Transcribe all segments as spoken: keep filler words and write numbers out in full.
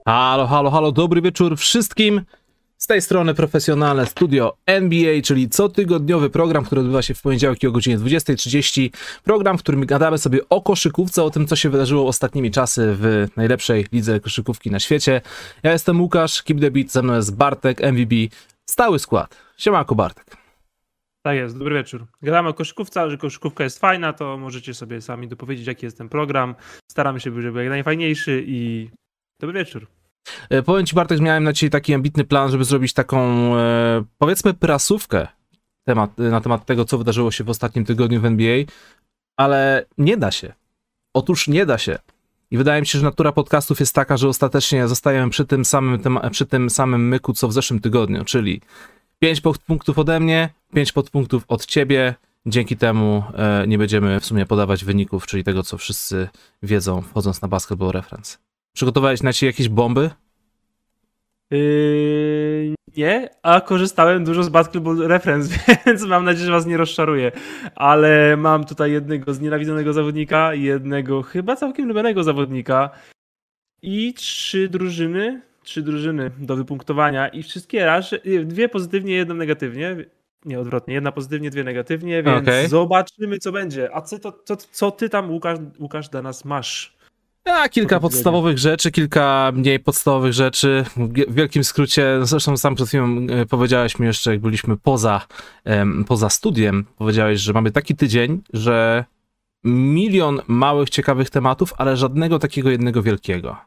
Halo, halo, halo, dobry wieczór wszystkim. Z tej strony profesjonalne studio N B A, czyli cotygodniowy program, który odbywa się w poniedziałki o godzinie dwudziestej trzydzieści. Program, w którym gadamy sobie o koszykówce, o tym, co się wydarzyło ostatnimi czasy w najlepszej lidze koszykówki na świecie. Ja jestem Łukasz, Keep the Beat, ze mną jest Bartek, M V B, stały skład. Siemanko, Bartek. Tak jest, dobry wieczór. Gadamy o koszykówce, a że koszykówka jest fajna, to możecie sobie sami dopowiedzieć, jaki jest ten program. Staramy się, żeby był jak najfajniejszy i dobry wieczór. E, powiem ci, Bartek, że miałem na ciebie taki ambitny plan, żeby zrobić taką, e, powiedzmy, prasówkę temat, na temat tego, co wydarzyło się w ostatnim tygodniu w N B A, ale nie da się. Otóż nie da się. I wydaje mi się, że natura podcastów jest taka, że ostatecznie zostajemy przy tym samym, tym, przy tym samym myku, co w zeszłym tygodniu, czyli pięć punktów ode mnie, pięć podpunktów od ciebie. Dzięki temu e, nie będziemy w sumie podawać wyników, czyli tego, co wszyscy wiedzą, wchodząc na Basketball Reference. Przygotowałeś na ciebie jakieś bomby? Yy, nie, a korzystałem dużo z Basketball Reference, więc mam nadzieję, że was nie rozczaruję. Ale mam tutaj jednego znienawidzonego zawodnika, jednego chyba całkiem lubianego zawodnika i trzy drużyny, trzy drużyny do wypunktowania i wszystkie raz, dwie pozytywnie, jedną negatywnie. Nie, odwrotnie, jedna pozytywnie, dwie negatywnie, więc okay. Zobaczymy, co będzie. A co, to, co, co ty tam, Łukasz, Łukasz, dla nas masz? Ja, kilka podstawowych rzeczy, kilka mniej podstawowych rzeczy. W wielkim skrócie, zresztą sam przed chwilą powiedziałeś mi jeszcze, jak byliśmy poza, poza studiem, powiedziałeś, że mamy taki tydzień, że milion małych, ciekawych tematów, ale żadnego takiego jednego wielkiego.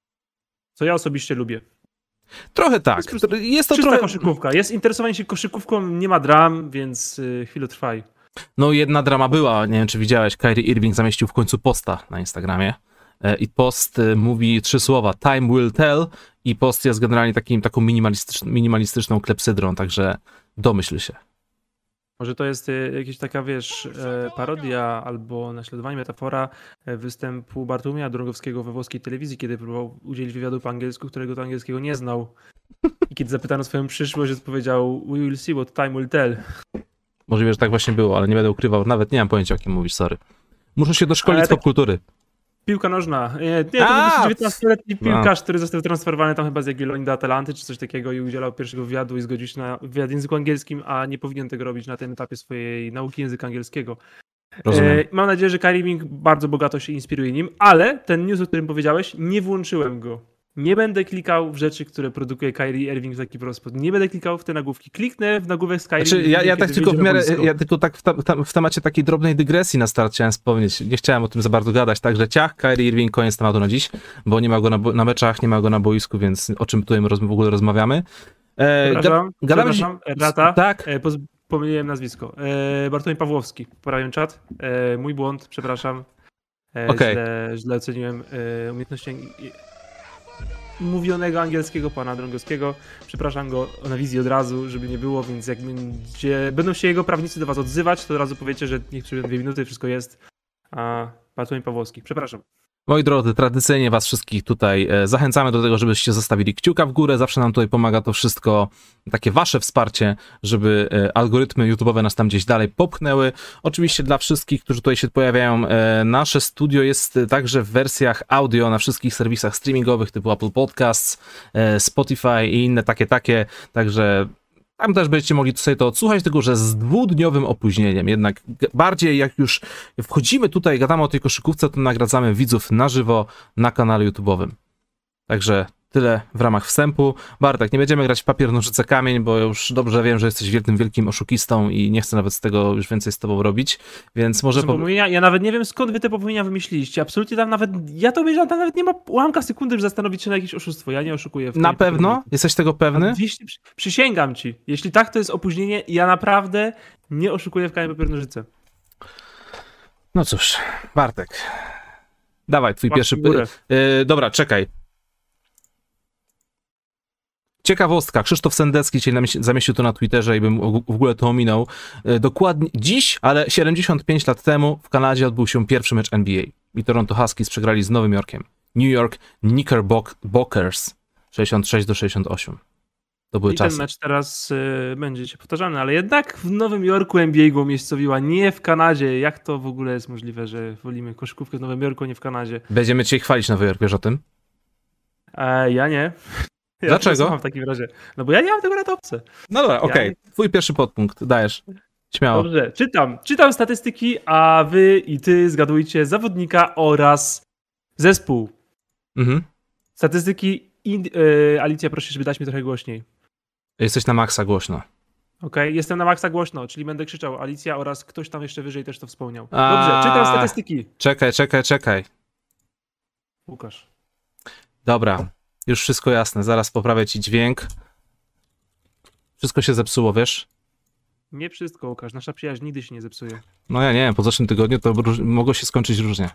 Co ja osobiście lubię. Trochę tak. Jest, jest to czysta trochę... koszykówka. Jest interesowanie się koszykówką, nie ma dram, więc yy, chwilę trwaj. No jedna drama była, nie wiem czy widziałeś, Kyrie Irving zamieścił w końcu posta na Instagramie. I post mówi trzy słowa, time will tell, i post jest generalnie takim, taką minimalistyczną, minimalistyczną klepsydrą, także domyśl się. Może to jest jakaś taka, wiesz, parodia albo naśladowanie, metafora występu Bartłomieja Drągowskiego we włoskiej telewizji, kiedy próbował udzielić wywiadu po angielsku, którego to angielskiego nie znał. I kiedy zapytano swoją przyszłość, odpowiedział we will see what time will tell. Możliwe, że tak właśnie było, ale nie będę ukrywał, nawet nie mam pojęcia, o kim mówisz, sorry. Muszę się doszkolić z tak... popkultury. Piłka nożna. Nie, nie to był dziewiętnastoletni piłkarz, który został transferowany tam chyba z Jagiellonii do Atalanty czy coś takiego i udzielał pierwszego wywiadu i zgodził się na wywiad w języku angielskim, a nie powinien tego robić na tym etapie swojej nauki języka angielskiego. Rozumiem. E, mam nadzieję, że Kyrie Irving bardzo bogato się inspiruje nim, ale ten news, o którym powiedziałeś, nie włączyłem go. Nie będę klikał w rzeczy, które produkuje Kyrie Irving w taki sposób. Nie będę klikał w te nagłówki. Kliknę w nagłówek z Kyrie znaczy, Irving. Ja, ja tak tylko w miarę, ja tylko tak w, tam, w temacie takiej drobnej dygresji na start chciałem wspomnieć. Nie chciałem o tym za bardzo gadać, także ciach, Kyrie Irving, koniec tematu na dziś, bo nie ma go na, na meczach, nie ma go na boisku, więc o czym tutaj roz, w ogóle rozmawiamy. E, przepraszam, ga, przepraszam, Rata, tak? E, poz, pomyliłem nazwisko. E, Bartłomiej Pawłowski, poprawiam czat. E, mój błąd, przepraszam. E, okay. źle, źle oceniłem e, umiejętności mówionego angielskiego pana Drągowskiego. Przepraszam go na wizji od razu, żeby nie było, więc jak będzie, będą się jego prawnicy do was odzywać, to od razu powiecie, że niech przyjdą dwie minuty, wszystko jest. A Bartłomiej Pawłowski, przepraszam. Moi drodzy, tradycyjnie was wszystkich tutaj zachęcamy do tego, żebyście zostawili kciuka w górę. Zawsze nam tutaj pomaga to wszystko, takie wasze wsparcie, żeby algorytmy YouTube'owe nas tam gdzieś dalej popchnęły. Oczywiście dla wszystkich, którzy tutaj się pojawiają, nasze studio jest także w wersjach audio na wszystkich serwisach streamingowych typu Apple Podcasts, Spotify i inne takie, takie. Także tam też będziecie mogli sobie to odsłuchać, tylko że z dwudniowym opóźnieniem. Jednak bardziej jak już wchodzimy tutaj, gadamy o tej koszykówce, to nagradzamy widzów na żywo na kanale YouTube'owym. Także tyle w ramach wstępu. Bartek, nie będziemy grać w papier, nożyce, kamień, bo już dobrze wiem, że jesteś wielkim, wielkim oszukistą i nie chcę nawet z tego już więcej z tobą robić, więc może... Po... Ja nawet nie wiem, skąd wy te pomówienia wymyśliliście. Absolutnie tam nawet, ja to obejrzałem, tam nawet nie ma ułamka sekundy, żeby zastanowić się na jakieś oszustwo. Ja nie oszukuję. W na pewno? Pomówienia. Jesteś tego pewny? Jeśli, przysięgam ci. Jeśli tak, to jest opóźnienie. Ja naprawdę nie oszukuję w kamień, papier, nożyce. No cóż, Bartek. Dawaj, twój Łap pierwszy... Yy, dobra, czekaj. Ciekawostka, Krzysztof Sendecki dzisiaj zamieścił to na Twitterze i bym w ogóle to ominął. Dokładnie dziś, ale siedemdziesiąt pięć lat temu w Kanadzie odbył się pierwszy mecz N B A i Toronto Huskies przegrali z Nowym Jorkiem. New York Knickerbockers sześćdziesiąt sześć do sześćdziesiąt osiem. To były I czasy. ten mecz teraz y, będzie się powtarzany, ale jednak w Nowym Jorku N B A go umiejscowiła, nie w Kanadzie. Jak to w ogóle jest możliwe, że wolimy koszykówkę w Nowym Jorku, a nie w Kanadzie? Będziemy cię chwalić, Nowy Jork, wiesz o tym? E, ja nie. Ja Dlaczego? Mam w takim razie. No bo ja nie mam tego na topce. No dobra, okej. Okay. Twój pierwszy podpunkt, dajesz. Śmiało. Dobrze, czytam. Czytam statystyki, a wy i ty zgadujcie zawodnika oraz zespół. Mhm. Statystyki. In... Yy, Alicja, proszę, żeby dać mi trochę głośniej. Jesteś na maksa głośno. Okej, okay. Jestem na maksa głośno, czyli będę krzyczał Alicja oraz ktoś tam jeszcze wyżej też to wspomniał. A... Dobrze, czytam statystyki. Czekaj, czekaj, czekaj. Łukasz. Dobra, już wszystko jasne. Zaraz poprawię ci dźwięk. Wszystko się zepsuło, wiesz? Nie wszystko, Łukasz. Nasza przyjaźń nigdy się nie zepsuje. No ja nie wiem, po zeszłym tygodniu to róż... mogło się skończyć różnie.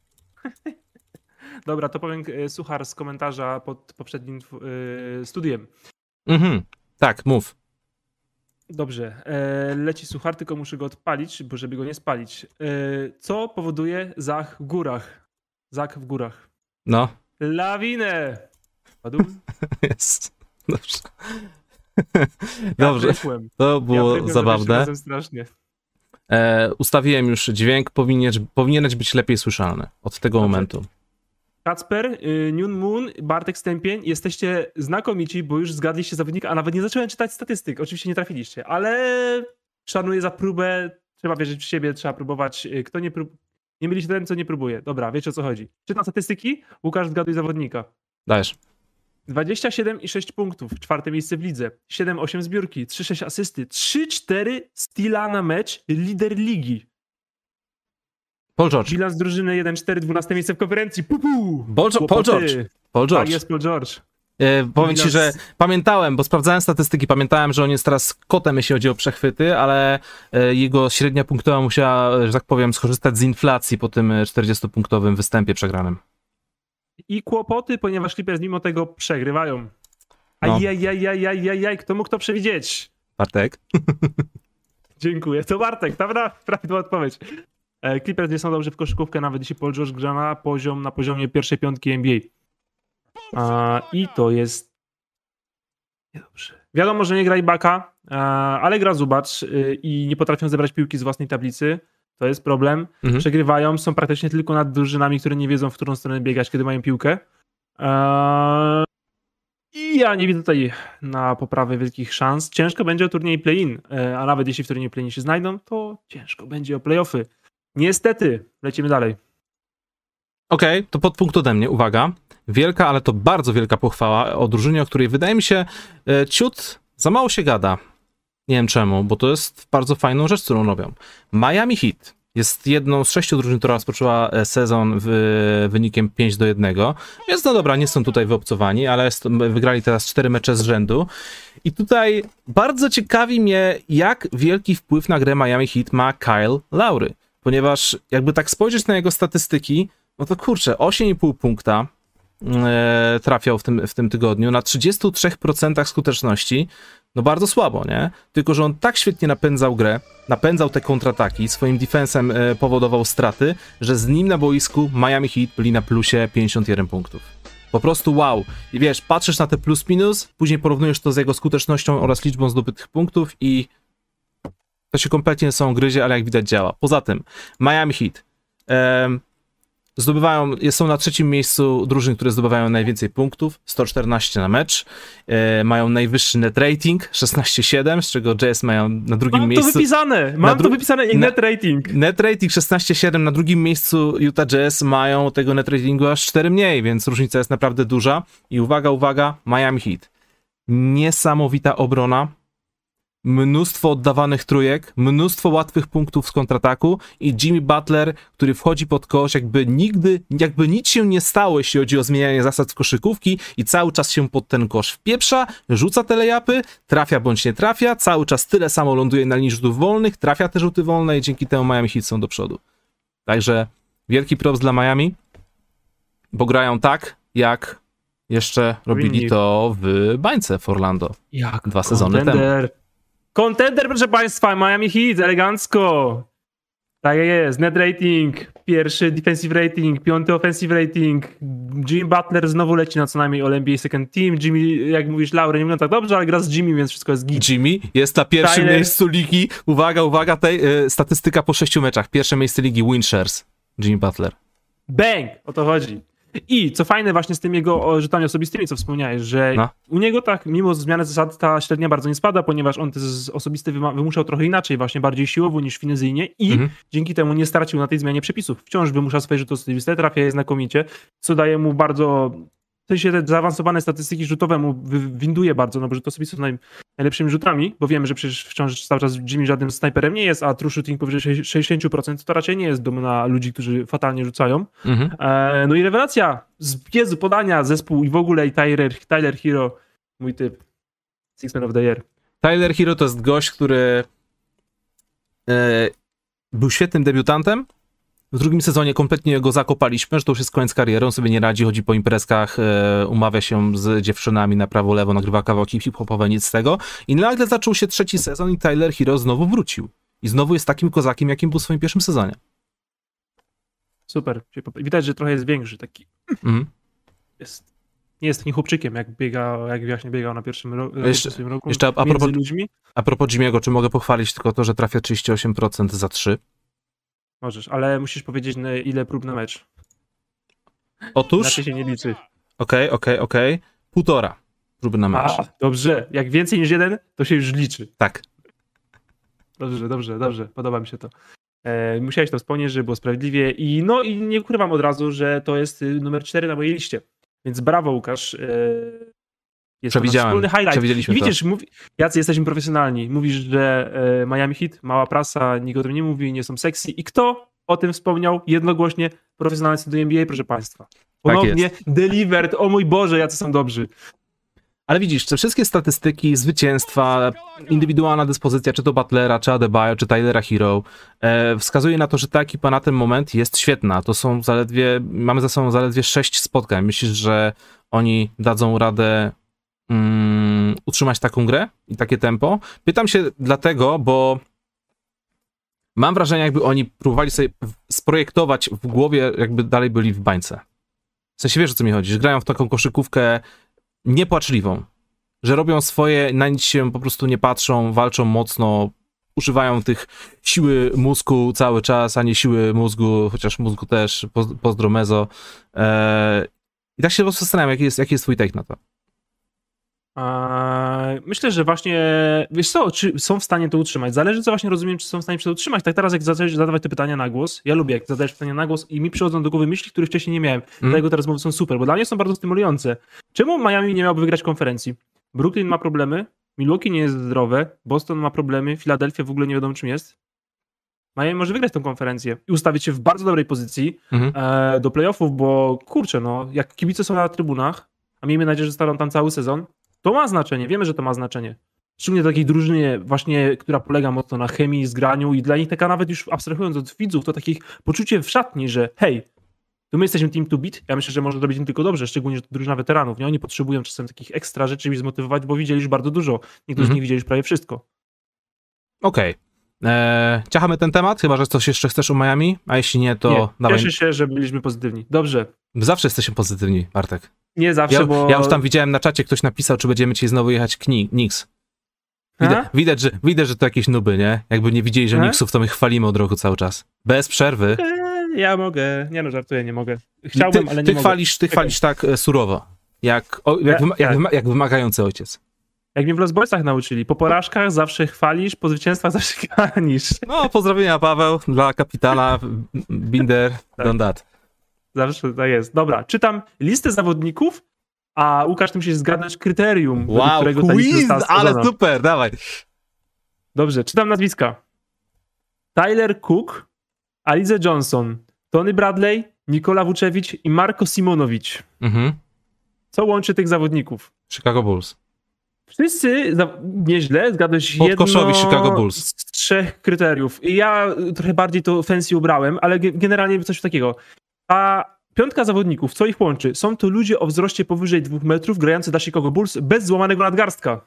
Dobra, to powiem e, suchar z komentarza pod poprzednim e, studiem. Mhm, tak, mów. Dobrze, e, leci suchar, tylko muszę go odpalić, bo żeby go nie spalić. E, co powoduje zach w górach? Zach w górach. No. Lawinę! Padum? Jest. Dobrze. Dobrze, ja to było ja zabawne. Strasznie. E, ustawiłem już dźwięk, powinien, powinieneś być lepiej słyszalny od tego Dobrze. momentu. Kacper, y, New Moon, Bartek Stępień, jesteście znakomici, bo już zgadliście zawodnika, a nawet nie zacząłem czytać statystyk. Oczywiście nie trafiliście, ale szanuję za próbę, trzeba wierzyć w siebie, trzeba próbować. Kto nie prób... Nie myli się ten, co nie próbuje. Dobra, wiecie o co chodzi. Czytam statystyki, Łukasz, zgaduj zawodnika. Dajesz. dwadzieścia siedem i sześć punktów, czwarte miejsce w lidze, siedem osiem zbiórki, trzy sześć asysty, trzy cztery steala na mecz, lider ligi. Paul George. Bilans drużyny jeden cztery, dwunaste miejsce w konferencji. Pupu! Paul, Paul George. Paul George. Tak, jest Paul George. E, powiem Bilans... ci, że pamiętałem, bo sprawdzałem statystyki, pamiętałem, że on jest teraz kotem, jeśli chodzi o przechwyty, ale e, jego średnia punktowa musiała, że tak powiem, skorzystać z inflacji po tym czterdziestopunktowym występie przegranym. I kłopoty, ponieważ Clippers mimo tego przegrywają. No. Ajajajajajajaj, kto mógł to przewidzieć? Bartek. Dziękuję. To Bartek, prawda? Prawidłowa odpowiedź. Clippers nie są dobrze w koszykówkę, nawet jeśli Paul George gra na poziom, na poziomie pierwszej piątki N B A. A, I to jest niedobrze. Wiadomo, że nie gra Ibaka, ale gra Zubacz i nie potrafią zebrać piłki z własnej tablicy. To jest problem. Mhm. Przegrywają, są praktycznie tylko nad drużynami, które nie wiedzą, w którą stronę biegać, kiedy mają piłkę. Eee... I ja nie widzę tutaj na poprawę wielkich szans. Ciężko będzie o turniej play-in, eee, a nawet jeśli w turnieju play-in się znajdą, to ciężko będzie o play-offy. Niestety, lecimy dalej. Okej, okay, to podpunkt ode mnie, uwaga. Wielka, ale to bardzo wielka pochwała o drużynie, o której wydaje mi się e, ciut za mało się gada. Nie wiem czemu, bo to jest bardzo fajną rzecz, którą robią. Miami Heat jest jedną z sześciu drużyn, która rozpoczęła sezon w wynikiem pięć do jednego. Więc no dobra, nie są tutaj wyobcowani, ale jest, wygrali teraz cztery mecze z rzędu. I tutaj bardzo ciekawi mnie, jak wielki wpływ na grę Miami Heat ma Kyle Lowry. Ponieważ jakby tak spojrzeć na jego statystyki, no to kurczę, osiem i pół punkta e, trafiał w tym, w tym tygodniu na trzydzieści trzy procent skuteczności. No bardzo słabo, nie? Tylko że on tak świetnie napędzał grę, napędzał te kontrataki, swoim defensem e, powodował straty, że z nim na boisku Miami Heat byli na plusie pięćdziesiąt jeden punktów. Po prostu wow. I wiesz, patrzysz na te plus minus, później porównujesz to z jego skutecznością oraz liczbą zdobytych punktów i to się kompletnie ze sobą gryzie, ale jak widać działa. Poza tym Miami Heat e, zdobywają, są na trzecim miejscu drużyn, które zdobywają najwięcej punktów, sto czternaście na mecz, e, mają najwyższy net rating, szesnaście siedem, z czego Jazz mają na drugim mam miejscu... Mam to wypisane, mam dru... to wypisane i net rating. Net rating szesnaście siedem, na drugim miejscu Utah Jazz mają tego net ratingu aż cztery mniej, więc różnica jest naprawdę duża. I uwaga, uwaga, Miami Heat. Niesamowita obrona, mnóstwo oddawanych trójek, mnóstwo łatwych punktów z kontrataku i Jimmy Butler, który wchodzi pod kosz, jakby nigdy, jakby nic się nie stało, jeśli chodzi o zmienianie zasad z koszykówki i cały czas się pod ten kosz wpieprza, rzuca te layupy, trafia bądź nie trafia, cały czas tyle samo ląduje na linii rzutów wolnych, trafia te rzuty wolne i dzięki temu Miami Heat są do przodu. Także wielki props dla Miami, bo grają tak, jak jeszcze robili to w bańce w Orlando jak dwa sezony contender. temu. Contender, proszę państwa, Miami Heat, elegancko. Tak jest, net rating, pierwszy defensive rating, piąty offensive rating. Jimmy Butler znowu leci na co najmniej All N B A Second Team. Jimmy, jak mówisz, Lowry nie wygląda tak dobrze, ale gra z Jimmy, więc wszystko jest git. Jimmy jest na pierwszym Tyler. miejscu ligi. Uwaga, uwaga, tej, y, statystyka po sześciu meczach. Pierwsze miejsce ligi win shares. Jimmy Butler. Bang! O to chodzi. I co fajne właśnie z tymi jego rzutami osobistymi, co wspomniałeś, że No. u niego tak, mimo zmiany zasad, ta średnia bardzo nie spada, ponieważ on te osobiste wyma- wymuszał trochę inaczej, właśnie bardziej siłowo niż finezyjnie i Mhm. dzięki temu nie stracił na tej zmianie przepisów. Wciąż wymusza swoje rzuty osobiste, trafia je znakomicie, co daje mu bardzo... W sensie te zaawansowane statystyki rzutowe mu wy- winduje bardzo, no bo rzuty osobiste są naj, najlepszymi rzutami, bo wiemy, że przecież wciąż cały czas Jimmy żadnym snajperem nie jest, a true shooting powyżej sześćdziesiąt procent to raczej nie jest domena ludzi, którzy fatalnie rzucają. Mhm. E, no i rewelacja z Jezu, podania, zespół i w ogóle i Tyler, Tyler Hero, mój typ. Six Man of the Year. Tyler Hero to jest gość, który e, był świetnym debiutantem. W drugim sezonie kompletnie go zakopaliśmy, że to już jest koniec kariery, on sobie nie radzi, chodzi po imprezkach, e, umawia się z dziewczynami na prawo, lewo, nagrywa kawałki hip-hopowe, nic z tego. I nagle zaczął się trzeci sezon i Tyler Hero znowu wrócił. I znowu jest takim kozakiem, jakim był w swoim pierwszym sezonie. Super. Widać, że trochę jest większy, taki Mhm. jest. Nie jest takim chłopczykiem, jak biega, jak właśnie biegał na pierwszym ro- Jeszcze- swoim roku. jeszcze a- a między propos- ludźmi. A propos Jimmy'ego, czy mogę pochwalić tylko to, że trafia trzydzieści osiem procent za trzy? Możesz, ale musisz powiedzieć, na ile prób na mecz. Otóż, Inaczej się nie liczy. okej, okej, okej, półtora próby na mecz. A, dobrze. Jak więcej niż jeden, to się już liczy. Tak. Dobrze, dobrze, dobrze. Podoba mi się to. E, musiałeś to wspomnieć, żeby było sprawiedliwie. I no i nie ukrywam od razu, że to jest y, numer cztery na mojej liście. Więc brawo, Łukasz. E, jest to nasz Przewidziałem. wspólny highlight. Przewidzieliśmy I to. widzisz, mówi, jacy jesteśmy profesjonalni. Mówisz, że e, Miami Heat, mała prasa, nikt o tym nie mówi, nie są sexy. I kto o tym wspomniał jednogłośnie? Profesjonalcy do N B A, proszę państwa. Ponownie jest. delivered. O mój Boże, jacy są dobrzy. Ale widzisz, te wszystkie statystyki, zwycięstwa, indywidualna dyspozycja, czy to Butlera, czy Adebayo, czy Tylera Hero, e, wskazuje na to, że ta ekipa na ten moment jest świetna. To są zaledwie, mamy za sobą zaledwie sześć spotkań. Myślisz, że oni dadzą radę mm, utrzymać taką grę i takie tempo? Pytam się dlatego, bo mam wrażenie, jakby oni próbowali sobie w- sprojektować w głowie, jakby dalej byli w bańce. W sensie wiesz, o co mi chodzi, że grają w taką koszykówkę niepłaczliwą, że robią swoje, na nic się po prostu nie patrzą, walczą mocno, używają tych siły mózgu cały czas, a nie siły mózgu, chociaż mózgu też, poz- pozdro mezo. Eee, I tak się po prostu zastanawiam, jaki jest, jaki jest twój take na to. A, myślę, że właśnie, wiesz co, czy są w stanie to utrzymać? Zależy, co właśnie rozumiem, czy są w stanie to utrzymać. Tak teraz, jak zacząłeś zadawać te pytania na głos, ja lubię, jak zadajesz pytania na głos i mi przychodzą do głowy myśli, których wcześniej nie miałem. Mm. Dlatego te rozmowy są super, bo dla mnie są bardzo stymulujące. Czemu Miami nie miałby wygrać konferencji? Brooklyn ma problemy, Milwaukee nie jest zdrowe, Boston ma problemy, Philadelphia w ogóle nie wiadomo czym jest. Miami może wygrać tę konferencję i ustawić się w bardzo dobrej pozycji Mhm. e, do playoffów, bo kurczę, no, jak kibice są na trybunach, a miejmy nadzieję, że zostaną tam cały sezon, to ma znaczenie, wiemy, że to ma znaczenie. Szczególnie takiej drużynie właśnie, która polega mocno na chemii, zgraniu i dla nich taka nawet już abstrahując od widzów, to takich poczucie w szatni, że hej, to my jesteśmy team to beat, ja myślę, że może zrobić im tylko dobrze, szczególnie, że to drużyna weteranów, nie? Oni potrzebują czasem takich ekstra rzeczy, żeby ich zmotywować, bo widzieli już bardzo dużo. Niektórzy z Mhm. nich widzieli już prawie wszystko. Okej. Eee, ciachamy ten temat, chyba że coś jeszcze chcesz o Miami, a jeśli nie, to Nie, dawaj. cieszę się, że byliśmy pozytywni. Dobrze. Zawsze jesteśmy pozytywni, Bartek. Nie zawsze, Ja, bo... ja już tam widziałem na czacie, ktoś napisał, czy będziemy dzisiaj znowu jechać Kni- Knicks. Widać, A? widać, że, widać, że to jakieś nuby, nie? Jakby nie widzieli, że A? Knicksów, to my chwalimy od roku cały czas. Bez przerwy. Eee, Ja mogę. Nie no, żartuję, nie mogę. Chciałbym, ty, ale nie ty mogę. chwalisz, ty chwalisz tak e, surowo. Jak, o, jak, Ja- wyma, jak, tak. wyma, jak wymagający ojciec. Jak mnie w Los Boysach nauczyli, po porażkach zawsze chwalisz, po zwycięstwach zawsze ganisz. No, pozdrowienia Paweł dla kapitana Binder, Tak. done that. Zawsze tak jest. Dobra, czytam listę zawodników, a Łukasz, ty musisz zgadnąć kryterium, według Wow, którego ta lista quiz, została ale stworzona. super, dawaj. Dobrze, czytam nazwiska. Tyler Cook, Alize Johnson, Tony Bradley, Nikola Vucevic i Marko Simonowicz. Mhm. Co łączy tych zawodników? Chicago Bulls. Wszyscy za... nieźle, zgadłeś jedno Podkoszowi Chicago Bulls. z trzech kryteriów. I ja trochę bardziej to fancy ubrałem, ale ge- generalnie coś takiego. A piątka zawodników, co ich łączy? Są to ludzie o wzroście powyżej dwóch metrów, grający dla Chicago Bulls bez złamanego nadgarstka.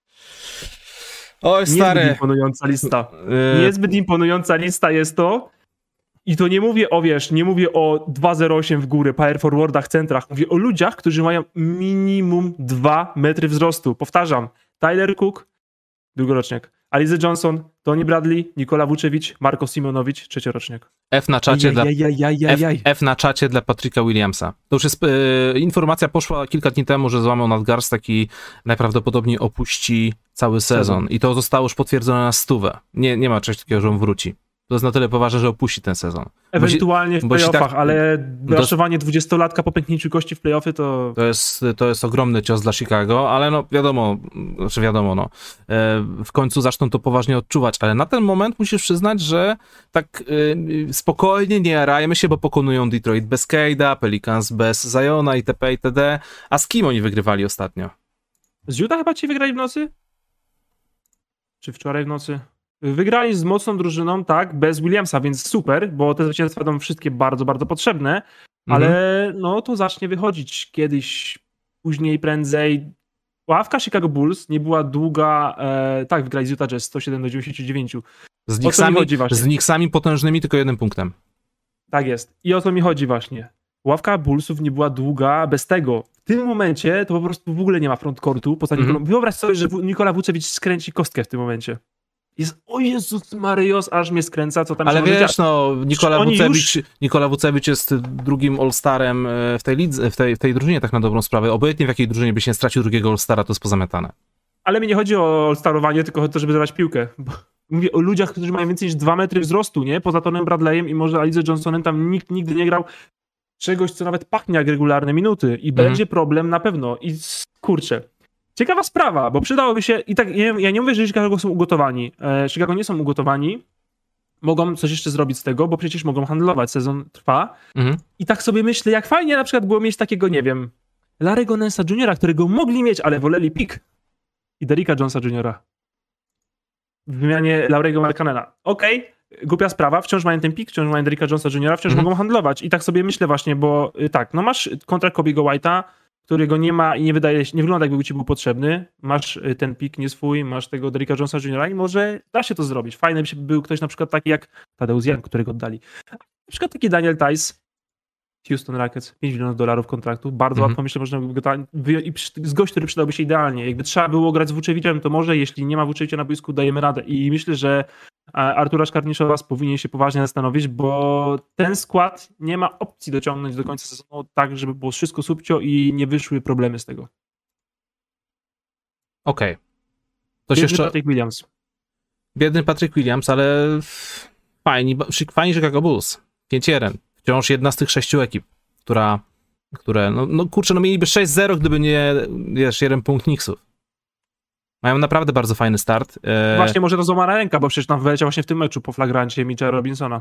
Oj, Niezbyt stary. imponująca lista. Yy, Niezbyt imponująca lista jest to. I to nie mówię o, wiesz, nie mówię o dwa zero osiem w górę, power forwardach, centrach. Mówię o ludziach, którzy mają minimum dwa metry wzrostu. Powtarzam. Tyler Cook, drugoroczniak. Alize Johnson, Tony Bradley, Nikola Vucevic, Marko Simonowicz, trzecioroczniak. F na czacie dla Ajajajajajaj. F, F na czacie dla Patricka Williamsa. To już jest e, informacja poszła kilka dni temu, że złamał nadgarstek i najprawdopodobniej opuści cały sezon. sezon. I to zostało już potwierdzone na stówę. Nie, nie ma czegoś takiego, że on wróci. To jest na tyle poważne, że opuści ten sezon. Ewentualnie w playoffach, tak, ale raszowanie to, dwudziestolatka po pęknięciu kości w playoffy to... To jest, to jest ogromny cios dla Chicago, ale no wiadomo, znaczy wiadomo, no, w końcu zaczną to poważnie odczuwać, ale na ten moment musisz przyznać, że tak spokojnie nie jarajmy się, bo pokonują Detroit bez Cade'a, Pelicans bez Ziona itp. itd. A z kim oni wygrywali ostatnio? Z Utah chyba ci wygrali w nocy? Czy wczoraj w nocy? Wygrali z mocną drużyną, tak, bez Williamsa, więc super, bo te zwycięstwa będą wszystkie bardzo, bardzo potrzebne, mhm. ale no to zacznie wychodzić kiedyś, później, prędzej. Ławka Chicago Bulls nie była długa, e, tak, wygrali z Utah Jazz sto siedem do dziewięćdziesięciu dziewięciu. Z Knicksami, z Knicksami potężnymi tylko jednym punktem. Tak jest. I o to mi chodzi właśnie. Ławka Bullsów nie była długa bez tego. W tym momencie to po prostu w ogóle nie ma frontcourtu. Poza mm-hmm. Nikolą. Wyobraź sobie, że Nikola Vucevic skręci kostkę w tym momencie. Jest, o Jezus Marios, aż mnie skręca, co tam ale się wiesz, dziać. no, Nikola Vucevic, już... Nikola Vucevic jest drugim All-Starem w tej, lidze, w, tej, w tej drużynie, tak na dobrą sprawę. Obojętnie w jakiej drużynie by się nie stracił drugiego All-Stara, to jest pozamiatane. Ale mi nie chodzi o All-Starowanie, tylko o to, żeby zabrać piłkę. Bo mówię o ludziach, którzy mają więcej niż dwa metry wzrostu, nie? Poza Tonem Bradleyem i może Alize Johnsonem tam nikt nigdy nie grał czegoś, co nawet pachnie jak regularne minuty. I mhm. będzie problem na pewno. I kurczę. Ciekawa sprawa, bo przydałoby się, i tak, ja, ja nie mówię, że Chicago są ugotowani. E, Chicago nie są ugotowani, mogą coś jeszcze zrobić z tego, bo przecież mogą handlować, sezon trwa. Mhm. I tak sobie myślę, jak fajnie na przykład było mieć takiego, nie wiem, Larry'ego Nance'a juniora, którego mogli mieć, ale woleli pick. I Derricka Jonesa juniora. W wymianie Laurego Markkanena. Okej, okay, głupia sprawa, wciąż mają ten pick, wciąż mają Derricka Jonesa juniora, wciąż mhm. mogą handlować. I tak sobie myślę właśnie, bo tak, no masz kontrakt Kobiego White'a, którego nie ma i nie wydaje się, nie wygląda jakby ci był potrzebny. Masz ten pik nie swój, masz tego Derricka Jonesa juniora i może da się to zrobić. Fajny by był ktoś na przykład taki jak Tadeusz Young, którego oddali. Na przykład taki Daniel Tice, Houston Rockets, pięć milionów dolarów kontraktu. Bardzo mm-hmm. łatwo myślę, można by go ta, i z gość, który przydałby się idealnie. Jakby trzeba było grać z Vuceviciem, to może, jeśli nie ma Vucevicza na boisku, dajemy radę. I myślę, że Artura Szkarniszowas powinien się poważnie zastanowić, bo ten skład nie ma opcji dociągnąć do końca sezonu tak, żeby było wszystko subcio i nie wyszły problemy z tego. Okej. Okay. To Biedny jeszcze... Patrick Williams. Biedny Patrick Williams, ale fajni, fajni Chicago Bulls. pięć jeden. Wciąż jedna z tych sześciu ekip, która, które, no, no kurczę, no mieliby sześć zero, gdyby nie, wiesz, jeden punkt Knicksów. Mają naprawdę bardzo fajny start. E... Właśnie może to złamana ręka, bo przecież tam wyleciał właśnie w tym meczu po flagrancie Mitchella Robinsona.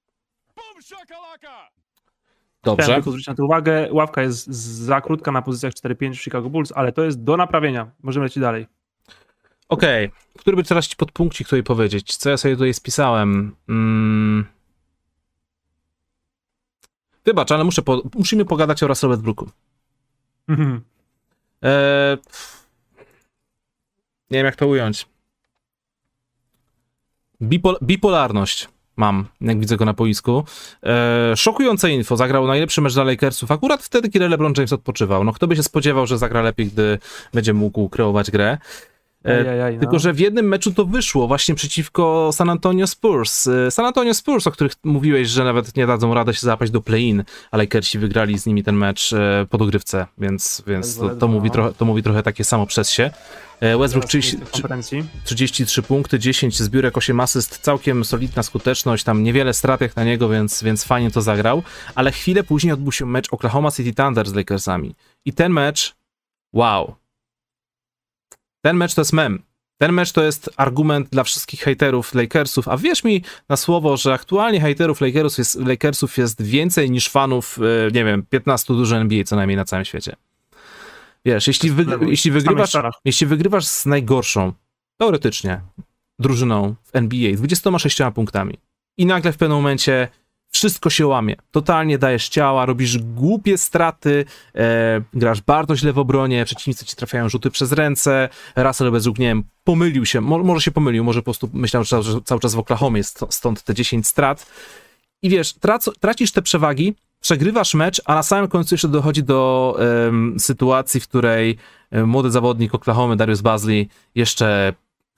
Dobrze. Chciałem tylko zwrócić na to uwagę. Ławka jest za krótka na pozycjach cztery pięć w Chicago Bulls, ale to jest do naprawienia. Możemy lecieć dalej. Okej. Okay. Który by teraz ci podpunkcik tutaj powiedzieć? Co ja sobie tutaj spisałem? Hmm... Wybacz, ale muszę po, musimy pogadać o Russell Westbrooku. Mhm. E, nie wiem, jak to ująć. Bipol, bipolarność mam, jak widzę go na boisku. E, szokujące info. Zagrał najlepszy mecz dla Lakersów akurat wtedy, kiedy LeBron James odpoczywał. No kto by się spodziewał, że zagra lepiej, gdy będzie mógł kreować grę. Ej, ej, ej, no. Tylko że w jednym meczu to wyszło właśnie przeciwko San Antonio Spurs. San Antonio Spurs, o których mówiłeś, że nawet nie dadzą radę się zapaść do play-in, a Lakersi wygrali z nimi ten mecz po dogrywce, więc, więc to, to, mówi trochę, to mówi trochę takie samo przez się. Westbrook trzydzieści, trzydzieści trzy punkty, dziesięć zbiórek, osiem asyst, całkiem solidna skuteczność, tam niewiele strat jak na niego, więc, więc fajnie to zagrał, ale chwilę później odbył się mecz Oklahoma City Thunder z Lakersami. I ten mecz, wow. Ten mecz to jest mem. Ten mecz to jest argument dla wszystkich hejterów Lakersów, a wierz mi na słowo, że aktualnie hejterów Lakersów jest, Lakersów jest więcej niż fanów, nie wiem, piętnastu drużyn N B A co najmniej na całym świecie. Wiesz, jeśli, wy, jeśli, wygrywasz, jeśli wygrywasz z najgorszą, teoretycznie, drużyną w N B A dwudziestoma sześcioma punktami i nagle w pewnym momencie wszystko się łamie, totalnie dajesz ciała, robisz głupie straty, e, grasz bardzo źle w obronie, przeciwnicy ci trafiają rzuty przez ręce, Russell Westbrook, nie wiem, pomylił się, mo, może się pomylił, może po prostu myślał, że, że cały czas w Oklahomie jest stąd te dziesięć strat i wiesz, trac, tracisz te przewagi, przegrywasz mecz, a na samym końcu jeszcze dochodzi do um, sytuacji, w której um, młody zawodnik Oklahomy, Darius Bazley, jeszcze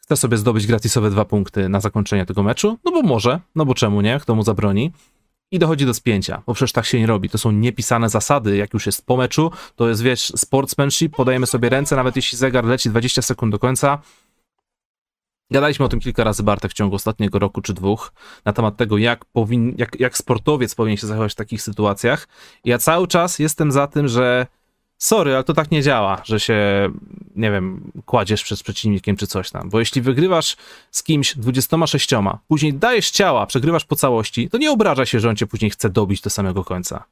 chce sobie zdobyć gratisowe dwa punkty na zakończenie tego meczu, no bo może, no bo czemu nie, kto mu zabroni. I dochodzi do spięcia, bo przecież tak się nie robi. To są niepisane zasady, jak już jest po meczu, to jest, wiesz, sportsmanship, podajemy sobie ręce, nawet jeśli zegar leci dwadzieścia sekund do końca. Gadaliśmy o tym kilka razy, Bartek, w ciągu ostatniego roku czy dwóch, na temat tego, jak, powin, jak, jak sportowiec powinien się zachować w takich sytuacjach. I ja cały czas jestem za tym, że sorry, ale to tak nie działa, że się, nie wiem, kładziesz przed przeciwnikiem czy coś tam. Bo jeśli wygrywasz z kimś dwudziestoma sześcioma, później dajesz ciała, przegrywasz po całości, to nie obraża się, że on cię później chce dobić do samego końca.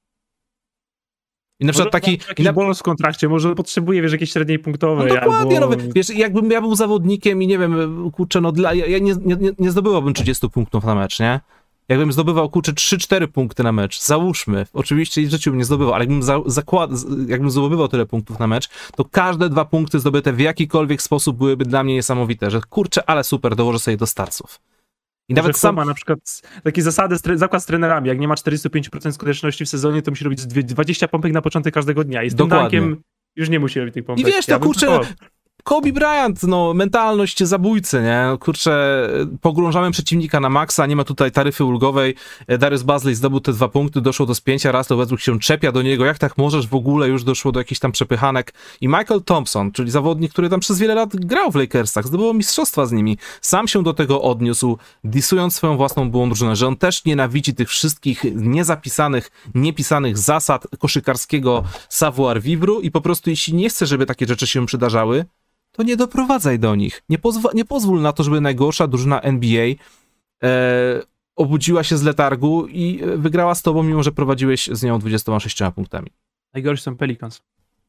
I na przykład taki... Jakiś na... bonus w kontrakcie, może potrzebuje, wiesz, jakiejś średniej punktowej. No dokładnie, albo... no, wiesz, jakbym ja był zawodnikiem i nie wiem, kurczę, no dla... ja, ja nie, nie, nie zdobywałbym trzydziestu punktów na mecz, nie? Jakbym zdobywał, kurczę, trzy cztery punkty na mecz, załóżmy, oczywiście w życiu bym nie zdobywał, ale jakbym, za, zakład, jakbym zdobywał tyle punktów na mecz, to każde dwa punkty zdobyte w jakikolwiek sposób byłyby dla mnie niesamowite, że kurczę, ale super, dołożę sobie do starców. I Może nawet sam... ma na przykład takie zasady, zakład z trenerami, jak nie ma czterdzieści pięć procent skuteczności w sezonie, to musi robić dwadzieścia pompek na początek każdego dnia i z tym dankiem już nie musi robić tych pompek. I wiesz, to ja kurczę... Kobe Bryant, no, mentalność zabójcy, nie? Kurczę, pogrążamy przeciwnika na maksa, nie ma tutaj taryfy ulgowej. Darius Bazley zdobył te dwa punkty, doszło do spięcia, Russell Westbrook się czepia do niego, jak tak możesz, w ogóle już doszło do jakichś tam przepychanek. I Michael Thompson, czyli zawodnik, który tam przez wiele lat grał w Lakersach, zdobył mistrzostwa z nimi, sam się do tego odniósł, disując swoją własną byłą drużynę, że on też nienawidzi tych wszystkich niezapisanych, niepisanych zasad koszykarskiego savoir-vivre i po prostu jeśli nie chce, żeby takie rzeczy się przydarzały, to nie doprowadzaj do nich. Nie, pozw- nie pozwól na to, żeby najgorsza drużyna N B A e, obudziła się z letargu i wygrała z tobą, mimo że prowadziłeś z nią dwudziestoma sześcioma punktami. Najgorsi są Pelicans.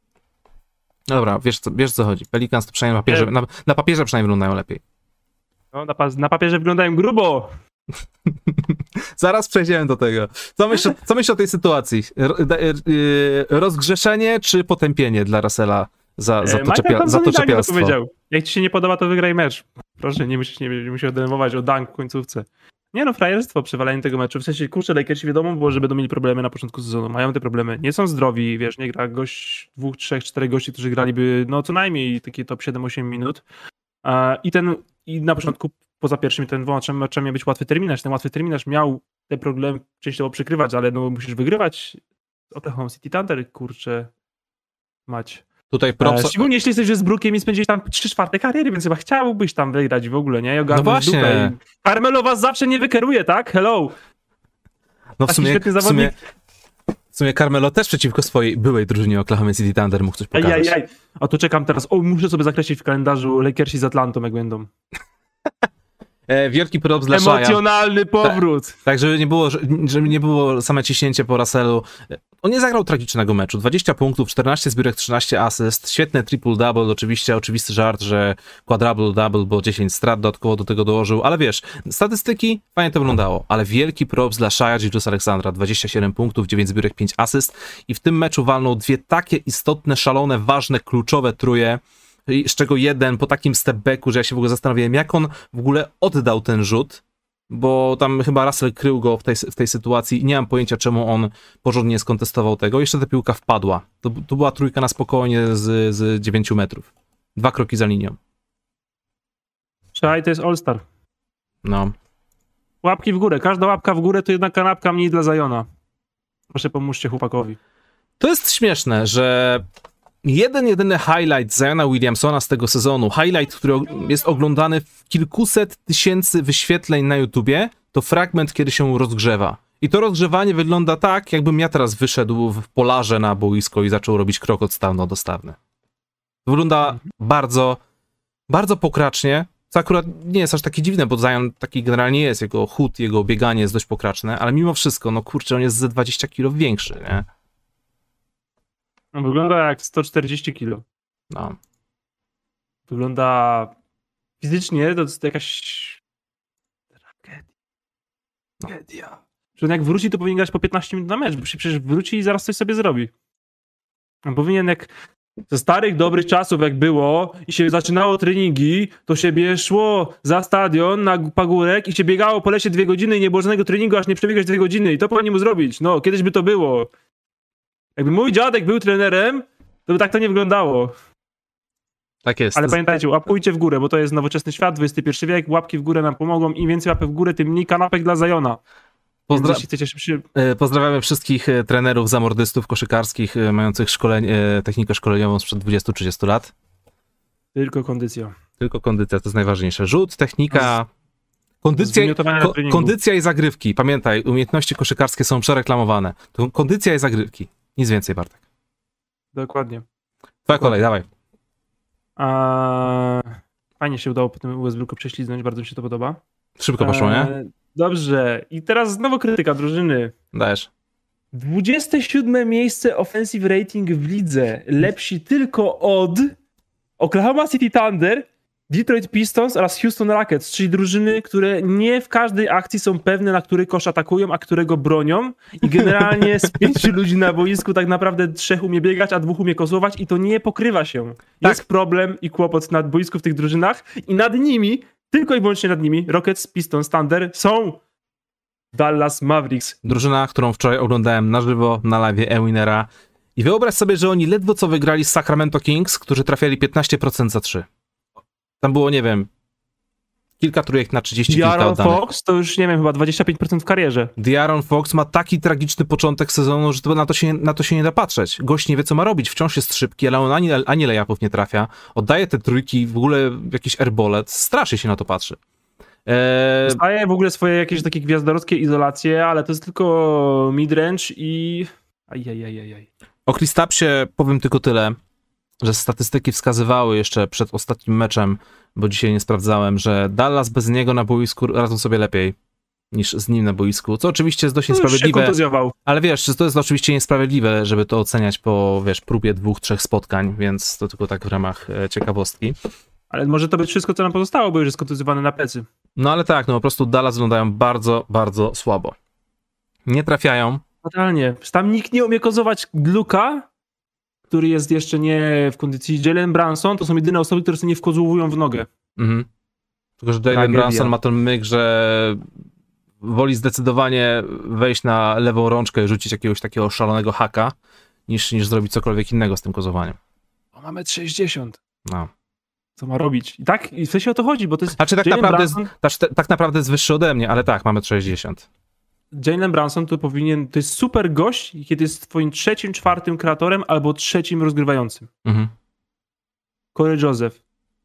Dobra, wiesz co, wiesz co chodzi. Pelicans to przynajmniej na papierze, na, na papierze przynajmniej wyglądają lepiej. No, na, pa- na papierze wyglądają grubo. Zaraz przejdziemy do tego. Co myślisz, co myślisz o tej sytuacji? Ro, da, y, rozgrzeszenie czy potępienie dla Russella za, za to, czepia, za to czepialstwo? Powiedział. Jak ci się nie podoba, to wygraj mecz. Proszę, nie musisz, nie, nie musisz denerwować o dunk w końcówce. Nie no, frajerstwo, przewalenie tego meczu. W sensie, kurczę, Lakersi wiadomo było, że będą mieli problemy na początku sezonu. Mają te problemy. Nie są zdrowi, wiesz, nie gra gość, dwóch, trzech, czterech gości, którzy graliby, no co najmniej takie top siedem osiem minut. Uh, I ten, i na początku, poza pierwszym ten dwoma meczem miał być łatwy terminarz. Ten łatwy terminarz miał te problemy częściowo przykrywać, ale no musisz wygrywać z Oklahoma City Thunder, kurczę, mać. Tutaj props... E, szczególnie jeśli jesteś z Brookiem i spędziłeś tam trzy czwarte kariery, więc chyba chciałbyś tam wygrać w ogóle, nie? No właśnie. Carmelo was zawsze nie wykeruje, tak? Hello! No w Taki sumie, świetny w zawodnik. sumie, w sumie Carmelo też przeciwko swojej byłej drużynie Oklahoma City Thunder mógł coś pokazać. Ej, ej, ej. O, tu czekam teraz. O, muszę sobie zakreślić w kalendarzu Lakersi z Atlantą, jak będą. E, wielki props dla Shia. Emocjonalny powrót. Tak, tak, żeby nie było, żeby nie było same ciśnięcie po Russellu. On nie zagrał tragicznego meczu. dwadzieścia punktów, czternaście zbiórek, trzynaście asyst, świetne triple-double, oczywiście oczywisty żart, że quadruple-double, bo dziesięć strat dodatkowo do tego dołożył, ale wiesz, statystyki fajnie to wyglądało, ale wielki props dla Shia Gilgeous-Alexandra, dwadzieścia siedem punktów, dziewięć zbiórek, pięć asyst i w tym meczu walnął dwie takie istotne, szalone, ważne, kluczowe truje, z czego jeden po takim stepbacku, że ja się w ogóle zastanawiałem, jak on w ogóle oddał ten rzut, bo tam chyba Russell krył go w tej, w tej sytuacji i nie mam pojęcia, czemu on porządnie skontestował tego. Jeszcze ta piłka wpadła. To, to była trójka na spokojnie z, z dziewięciu metrów. Dwa kroki za linią. Szaj, to jest All-Star. No. Łapki w górę. Każda łapka w górę to jedna kanapka mniej dla Zajona. Proszę, pomóżcie chłopakowi. To jest śmieszne, że jeden, jedyny highlight Ziona Williamsona z tego sezonu, highlight, który jest oglądany w kilkuset tysięcy wyświetleń na YouTubie, to fragment, kiedy się rozgrzewa. I to rozgrzewanie wygląda tak, jakbym ja teraz wyszedł w polarze na boisko i zaczął robić krok odstawno-dostawny. Wygląda bardzo, bardzo pokracznie, co akurat nie jest aż takie dziwne, bo Zion taki generalnie jest, jego chód, jego bieganie jest dość pokraczne, ale mimo wszystko, no kurczę, on jest ze dwadzieścia kilo większy, nie? No, wygląda jak sto czterdzieści kilo. No. Wygląda fizycznie, to jest jakaś tragedia. Tragedia. Że on jak wróci, to powinien grać po piętnaście minut na mecz, bo się przecież wróci i zaraz coś sobie zrobi. On powinien jak ze starych, dobrych czasów jak było i się zaczynało treningi, to się szło za stadion na pagórek i się biegało po lesie dwie godziny i nie było żadnego treningu, aż nie przebiegać dwie godziny i to powinien mu zrobić. No, kiedyś by to było. Jakby mój dziadek był trenerem, to by tak to nie wyglądało. Tak jest. Ale pamiętajcie, łapujcie w górę, bo to jest nowoczesny świat, dwudziesty pierwszy wiek, łapki w górę nam pomogą. Im więcej łapek w górę, tym mniej kanapek dla Zajona. Pozdra- Jeśli chcecie się przy... Pozdrawiamy wszystkich trenerów, zamordystów koszykarskich mających szkoleń, technikę szkoleniową sprzed dwudziestu trzydziestu lat. Tylko kondycja. Tylko kondycja, to jest najważniejsze. Rzut, technika, kondycja, ko- kondycja i zagrywki. Pamiętaj, umiejętności koszykarskie są przereklamowane. To kondycja i zagrywki. Nic więcej, Bartek. Dokładnie. Twoja kolej, dawaj. A... Fajnie się udało po tym U S B-ku prześliznąć, bardzo mi się to podoba. Szybko poszło, nie? Eee, dobrze. I teraz znowu krytyka drużyny. Dajesz. dwudzieste siódme miejsce offensive rating w lidze. Lepsi tylko od Oklahoma City Thunder, Detroit Pistons oraz Houston Rockets, czyli drużyny, które nie w każdej akcji są pewne, na który kosz atakują, a którego bronią. I generalnie z pięciu ludzi na boisku tak naprawdę trzech umie biegać, a dwóch umie kozłować i to nie pokrywa się. Tak. Jest problem i kłopot na boisku w tych drużynach i nad nimi, tylko i wyłącznie nad nimi, Rockets, Pistons, Thunder są Dallas Mavericks. Drużyna, którą wczoraj oglądałem na żywo na live E-Winnera. I wyobraź sobie, że oni ledwo co wygrali z Sacramento Kings, którzy trafiali piętnaście procent za trzy. Tam było, nie wiem, kilka trójek na trzydzieści kilka De'Aaron oddanych. Fox to już, nie wiem, chyba dwadzieścia pięć procent w karierze. De'Aaron Fox ma taki tragiczny początek sezonu, że to na, to się, na to się nie da patrzeć. Gość nie wie, co ma robić. Wciąż jest szybki, ale on ani, ani lay-upów nie trafia. Oddaje te trójki, w ogóle jakiś airballet. Strasznie się na to patrzy. Eee... Dostaje w ogóle swoje jakieś takie gwiazdorowskie izolacje, ale to jest tylko midrange i... Ajajajajaj. O Kristapsie powiem tylko tyle, że statystyki wskazywały jeszcze przed ostatnim meczem, bo dzisiaj nie sprawdzałem, że Dallas bez niego na boisku radzą sobie lepiej niż z nim na boisku, co oczywiście jest dość niesprawiedliwe, ale wiesz, to jest oczywiście niesprawiedliwe, żeby to oceniać po, wiesz, próbie dwóch, trzech spotkań, więc to tylko tak w ramach e, ciekawostki. Ale może to być wszystko, co nam pozostało, bo już jest kontuzjowany na plecy. No ale tak, no po prostu Dallas wyglądają bardzo, bardzo słabo. Nie trafiają. Totalnie. Tam nikt nie umie kozować Luka, który jest jeszcze nie w kondycji. Jalen Brunson to są jedyne osoby, które sobie nie wkozłowują w nogę. Mhm. Tylko, że Jalen Brunson ma ten myk, że woli zdecydowanie wejść na lewą rączkę i rzucić jakiegoś takiego szalonego haka, niż, niż zrobić cokolwiek innego z tym kozowaniem. O, ma metr sześćdziesiąt. No. Co ma robić? I tak, i w sensie o to chodzi, bo to jest... Znaczy tak Jalen naprawdę, Brunson, jest, tak, tak naprawdę jest wyższy ode mnie, ale tak, mamy sześćdziesiąt. Jalen Brunson to powinien, to jest super gość, kiedy jest twoim trzecim, czwartym kreatorem albo trzecim rozgrywającym. Mhm. Corey Joseph.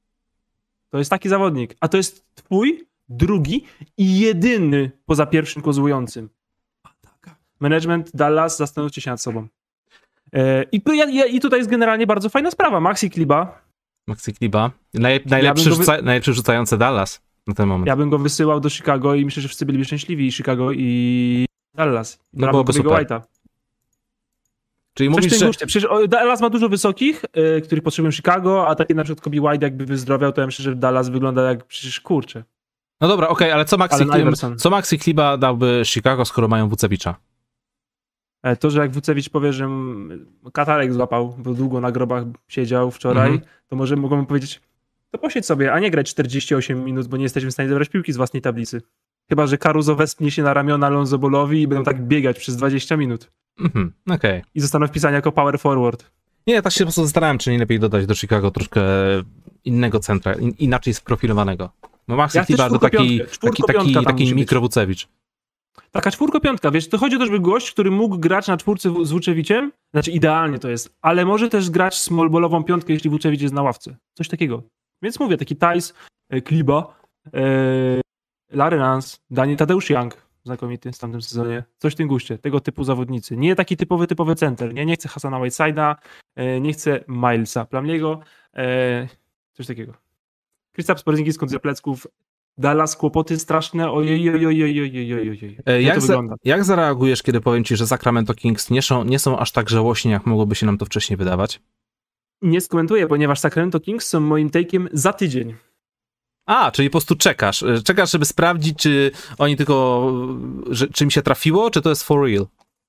To jest taki zawodnik. A to jest twój drugi i jedyny poza pierwszym kozłującym. Management Dallas, zastanówcie się nad sobą. E, i, ja, I tutaj jest generalnie bardzo fajna sprawa. Maxi Kleber. Maxi Kleber. Naj, najlepszy, ja rzuca, wy... najlepszy rzucający Dallas na ten moment. Ja bym go wysyłał do Chicago i myślę, że wszyscy byliby szczęśliwi. I Chicago i Dallas. No byłoby super. White'a. Czyli Coś mówisz, że... Przecież Dallas ma dużo wysokich, yy, których potrzebują Chicago, a taki na przykład Kobe White jakby wyzdrowiał, to ja myślę, że Dallas wygląda jak przecież kurczę. No dobra, okej, okay, ale co Maxi, ale co Maxi Kleber dałby Chicago, skoro mają Wucewicza? To, że jak Wucewicz powie, że katarek złapał, bo długo na grobach siedział wczoraj, mm-hmm. to może mogą powiedzieć, to posiedź sobie, a nie grać czterdzieści osiem minut, bo nie jesteśmy w stanie zebrać piłki z własnej tablicy. Chyba że Caruso wespnie się na ramiona Lonzo Ballowi i będą tak biegać przez dwadzieścia minut. Mhm, okej. Okay. I zostaną wpisani jako power forward. Nie, tak się po prostu zastanawiam, czy nie lepiej dodać do Chicago troszkę innego centra, in, inaczej sprofilowanego. No Maxi Kleber to taki, taki, taki, taki mikro Wucewicz. Taka czwórko-piątka, wiesz, to chodzi o to, żeby gość, który mógł grać na czwórce z Wuczewiciem, znaczy idealnie to jest, ale może też grać smallballową piątkę, jeśli Wuczewicz jest na ławce. Coś takiego. Więc mówię, taki Thais, e, Kleber, e, Larry Nance, Daniel Tadeusz Young, znakomity w tamtym sezonie. Coś w tym guście, tego typu zawodnicy. Nie taki typowy, typowy center. Nie, nie chcę Hassana Whiteside'a, e, nie chcę Milesa Plumlee'ego, e, coś takiego. Kristaps Porzingis z końca plecków, Dallas, kłopoty straszne, ojej, ojej, ojej, ojej, ojej. Jak, jak, za, jak zareagujesz, kiedy powiem ci, że Sacramento Kings nie są, nie są aż tak żałośni, jak mogłoby się nam to wcześniej wydawać? Nie skomentuję, ponieważ Sacramento Kings są moim take'iem za tydzień. A, czyli po prostu czekasz. Czekasz, żeby sprawdzić, czy oni tylko, że, czy im się trafiło, czy to jest for real?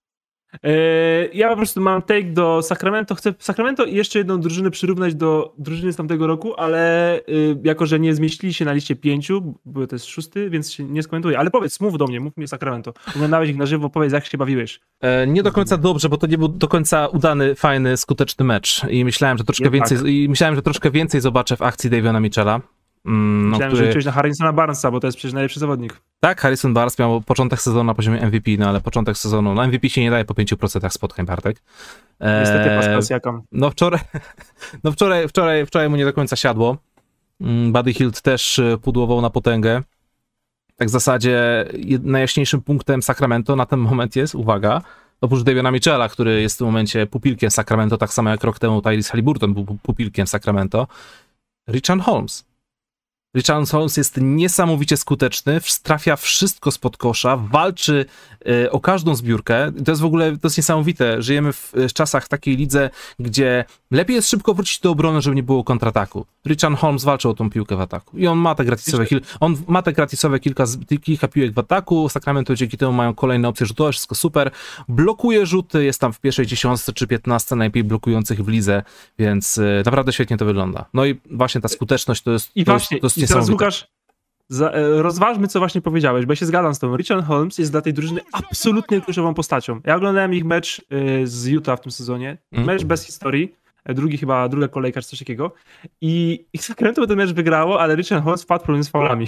Eee, ja po prostu mam take do Sacramento. Chcę Sacramento i jeszcze jedną drużynę przyrównać do drużyny z tamtego roku, ale y, jako, że nie zmieścili się na liście pięciu, bo to jest szósty, więc się nie skomentuję. Ale powiedz, mów do mnie, mów mi Sacramento. Oglądałeś ich na żywo, powiedz, jak się bawiłeś. E, nie do końca dobrze, bo to nie był do końca udany, fajny, skuteczny mecz i myślałem, że troszkę Nie więcej tak. i myślałem, że troszkę więcej zobaczę w akcji Daviona Mitchella. Mm, no, Myślałem, który... że liczyłeś na Harrisona Barnesa, bo to jest przecież najlepszy zawodnik. Tak, Harrison Barnes miał początek sezonu na poziomie M V P, no ale początek sezonu, no M V P się nie daje po pięciu procentach spotkań, Bartek. E, Niestety Pascal Siakam. No wczoraj, no wczoraj, wczoraj, wczoraj mu nie do końca siadło. Mm, Buddy Hield też pudłował na potęgę. Tak w zasadzie najjaśniejszym punktem Sacramento na ten moment jest, uwaga, oprócz Daviona Mitchella, który jest w tym momencie pupilkiem Sacramento, tak samo jak rok temu Tyrese Haliburton był pupilkiem Sacramento, Richaun Holmes. Richaun Holmes jest niesamowicie skuteczny, trafia wszystko spod kosza, walczy y, o każdą zbiórkę. To jest w ogóle, to jest niesamowite. Żyjemy w, w czasach takiej lidze, gdzie lepiej jest szybko wrócić do obrony, żeby nie było kontrataku. Richaun Holmes walczy o tą piłkę w ataku i on ma te gratisowe, kil, on ma te gratisowe kilka, kilka piłek w ataku. Sacramento dzięki temu mają kolejne opcje rzutowe, wszystko super. Blokuje rzuty, jest tam w pierwszej dziesiątce czy piętnastce najlepiej blokujących w lidze, więc y, naprawdę świetnie to wygląda. No i właśnie ta skuteczność to jest, I to właśnie, jest, to jest i teraz Łukasz, za, e, rozważmy, co właśnie powiedziałeś, bo ja się zgadzam z tobą. Richaun Holmes jest dla tej drużyny absolutnie kluczową postacią. Ja oglądałem ich mecz e, z Utah w tym sezonie. Mm. Mecz bez historii. E, drugi chyba, druga kolejka czy coś takiego. I, i Sacramento ten mecz wygrało, ale Richaun Holmes wpadł problem z faulami.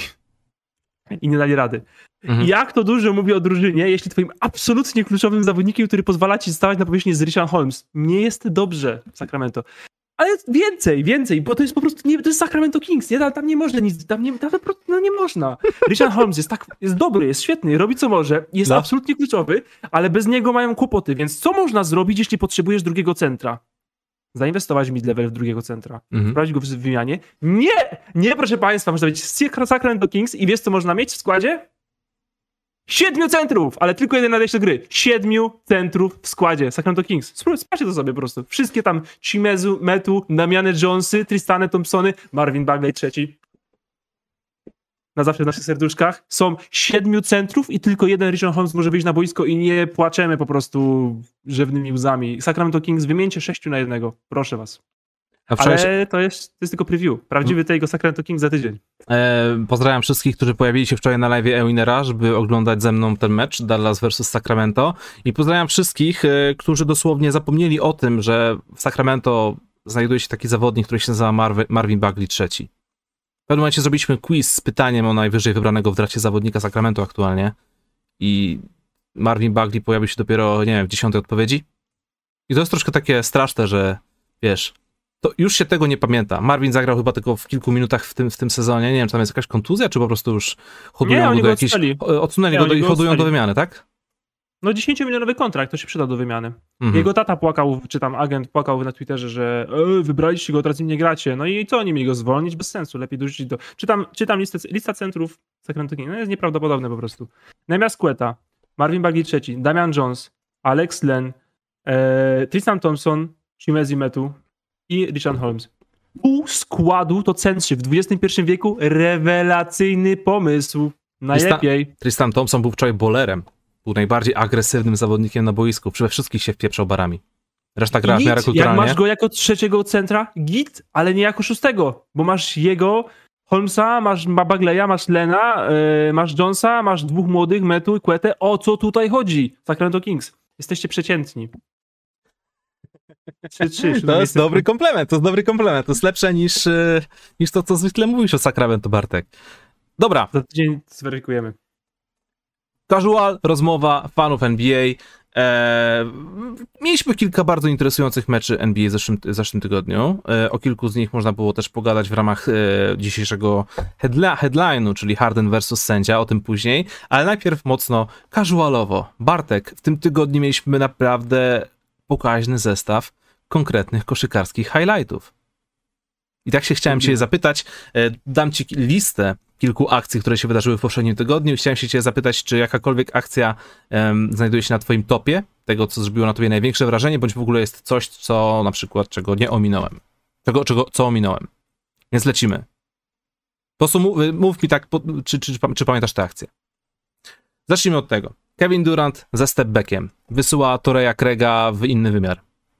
I nie dali rady. Mhm. Jak to dużo mówi o drużynie, jeśli twoim absolutnie kluczowym zawodnikiem, który pozwala ci stawać na powierzchni, jest Richaun Holmes. Nie jest dobrze w Sacramento. Ale więcej, więcej, bo to jest po prostu, nie, to jest Sacramento Kings, nie? Tam, tam nie można nic, tam, nie, tam po prostu no nie można. Richaun Holmes jest tak, jest dobry, jest świetny, robi co może, jest No. absolutnie kluczowy, ale bez niego mają kłopoty, więc co można zrobić, jeśli potrzebujesz drugiego centra? Zainwestować w mid-level w drugiego centra, Mhm. wprowadzić go w wymianie? Nie! Nie, proszę państwa, można być Sacramento Kings i wiesz, co można mieć w składzie? Siedmiu centrów, ale tylko jeden nadejście do gry. Siedmiu centrów w składzie Sacramento Kings. Sprawdźcie to sobie po prostu. Wszystkie tam Chimezu, Metu, Damiane Jonesy, Tristane Thompsony, Marvin Bagley trzeci. Na zawsze w naszych serduszkach. Są siedmiu centrów i tylko jeden Richaun Holmes może wyjść na boisko i nie płaczemy po prostu rzewnymi łzami. Sacramento Kings, wymieńcie sześciu na jednego. Proszę was. A wczoraj się- Ale to jest, to jest tylko preview. Prawdziwy tego Sacramento Kings za tydzień. E, pozdrawiam wszystkich, którzy pojawili się wczoraj na live Ewinera, żeby oglądać ze mną ten mecz Dallas versus Sacramento. I pozdrawiam wszystkich, e, którzy dosłownie zapomnieli o tym, że w Sacramento znajduje się taki zawodnik, który się nazywa Marvin, Marvin Bagley trzeci. W pewnym momencie zrobiliśmy quiz z pytaniem o najwyżej wybranego w drafcie zawodnika Sacramento aktualnie. I Marvin Bagley pojawił się dopiero, nie wiem, w dziesiątej odpowiedzi. I to jest troszkę takie straszne, że wiesz, to już się tego nie pamięta. Marvin zagrał chyba tylko w kilku minutach w tym, w tym sezonie. Nie wiem, czy tam jest jakaś kontuzja, czy po prostu już hodują Nie, go oni do go jakiejś... odstali. o- Odsunęli Nie, go do, oni i go hodują do odstali. wymiany, tak? No dziesięciomilionowy kontrakt, to się przyda do wymiany. Mhm. Jego tata płakał, czy tam agent płakał na Twitterze, że e, wybraliście go, teraz nim nie gracie. No i co, oni mieli go zwolnić? Bez sensu, lepiej dorzucić do... Czytam, czytam listę, lista centrów Sacramento Kings, no jest nieprawdopodobne po prostu. Nemias Queta, Marvin Bagley trzeci, Damian Jones, Alex Len, e, Tristan Thompson, Chimezi Metu i Richaun Holmes. Pół składu to centrzy w dwudziestym pierwszym wieku, rewelacyjny pomysł. Najlepiej. Tristan Thompson był wczoraj bowlerem. Był najbardziej agresywnym zawodnikiem na boisku. Przede wszystkim się wpieprzał barami. Reszta gra w Git, miarę jak kulturalnie. masz go jako trzeciego centra, git, ale nie jako szóstego, bo masz jego, Holmesa, masz Bagleya, masz Lena, yy, masz Jonesa, masz dwóch młodych, Metu i Quetę. O co tutaj chodzi? Sacramento Kings. Jesteście przeciętni. trzy trzy. To jest dobry komplement, to jest dobry komplement. To jest lepsze niż, e, niż to, co zwykle mówisz o Sacramento, Bartek. Dobra, Za tydzień zweryfikujemy. casual rozmowa fanów N B A. Eee, mieliśmy kilka bardzo interesujących meczy N B A w zeszłym, w zeszłym tygodniu. Eee, o kilku z nich można było też pogadać w ramach e, dzisiejszego headla, headline'u, czyli Harden versus sędzia, o tym później. Ale najpierw mocno casualowo. Bartek, w tym tygodniu mieliśmy naprawdę pokaźny zestaw konkretnych koszykarskich highlightów. I tak się chciałem cię zapytać, e, dam ci listę kilku akcji, które się wydarzyły w poprzednim tygodniu. Chciałem się cię zapytać, czy jakakolwiek akcja um, znajduje się na twoim topie, tego, co zrobiło na tobie największe wrażenie, bądź w ogóle jest coś, co na przykład, czego nie ominąłem. Czego, czego, co ominąłem. Więc lecimy. Po prostu mów, mów mi tak, po, czy, czy, czy, czy pamiętasz tę akcję. Zacznijmy od tego. Kevin Durant ze stepbackiem. Wysyła Toreya Craiga w inny wymiar.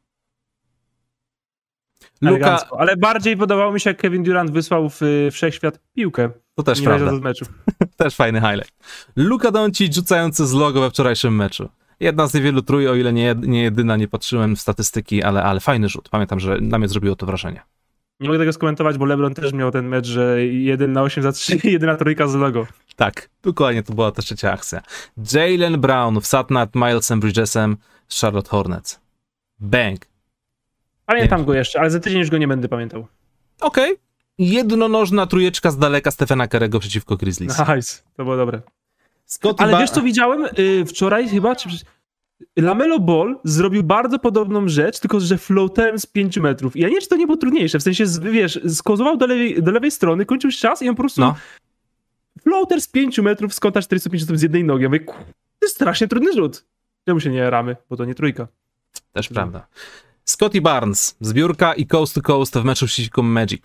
Luka... Ale bardziej podobało mi się, jak Kevin Durant wysłał w wszechświat piłkę. To też nie prawda. Z meczu. Też fajny highlight. Luka Doncic rzucający z logo we wczorajszym meczu. Jedna z niewielu trój, o ile nie, nie jedyna, nie patrzyłem w statystyki, ale, ale fajny rzut. Pamiętam, że na mnie zrobiło to wrażenie. Nie mogę tego skomentować, bo LeBron też miał ten mecz, że jeden na osiem za trzy, jedyna trójka z logo. Tak, dokładnie, to była ta trzecia akcja. Jaylen Brown wsadł nad Milesem Bridgesem z Charlotte Hornets. Bang. Pamiętam nie. go jeszcze, ale za tydzień już go nie będę pamiętał. Okej. Okay. Jednonożna trójeczka z daleka Stephena Curry'ego przeciwko Grizzlies. Nice, to było dobre. Scottie ale ba- wiesz co widziałem yy, wczoraj chyba? Czy... LaMelo Ball zrobił bardzo podobną rzecz, tylko że floaterem z pięciu metrów. I ja nie wiem, czy to nie było trudniejsze, w sensie, wiesz, skozował do lewej, do lewej strony, kończył się czas i on po prostu no. floater z pięciu metrów z kąta czterdzieści pięć z jednej nogi. Ja mówię, to jest strasznie trudny rzut. Czemu się nie ramy? Bo to nie trójka. Też to prawda. Scottie Barnes, zbiórka i coast to coast w meczu przeciwko Magic.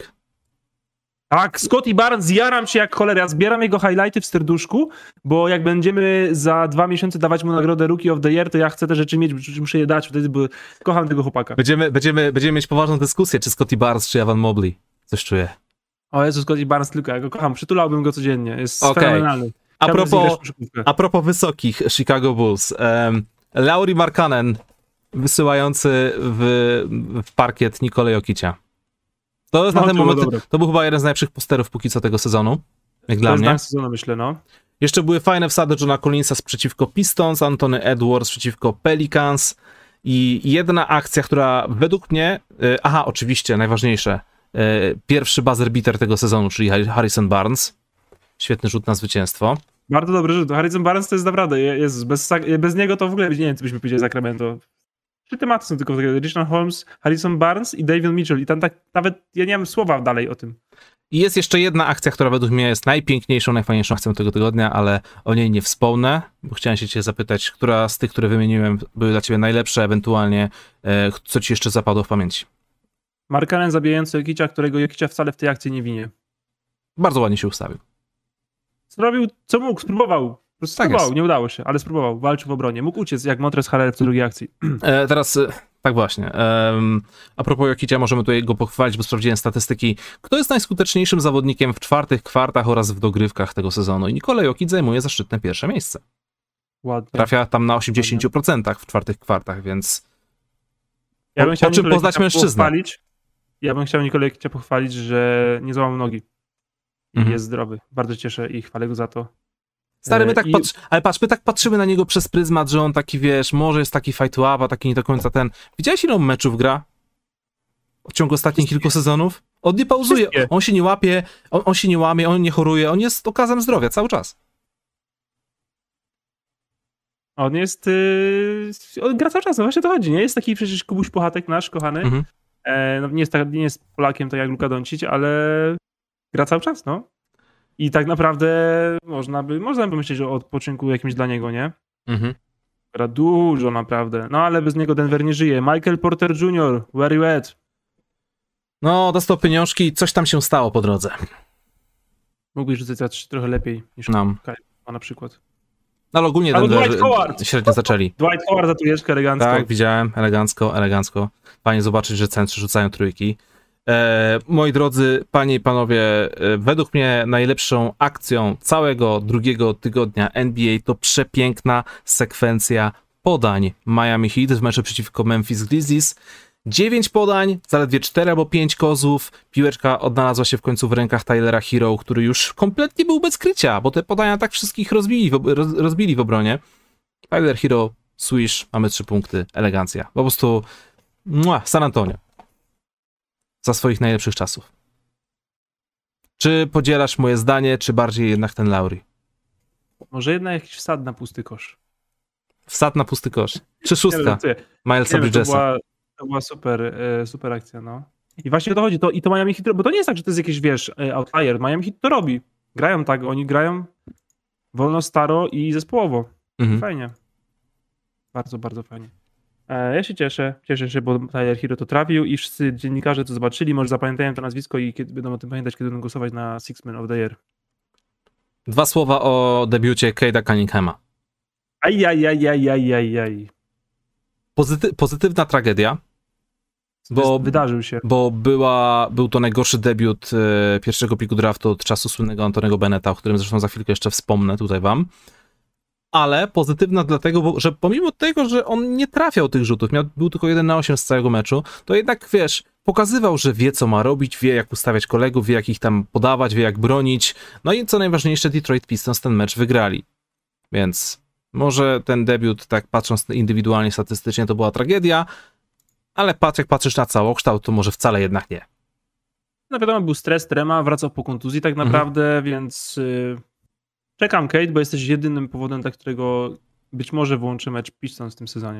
Tak, Scottie Barnes, jaram się jak cholera. Ja zbieram jego highlighty w serduszku, bo jak będziemy za dwa miesiące dawać mu nagrodę Rookie of the Year, to ja chcę te rzeczy mieć, muszę je dać, wtedy, bo kocham tego chłopaka. Będziemy, będziemy, będziemy mieć poważną dyskusję, czy Scottie Barnes, czy Evan Mobley. Coś czuję. O Jezu, Scottie Barnes tylko, ja go kocham, przytulałbym go codziennie, jest okay. fenomenalny. A propos, a propos wysokich Chicago Bulls, um, Lauri Markkanen wysyłający w, w parkiet Nikolę Jokicia. To jest no, na ten moment, dobre. To był chyba jeden z najlepszych posterów póki co tego sezonu, jak to dla mnie. Sezonu, myślę, no. Jeszcze były fajne wsady Johna Collinsa przeciwko Pistons, Anthony Edwards przeciwko Pelicans i jedna akcja, która według mnie, yy, aha, oczywiście, najważniejsze, yy, pierwszy buzzer beater tego sezonu, czyli Harrison Barnes. Świetny rzut na zwycięstwo. Bardzo dobry rzut. Harrison Barnes to jest naprawdę, jest, bez, bez niego to w ogóle nie wiem, co byśmy powiedzieli Sacramento. Trzy tematy są tylko takie, Richard Holmes, Harrison Barnes i Davion Mitchell i tam tak nawet, ja nie mam słowa dalej o tym. I jest jeszcze jedna akcja, która według mnie jest najpiękniejszą, najfajniejszą akcją tego tygodnia, ale o niej nie wspomnę, bo chciałem się cię zapytać, która z tych, które wymieniłem, były dla ciebie najlepsze, ewentualnie e, co ci jeszcze zapadło w pamięci. Markkanen zabijający Jokicia, którego Jokicia wcale w tej akcji nie winie. Bardzo ładnie się ustawił. Zrobił co mógł, spróbował. Tak spróbował, nie udało się, ale spróbował, walczył w obronie. Mógł uciec jak Montrezl Harrell w drugiej akcji. E, teraz, e, tak właśnie, e, a propos Jokicia, możemy tutaj go pochwalić, bo sprawdziłem statystyki. Kto jest najskuteczniejszym zawodnikiem w czwartych kwartach oraz w dogrywkach tego sezonu? I Nikola Jokic zajmuje zaszczytne pierwsze miejsce. Ładnie. Trafia tam na osiemdziesiąt procent w czwartych kwartach, więc ja bym po, chciał po czym Nikolę poznać mężczyznę. Pochwalić. Ja bym chciał Nikolę Jokicia pochwalić, że nie złamał nogi. I mhm. jest zdrowy. Bardzo cieszę i chwalę go za to. Stary, my tak I... patrz, ale patrz, my tak patrzymy na niego przez pryzmat, że on taki, wiesz, może jest taki fight up, a taki nie do końca ten. Widziałeś, ile on meczów gra? W ciągu ostatnich kilku sezonów? On nie pauzuje, Wszystkie. on się nie łapie, on, on się nie łamie, on nie choruje, on jest okazem zdrowia cały czas. On jest, yy... on gra cały czas, no właśnie to chodzi, nie? Jest taki przecież Kubuś Puchatek nasz, kochany. Mhm. E, no nie, jest tak, nie jest Polakiem tak jak Luka Doncic, ale gra cały czas, no. I tak naprawdę można by, można by pomyśleć o odpoczynku jakimś dla niego, nie? Mhm. Gra dużo naprawdę. No ale bez niego Denver nie żyje. Michael Porter junior, where you at? No, dostał pieniążki i coś tam się stało po drodze. Mógłbyś rzucać trochę lepiej niż Nam. Kajma na przykład. No ale ogólnie Albo Denver Dwight Howard. średnio zaczęli. Dwight Howard za trójeczkę elegancko. Tak, widziałem. Elegancko, elegancko. Fajnie zobaczyć, że centrzy rzucają trójki. E, moi drodzy, panie i panowie, e, według mnie najlepszą akcją całego drugiego tygodnia N B A to przepiękna sekwencja podań Miami Heat w meczu przeciwko Memphis Grizzlies. dziewięć podań, zaledwie cztery albo pięć kozłów. Piłeczka odnalazła się w końcu w rękach Tylera Hero, który już kompletnie był bez krycia, bo te podania tak wszystkich rozbili w, roz, rozbili w obronie. Tyler Hero, swish, mamy trzy punkty, elegancja. Po prostu mua, San Antonio. Za swoich najlepszych czasów. Czy podzielasz moje zdanie, czy bardziej jednak ten Lauri? Może jednak jakiś wsad na pusty kosz. Wsad na pusty kosz. Czy szóstka Milesa Bridgesa. To była, to była super, super akcja, no. I właśnie o to chodzi. To, I to Miami Heat, bo to nie jest tak, że to jest jakiś, wiesz, outlier. Miami Heat to robi. Grają tak, oni grają wolno, staro i zespołowo. Mhm. Fajnie. Bardzo, bardzo fajnie. Ja się cieszę, cieszę się, bo Tyler Hero to trafił i wszyscy dziennikarze to zobaczyli, może zapamiętają to nazwisko i kiedy, będą o tym pamiętać, kiedy będą głosować na Six Man of the Year. Dwa słowa o debiucie Cade'a Cunninghama. Ajajajajajajaj. Pozyty pozytywna tragedia, bo, Wydarzył się. bo była, był to najgorszy debiut e, pierwszego piku draftu od czasu słynnego Antonego Bennetta, o którym zresztą za chwilkę jeszcze wspomnę tutaj wam. Ale pozytywna dlatego, bo, że pomimo tego, że on nie trafiał tych rzutów, miał, był tylko jeden na osiem z całego meczu, to jednak, wiesz, pokazywał, że wie, co ma robić, wie, jak ustawiać kolegów, wie, jak ich tam podawać, wie, jak bronić. No i co najważniejsze, Detroit Pistons ten mecz wygrali. Więc może ten debiut, tak patrząc indywidualnie, statystycznie, to była tragedia, ale patrz, jak patrzysz na całokształt, to może wcale jednak nie. No wiadomo, był stres, trema, wracał po kontuzji tak naprawdę, mhm. więc y, czekam, Kate, bo jesteś jedynym powodem, dla którego być może włączy mecz Pistons w tym sezonie.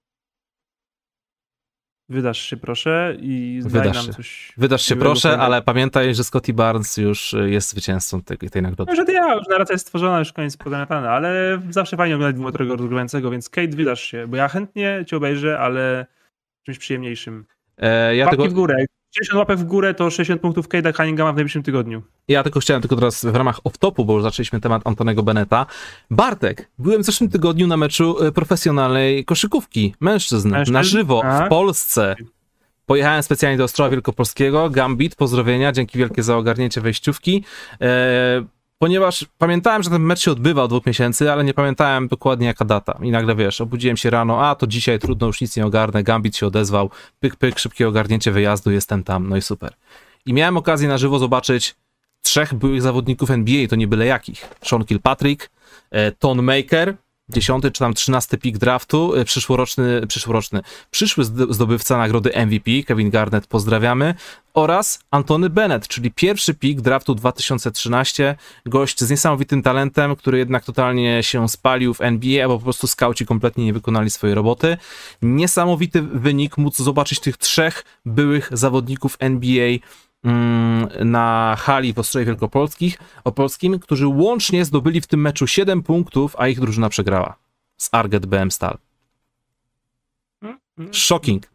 Wydasz się, proszę, i zdaj Wydasz nam się. coś... Wydasz się, miłego, proszę, fajnego. ale pamiętaj, że Scottie Barnes już jest zwycięzcą tej, tej nagrody. Może ja, już narracja jest stworzona, już koniec podamiatany, ale zawsze fajnie oglądać dwumetrowego rozgrywającego, więc Kate, wydasz się, bo ja chętnie cię obejrzę, ale czymś przyjemniejszym. E, ja Łapki tego... w górę. sześćdziesiąt łapek w górę to sześćdziesiąt punktów Cade'a Cunninghama w najbliższym tygodniu. Ja tylko chciałem tylko teraz w ramach off-topu, bo już zaczęliśmy temat Antonego Bennetta. Bartek, byłem w zeszłym tygodniu na meczu profesjonalnej koszykówki mężczyzn, Mężczyzn? na żywo, A? w Polsce. Pojechałem specjalnie do Ostrowa Wielkopolskiego, Gambit, pozdrowienia, dzięki wielkie za ogarnięcie wejściówki, e, ponieważ pamiętałem, że ten mecz się odbywa od dwóch miesięcy, ale nie pamiętałem dokładnie jaka data. I nagle, wiesz, obudziłem się rano, a to dzisiaj trudno, już nic nie ogarnę, Gambit się odezwał, pyk, pyk, szybkie ogarnięcie wyjazdu, jestem tam, no i super. I miałem okazję na żywo zobaczyć trzech byłych zawodników N B A, to nie byle jakich. Sean Kilpatrick, e, Thon Maker, dziesiąty czy tam trzynasty pik draftu, przyszłoroczny, przyszłoroczny, przyszły zdobywca nagrody M V P, Kevin Garnett, pozdrawiamy, oraz Antony Bennett, czyli pierwszy pik draftu dwa tysiące trzynasty, gość z niesamowitym talentem, który jednak totalnie się spalił w N B A, bo po prostu skauci kompletnie nie wykonali swojej roboty. Niesamowity wynik, móc zobaczyć tych trzech byłych zawodników N B A na hali w Ostrowie Wielkopolskich, Opolskim, którzy łącznie zdobyli w tym meczu siedem punktów, a ich drużyna przegrała z Arget B M Stal. Shocking.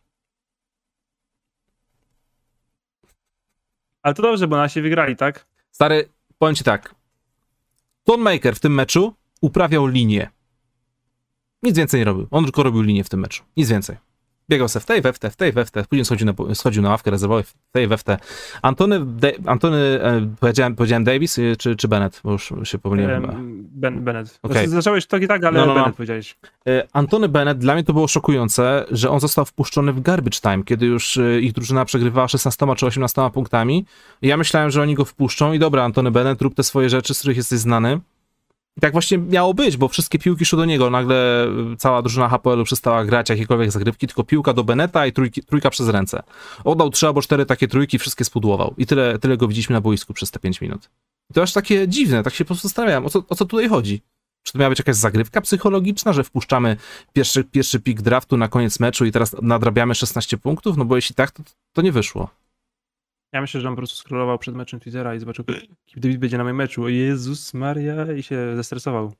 Ale to dobrze, bo nasi wygrali, tak? Stary, powiem ci tak. Thon Maker w tym meczu uprawiał linię. Nic więcej nie robił. On tylko robił linię w tym meczu. Nic więcej. Biegał se w tej, we w te, w tej, we w te, później schodził na, schodził na ławkę rezerwowy w tej, we w te. Antony, De, Antony e, powiedziałem, powiedziałem Davis czy, czy Bennett? Bo już się pomyliłem chyba. Ben, Bennett. Okay. Zacząłeś tak i tak, ale no, no, no. Bennett powiedziałeś. E, Antony Bennett, dla mnie to było szokujące, że on został wpuszczony w garbage time, kiedy już e, ich drużyna przegrywała szesnastoma czy osiemnastoma punktami. I ja myślałem, że oni go wpuszczą i dobra, Antony Bennett, rób te swoje rzeczy, z których jesteś znany. I tak właśnie miało być, bo wszystkie piłki szły do niego. Nagle cała drużyna H P L-u przestała grać jakiekolwiek zagrywki, tylko piłka do Bennetta i trójki, trójka przez ręce. Oddał trzy albo cztery takie trójki, wszystkie spudłował. I tyle, tyle go widzieliśmy na boisku przez te pięć minut. I to aż takie dziwne, tak się po prostu zastanawiałem, o co, o co tutaj chodzi. Czy to miała być jakaś zagrywka psychologiczna, że wpuszczamy pierwszy, pierwszy pik draftu na koniec meczu i teraz nadrabiamy szesnaście punktów? No bo jeśli tak, to, to nie wyszło. Ja myślę, że on po prostu scrollował przed meczem Twittera i zobaczył, kim David będzie na moim meczu. O Jezus Maria, i się zestresował.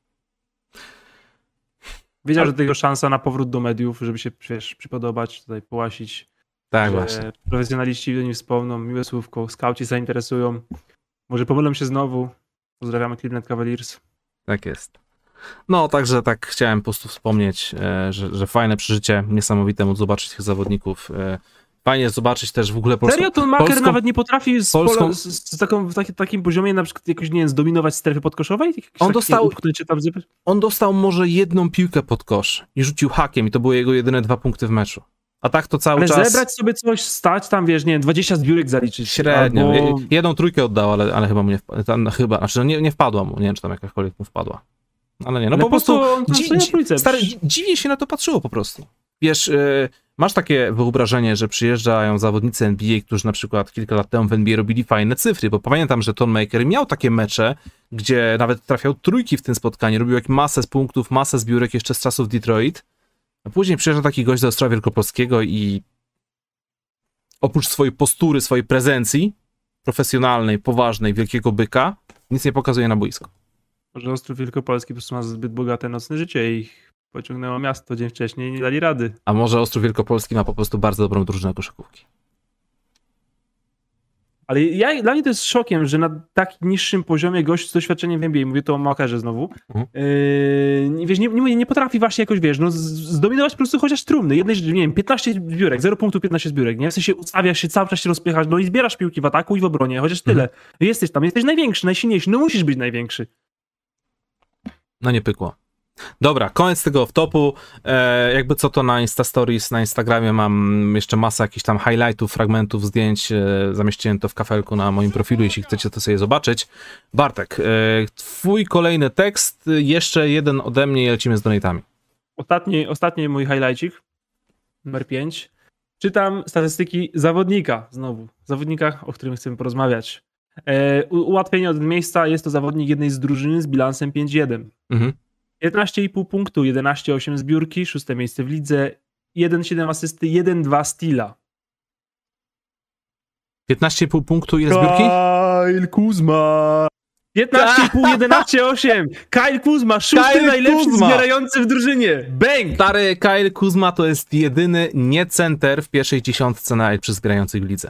Wiedział, że to jego szansa na powrót do mediów, żeby się, wiesz, przypodobać, tutaj połasić. Tak, właśnie. Profesjonaliści do nim wspomną, miłe słówko, skauci zainteresują. Może pomylą się znowu. Pozdrawiamy Cleveland Cavaliers. Tak jest. No, także tak chciałem po prostu wspomnieć, że, że fajne przeżycie, niesamowite móc zobaczyć tych zawodników. Fajnie zobaczyć też w ogóle polską... Serio? Ton Maker polską, nawet nie potrafi z, polską... pola, z, z taką, w taki, takim poziomie na przykład jakoś, nie wiem, zdominować strefy podkoszowej? On dostał, tam... on dostał może jedną piłkę pod kosz i rzucił hakiem i to były jego jedyne dwa punkty w meczu. A tak to cały ale czas... zebrać sobie coś, stać tam, wiesz, nie wiem, dwadzieścia zbiórek zaliczyć. Średnio. Albo... Jedną trójkę oddał, ale, ale chyba mu nie wpadła. Tam, chyba, znaczy nie, nie wpadła mu, nie wiem, czy tam jakakolwiek mu wpadła. Ale nie, no ale po, po prostu... Dzi dzi stary, dziwnie się na to patrzyło po prostu. Wiesz... Yy, Masz takie wyobrażenie, że przyjeżdżają zawodnicy N B A, którzy na przykład kilka lat temu w N B A robili fajne cyfry, bo pamiętam, że Thon Maker miał takie mecze, gdzie nawet trafiał trójki w tym spotkaniu, robił jak masę z punktów, masę zbiórek jeszcze z czasów Detroit, a później przyjeżdża taki gość do Ostrowa Wielkopolskiego i oprócz swojej postury, swojej prezencji profesjonalnej, poważnej, wielkiego byka, nic nie pokazuje na boisku. Może Ostrów Wielkopolski po prostu ma zbyt bogate nocne życie i pociągnęło miasto dzień wcześniej i nie dali rady. A może Ostrów Wielkopolski ma po prostu bardzo dobrą drużynę koszykówki? Ale ja, dla mnie to jest szokiem, że na tak niższym poziomie gość z doświadczeniem w N B A, mówię to o Makerze znowu, Mhm. yy, wiesz, nie, nie, nie potrafi właśnie jakoś, wiesz, no, z- zdominować po prostu chociaż trumny. Jednej, nie wiem, piętnaście zbiórek, zero punktów, piętnaście zbiórek, nie? W sensie ustawiasz się, cały czas się rozpychasz, no i zbierasz piłki w ataku i w obronie, chociaż tyle. Jesteś tam, jesteś największy, najsilniejszy, no musisz być największy. No nie pykło. Dobra, koniec tego off-topu. E, jakby co to na Insta Stories, na Instagramie mam jeszcze masę jakichś tam highlightów, fragmentów, zdjęć. E, zamieściłem to w kafelku na moim profilu, jeśli chcecie to sobie zobaczyć. Bartek, e, twój kolejny tekst, jeszcze jeden ode mnie i lecimy z donatami. Ostatni, ostatni mój highlightcik, numer pięć. Czytam statystyki zawodnika, znowu, zawodnika, o którym chcemy porozmawiać. E, u- ułatwienie od miejsca, jest to zawodnik jednej z drużyny z bilansem pięć jeden. Mhm. piętnaście i pół punktu, jedenaście przecinek osiem zbiórki, szóste miejsce w lidze, jeden przecinek siedem asysty, jeden przecinek dwa steala. piętnaście i pół punktu, ile zbiórki? Kyle Kuzma! piętnaście i pół, jedenaście przecinek osiem. Kyle Kuzma, szósty Kyle najlepszy Kuzma! zbierający w drużynie. Bang! Stary Kyle Kuzma to jest jedyny nie center w pierwszej dziesiątce najlepszych zbierających w lidze.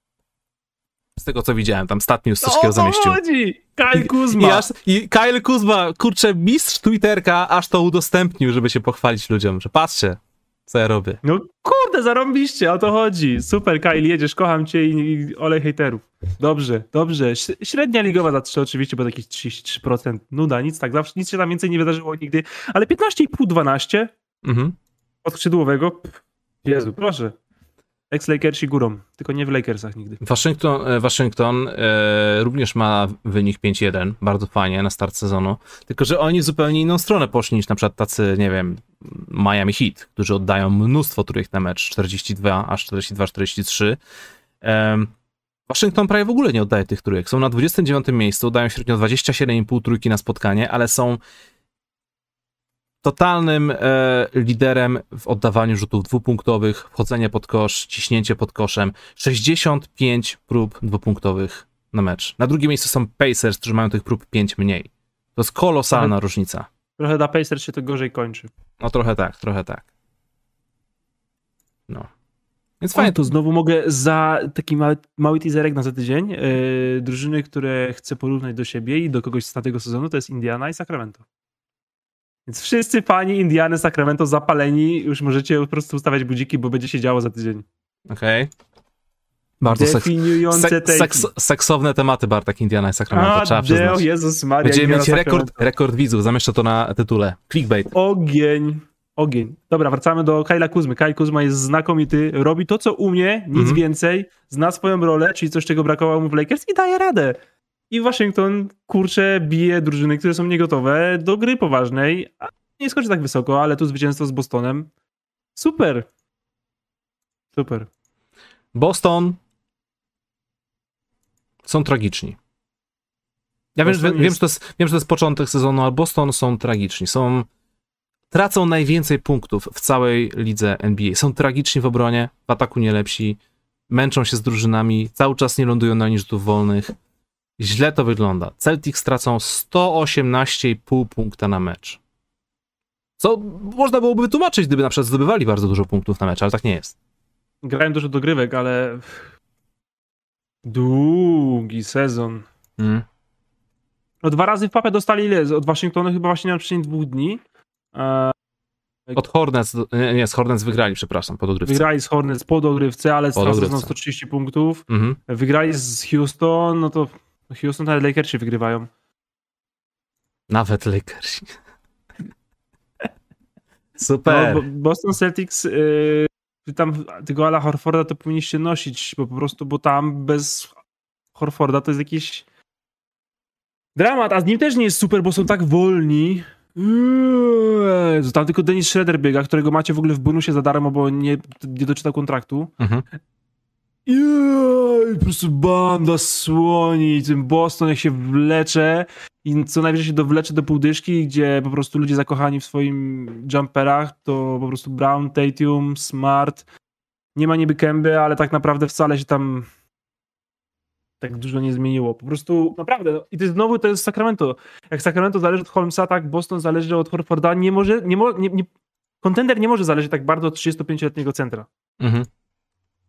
Z tego co widziałem, tam stat news coś takiego O co zamieścił. chodzi? Kyle I, Kuzma! aż, I Kyle Kuzma, kurczę, mistrz Twitterka aż to udostępnił, żeby się pochwalić ludziom, że patrzcie, co ja robię. No kurde, zarąbiście, o to chodzi. Super, Kyle, jedziesz, kocham cię i, i olej hejterów. Dobrze, dobrze. Ś- Średnia ligowa za trzy oczywiście, bo jakieś trzydzieści trzy procent. Nuda, nic tak, zawsze nic się tam więcej nie wydarzyło nigdy. Ale piętnaście i pół, dwanaście Mhm. od skrzydłowego. Pff, Jezu, proszę. Ex-Lakersi górą, tylko nie w Lakersach nigdy. Waszyngton, e, Waszyngton e, również ma wynik pięć jeden, bardzo fajnie na start sezonu, tylko że oni w zupełnie inną stronę poszli niż na przykład tacy, nie wiem, Miami Heat, którzy oddają mnóstwo trójek na mecz, czterdzieści dwa aż czterdzieści dwa czterdzieści trzy. Em, Waszyngton prawie w ogóle nie oddaje tych trójek, są na dwudziestym dziewiątym miejscu, oddają średnio dwadzieścia siedem i pół trójki na spotkanie, ale są totalnym e, liderem w oddawaniu rzutów dwupunktowych, wchodzenie pod kosz, ciśnięcie pod koszem. sześćdziesiąt pięć prób dwupunktowych na mecz. Na drugim miejscu są Pacers, którzy mają tych prób pięć mniej. To jest kolosalna Ale- różnica. Trochę dla Pacers się to gorzej kończy. No trochę tak, trochę tak. No. Więc Fajnie, fajnie. to znowu mogę za taki mały, mały teaserek na za tydzień. Yy, drużyny, które chcę porównać do siebie i do kogoś z tego sezonu, to jest Indiana i Sacramento. Więc wszyscy fani Indiany, Sacramento zapaleni, już możecie po prostu ustawiać budziki, bo będzie się działo za tydzień. Okej. Bardzo seks, Definiujące sek, take. seks, seksowne tematy, Bartek, Indiana i Sacramento, A, trzeba Deo, przyznać. Jezus Maria. Będziemy Indiana, mieć rekord, Sacramento. rekord widzów, zamieszczę to na tytule. Clickbait. Ogień. Ogień. Dobra, wracamy do Kyla Kuzmy. Kyle Kuzma jest znakomity, robi to, co umie, nic Mhm. więcej, zna swoją rolę, czyli coś, czego brakowało mu w Lakers i daje radę. I Waszyngton, kurczę, bije drużyny, które są niegotowe do gry poważnej. A nie skoczy tak wysoko, ale tu zwycięstwo z Bostonem. Super. Super. Boston są tragiczni. Ja wiem, Boston że, wiem, jest- że to jest, wiem, że to jest początek sezonu, ale Boston są tragiczni. Są, tracą najwięcej punktów w całej lidze N B A. Są tragiczni w obronie, w ataku nie lepsi, męczą się z drużynami, cały czas nie lądują na linii rzutów wolnych. Źle to wygląda. Celtics tracą sto osiemnaście i pół punkta na mecz. Co można byłoby wytłumaczyć, gdyby na przykład zdobywali bardzo dużo punktów na mecz, ale tak nie jest. Grałem dużo dogrywek, ale długi sezon. Mm. No dwa razy w papę dostali ile? Od Waszyngtonu chyba właśnie na przestrzeni dwóch dni. E, Od Hornets, do- nie, nie, z Hornets wygrali, przepraszam, po dogrywce. Wygrali z Hornets po dogrywce, ale Po stracą dogrywce. sto trzydzieści punktów. Mhm. Wygrali z Houston, no to Houston nawet Lakersi wygrywają. Nawet Lakers. Super. No, bo Boston Celtics, yy, tam tego Ala Horforda to powinniście nosić, bo po prostu, bo tam bez Horforda to jest jakiś dramat, a z nim też nie jest super, bo są tak wolni. Jezu, tam tylko Dennis Schroeder biega, którego macie w ogóle w bonusie za darmo, bo nie, nie doczytał kontraktu. Mhm. Jej, po prostu banda słoni, tym Boston jak się wlecze i co najwyżej się dowlecze do półdyszki, gdzie po prostu ludzie zakochani w swoim jumperach to po prostu Brown, Tatum, Smart, nie ma niby Kemby, ale tak naprawdę wcale się tam tak dużo nie zmieniło. Po prostu naprawdę, no, i to jest znowu to jest Sacramento. Jak Sacramento zależy od Holmesa, tak Boston zależy od Horforda, nie może, nie mo, nie, nie, kontender nie może zależeć tak bardzo od trzydziestopięcioletniego centra. Mhm.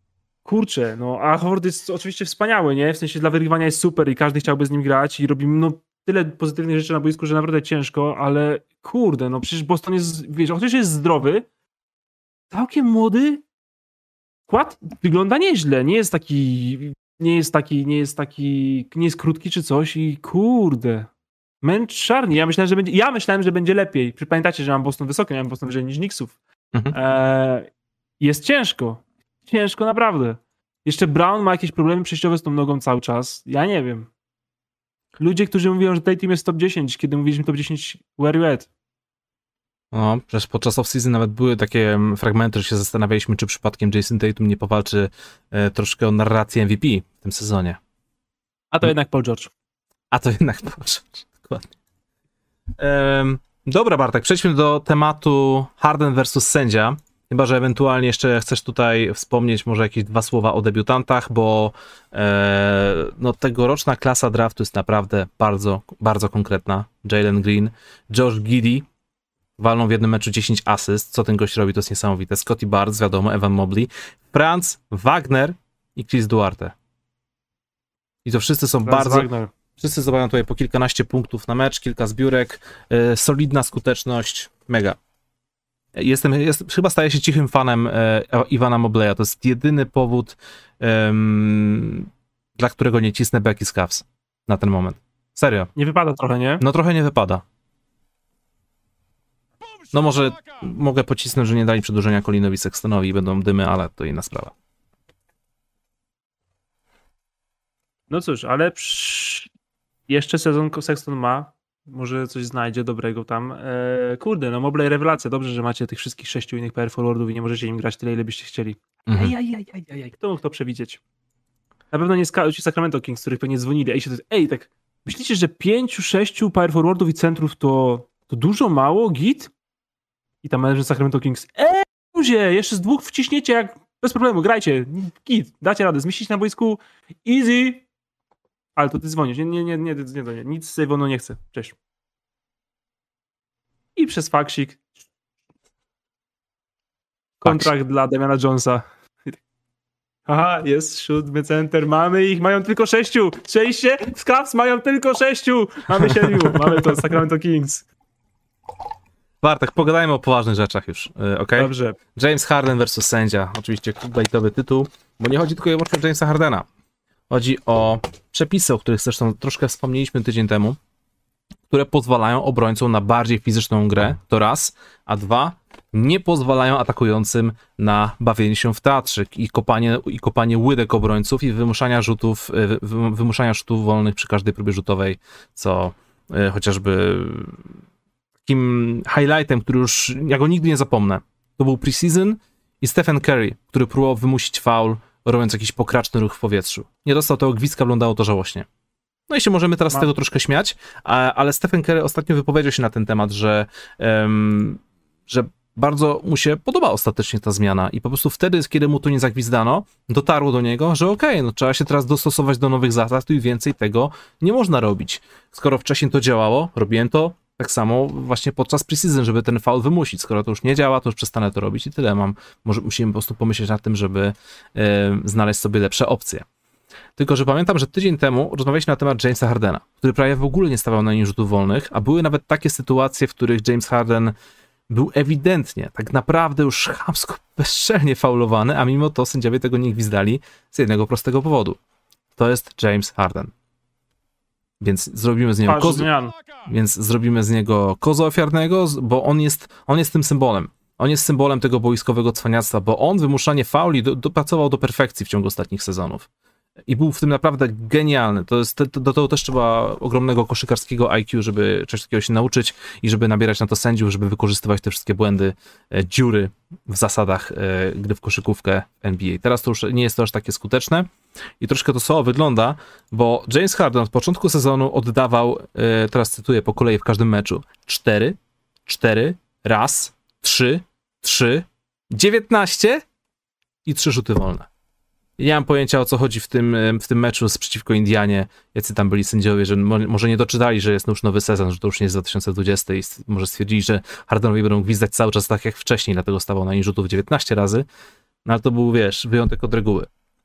kurczę, no a Howard jest oczywiście wspaniały, nie? W sensie dla wygrywania jest super i każdy chciałby z nim grać i robi no tyle pozytywnych rzeczy na boisku, że naprawdę ciężko, ale kurde, no przecież Boston jest, wiesz, chociaż jest zdrowy, całkiem młody, skład wygląda nieźle, nie jest taki, nie jest taki, nie jest taki, nie jest krótki czy coś i kurde, męczarnie. Ja myślałem, że będzie, ja myślałem, że będzie lepiej. Pamiętacie, że mam Boston wysoko, ja mam Boston wyżej niż Knicksów. Mhm. Eee, jest ciężko. Ciężko naprawdę. Jeszcze Brown ma jakieś problemy przejściowe z tą nogą cały czas. Ja nie wiem. Ludzie, którzy mówią, że tej team jest top dziesięć, kiedy mówiliśmy top dziesięć, where you at? No, przecież podczas off-season nawet były takie fragmenty, że się zastanawialiśmy, czy przypadkiem Jason Tatum nie powalczy e, troszkę o narrację M V P w tym sezonie. A to jednak Paul George. A to jednak Paul George, dokładnie. Ehm, dobra, Bartek, przejdźmy do tematu Harden versus sędzia. Chyba że ewentualnie jeszcze chcesz tutaj wspomnieć może jakieś dwa słowa o debiutantach, bo e, no, tegoroczna klasa draftu jest naprawdę bardzo, bardzo konkretna. Jalen Green, Josh Giddey walną w jednym meczu dziesięć asyst. Co ten gość robi, to jest niesamowite. Scotty Barnes, wiadomo, Evan Mobley, Franz Wagner i Chris Duarte. I to wszyscy są Franz bardzo... Wagner. Wszyscy zdobywają tutaj po kilkanaście punktów na mecz, kilka zbiórek, e, solidna skuteczność, mega. Jestem, jest, chyba staję się cichym fanem e, Ivana Mobleya. To jest jedyny powód, em, dla którego nie cisnę beki z Cavs na ten moment. Serio. Nie wypada trochę, nie? No trochę nie wypada. No może mogę pocisnąć, że nie dali przedłużenia Colinowi Sextonowi i będą dymy, ale to inna sprawa. No cóż, ale psz... jeszcze sezon Sexton ma. Może coś znajdzie dobrego tam. Eee, kurde, no Mobley rewelacja. Dobrze, że macie tych wszystkich sześciu innych power forwardów i nie możecie im grać tyle, ile byście chcieli. Mhm. Ej, ej, ej, ej, ej, ej. Kto mógł to przewidzieć? Na pewno nie ska- ci Sacramento Kings, których pewnie dzwonili. Ej, się to... ej, tak myślicie, że pięciu, sześciu power forwardów i centrów to, to dużo, mało? Git? I tam menedżer Sacramento Kings. Ej, ludzie, jeszcze z dwóch wciśniecie jak bez problemu, grajcie. Git, dacie radę, zmieścić na boisku. Easy. Ale to ty dzwonisz. Nie, nie, nie, nie, nie, nie, nie. Nic z Iwono nie chce. Cześć. I przez faksik. Kontrakt Faksik. dla Damiana Jonesa. Aha, jest siódmy center. Mamy ich, mają tylko sześciu. Przejście? W Cavs mają tylko sześciu. Mamy siedmiu. Mamy to Sacramento Kings. Bartek, pogadajmy o poważnych rzeczach już, okej? Dobrze. James Harden versus sędzia. Oczywiście clickbaitowy tytuł, bo nie chodzi tylko i wyłącznie o Jamesa Hardena. Chodzi o przepisy, o których zresztą troszkę wspomnieliśmy tydzień temu, które pozwalają obrońcom na bardziej fizyczną grę, to raz, a dwa, nie pozwalają atakującym na bawienie się w teatrzyk i kopanie, i kopanie łydek obrońców i wymuszania rzutów, wy, wymuszania rzutów wolnych przy każdej próbie rzutowej, co y, chociażby takim highlightem, który już, ja go nigdy nie zapomnę, to był preseason i Stephen Curry, który próbował wymusić faul, robiąc jakiś pokraczny ruch w powietrzu. Nie dostał tego gwizdka, wyglądało to żałośnie. No i się możemy teraz z tego troszkę śmiać, a, ale Stephen Curry ostatnio wypowiedział się na ten temat, że, um, że bardzo mu się podoba ostatecznie ta zmiana i po prostu wtedy, kiedy mu to nie zagwizdano, dotarło do niego, że okej, okay, no trzeba się teraz dostosować do nowych zasad i więcej tego nie można robić. Skoro wcześniej to działało, robiłem to tak samo właśnie podczas preseason, żeby ten foul wymusić. Skoro to już nie działa, to już przestanę to robić i tyle. Mam, może musimy po prostu pomyśleć nad tym, żeby e, znaleźć sobie lepsze opcje. Tylko że pamiętam, że tydzień temu rozmawialiśmy na temat Jamesa Hardena, który prawie w ogóle nie stawiał na nim rzutów wolnych, a były nawet takie sytuacje, w których James Harden był ewidentnie, tak naprawdę już chamsko, bezczelnie faulowany, a mimo to sędziowie tego nie gwizdali z jednego prostego powodu. To jest James Harden. Więc zrobimy z niego kozo, więc zrobimy z niego kozła ofiarnego, bo on jest, on jest tym symbolem. On jest symbolem tego boiskowego cwaniactwa, bo on wymuszanie fauli do, dopracował do perfekcji w ciągu ostatnich sezonów. I był w tym naprawdę genialny. To jest, to, do tego też trzeba ogromnego koszykarskiego I Q, żeby czegoś takiego się nauczyć i żeby nabierać na to sędziów, żeby wykorzystywać te wszystkie błędy, e, dziury w zasadach e, gry w koszykówkę w N B A. Teraz to już nie jest to aż takie skuteczne i troszkę to słowo wygląda, bo James Harden od początku sezonu oddawał, e, teraz cytuję po kolei w każdym meczu, cztery, cztery, raz, trzy, trzy, dziewiętnaście i trzy rzuty wolne. Nie mam pojęcia, o co chodzi w tym, w tym meczu z przeciwko Indianie, jacy tam byli sędziowie, że może nie doczytali, że jest już nowy sezon, że to już nie jest dwa tysiące dwudziesty i może stwierdzili, że Hardenowi będą gwizdać cały czas tak jak wcześniej, dlatego stawał na nim rzutów dziewiętnaście razy, no ale to był, wiesz, wyjątek od reguły.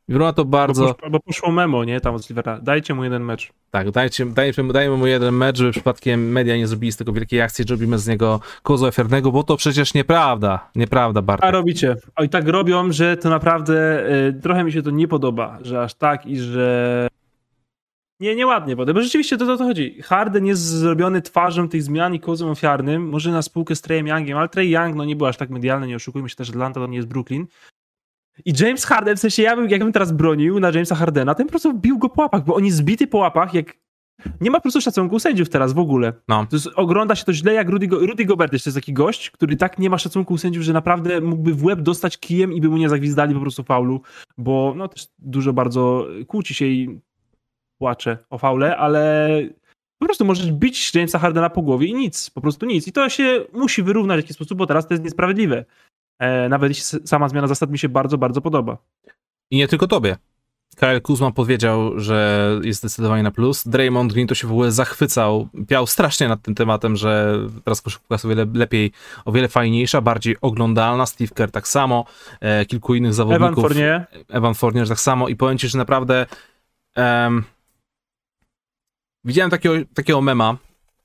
Wygląda to bardzo... Bo, posz, bo poszło memo, nie, tam od Silvera. Dajcie mu jeden mecz. Tak, dajcie, dajcie, dajmy mu jeden mecz, żeby przypadkiem media nie zrobili z tego wielkiej akcji, że robimy z niego kozła ofiarnego, bo to przecież nieprawda. Nieprawda, Bartek. A robicie. O, i tak robią, że to naprawdę y, trochę mi się to nie podoba, że aż tak i że... Nie, nieładnie, bo rzeczywiście to o to chodzi. Harden jest zrobiony twarzą tych zmian i kozłem ofiarnym, może na spółkę z Treyem Youngiem, ale Trey Young no, nie był aż tak medialny, nie oszukujmy się też, Atlanta to nie jest Brooklyn. I James Harden, w sensie ja bym, jakbym teraz bronił na Jamesa Hardena, to bym po prostu bił go po łapach, bo on jest zbity po łapach, jak... Nie ma po prostu szacunku sędziów teraz w ogóle. No. To jest, ogląda się to źle jak Rudy, Go Rudy Gobert, to jest taki gość, który tak nie ma szacunku u sędziów, że naprawdę mógłby w łeb dostać kijem i by mu nie zagwizdali po prostu faulu, bo no też dużo bardzo kłóci się i płacze o faule, ale po prostu możesz bić Jamesa Hardena po głowie i nic, po prostu nic. I to się musi wyrównać w jakiś sposób, bo teraz to jest niesprawiedliwe. E, nawet jeśli sama zmiana zasad mi się bardzo, bardzo podoba. I nie tylko tobie. Kyle Kuzma powiedział, że jest zdecydowanie na plus. Draymond Green to się w ogóle zachwycał, piał strasznie nad tym tematem, że teraz koszykówka jest o wiele lepiej, o wiele fajniejsza, bardziej oglądalna. Steve Kerr tak samo, e, kilku innych zawodników. Evan Fournier. Evan Fournier tak samo i powiem ci, że naprawdę um, widziałem takiego, takiego mema,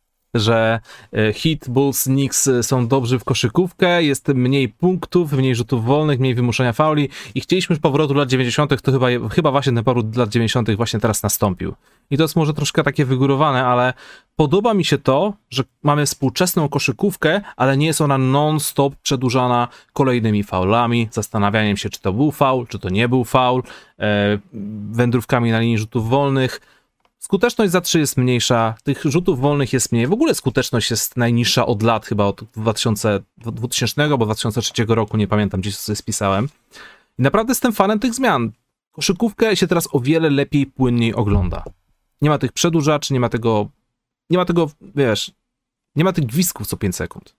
że Heat, Bulls, Knicks są dobrzy w koszykówkę, jest mniej punktów, mniej rzutów wolnych, mniej wymuszenia fauli i chcieliśmy powrotu lat dziewięćdziesiątych, to chyba, chyba właśnie ten powrót lat dziewięćdziesiątych właśnie teraz nastąpił. I to jest może troszkę takie wygórowane, ale podoba mi się to, że mamy współczesną koszykówkę, ale nie jest ona non-stop przedłużana kolejnymi faulami, zastanawianiem się, czy to był faul, czy to nie był faul, e, wędrówkami na linii rzutów wolnych. Skuteczność za trzy jest mniejsza, tych rzutów wolnych jest mniej. W ogóle skuteczność jest najniższa od lat, chyba od dwutysięcznego albo dwa tysiące trzeciego roku, nie pamiętam, gdzieś sobie spisałem. I naprawdę jestem fanem tych zmian. Koszykówkę się teraz o wiele lepiej, płynniej ogląda. Nie ma tych przedłużaczy, nie ma tego, nie ma tego, wiesz, nie ma tych gwizdków co pięć sekund.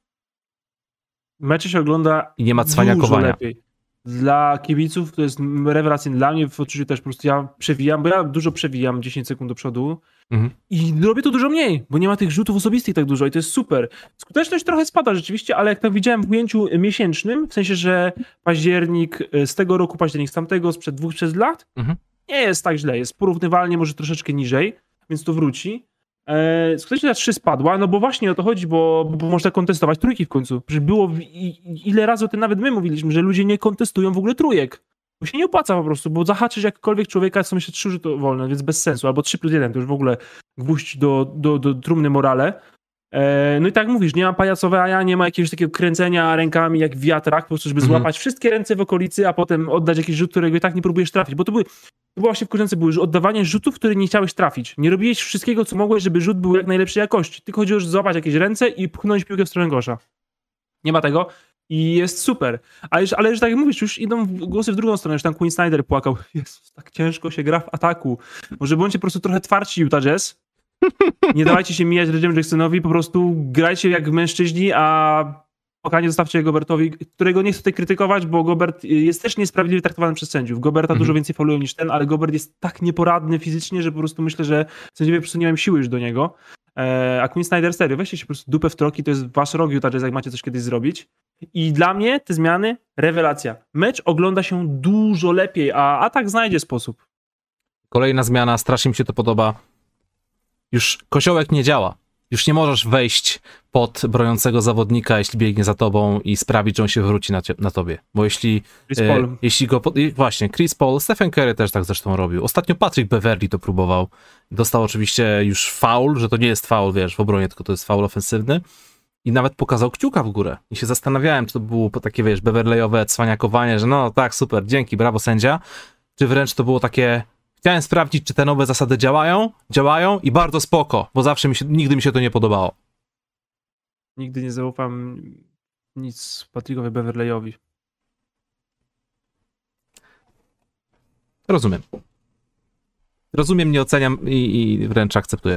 Mecze się ogląda I nie ma dużo cwaniakowania. lepiej. Dla kibiców to jest rewelacyjne. Dla mnie w odczuciu też po prostu ja przewijam, bo ja dużo przewijam dziesięć sekund do przodu Mhm. i robię to dużo mniej, bo nie ma tych rzutów osobistych tak dużo i to jest super. Skuteczność trochę spada rzeczywiście, ale jak tak widziałem w ujęciu miesięcznym, w sensie, że październik z tego roku, październik z tamtego, sprzed dwóch, trzech lat, Mhm. nie jest tak źle. Jest porównywalnie, może troszeczkę niżej, więc to wróci. Skuteczność na trzy spadła, no bo właśnie o to chodzi, bo, bo można kontestować trójki w końcu. Że było, w, i, ile razy o tym nawet my mówiliśmy, że ludzie nie kontestują w ogóle trójek. Bo się nie opłaca po prostu, bo zahaczysz jakkolwiek człowieka, są jeszcze trzy rzuty wolne, więc bez sensu. Albo trzy plus jeden, to już w ogóle gwóźdź do, do, do trumny morale. E, no i tak mówisz, nie ma pajacowe, a ja nie ma jakiegoś takiego kręcenia rękami jak w wiatrach, po prostu, żeby Mhm. złapać wszystkie ręce w okolicy, a potem oddać jakiś rzut, którego i tak nie próbujesz trafić. Bo to były, to było właśnie wkurzające, były że oddawanie rzutów, które nie chciałeś trafić. Nie robiłeś wszystkiego, co mogłeś, żeby rzut był jak najlepszej jakości. Tylko chodziło, że złapać jakieś ręce i pchnąć piłkę w stronę kosza. Nie ma tego i jest super. Ale, już- ale już tak jak mówisz, już idą w- głosy w drugą stronę, już tam Quinn Snyder płakał. Jezus, tak ciężko się gra w ataku. Może bądźcie po prostu trochę twardsi, Utah Jazz. Nie dawajcie się mijać Reggie'emu Jacksonowi, po prostu grajcie jak mężczyźni, a spokojnie zostawcie Gobertowi, którego nie chcę tutaj krytykować, bo Gobert jest też niesprawiedliwie traktowany przez sędziów. Goberta Mhm. dużo więcej faulują niż ten, ale Gobert jest tak nieporadny fizycznie, że po prostu myślę, że sędziowie po prostu nie mają siły już do niego. E, a Quinn Snyder serio, weźcie się po prostu dupę w troki, to jest wasz rok Utah Jazz, jak macie coś kiedyś zrobić. I dla mnie te zmiany, rewelacja. Mecz ogląda się dużo lepiej, a atak znajdzie sposób. Kolejna zmiana, strasznie mi się to podoba. Już kosiołek nie działa. Już nie możesz wejść pod broniącego zawodnika, jeśli biegnie za tobą i sprawić, że on się wróci na, cie, na tobie. Bo jeśli, Chris e, Paul. jeśli go... Pod, i właśnie, Chris Paul, Stephen Curry też tak zresztą robił. Ostatnio Patrick Beverley to próbował. Dostał oczywiście już faul, że to nie jest faul, wiesz, w obronie, tylko to jest faul ofensywny. I nawet pokazał kciuka w górę. I się zastanawiałem, czy to było takie, wiesz, Beverleyowe cwaniakowanie, że no tak, super, dzięki, brawo sędzia. Czy wręcz to było takie... Chciałem sprawdzić, czy te nowe zasady działają, działają i bardzo spoko, bo zawsze mi się, nigdy mi się to nie podobało. Nigdy nie zaufam nic Patrickowi Beverleyowi. Rozumiem. Rozumiem, nie oceniam i, i wręcz akceptuję.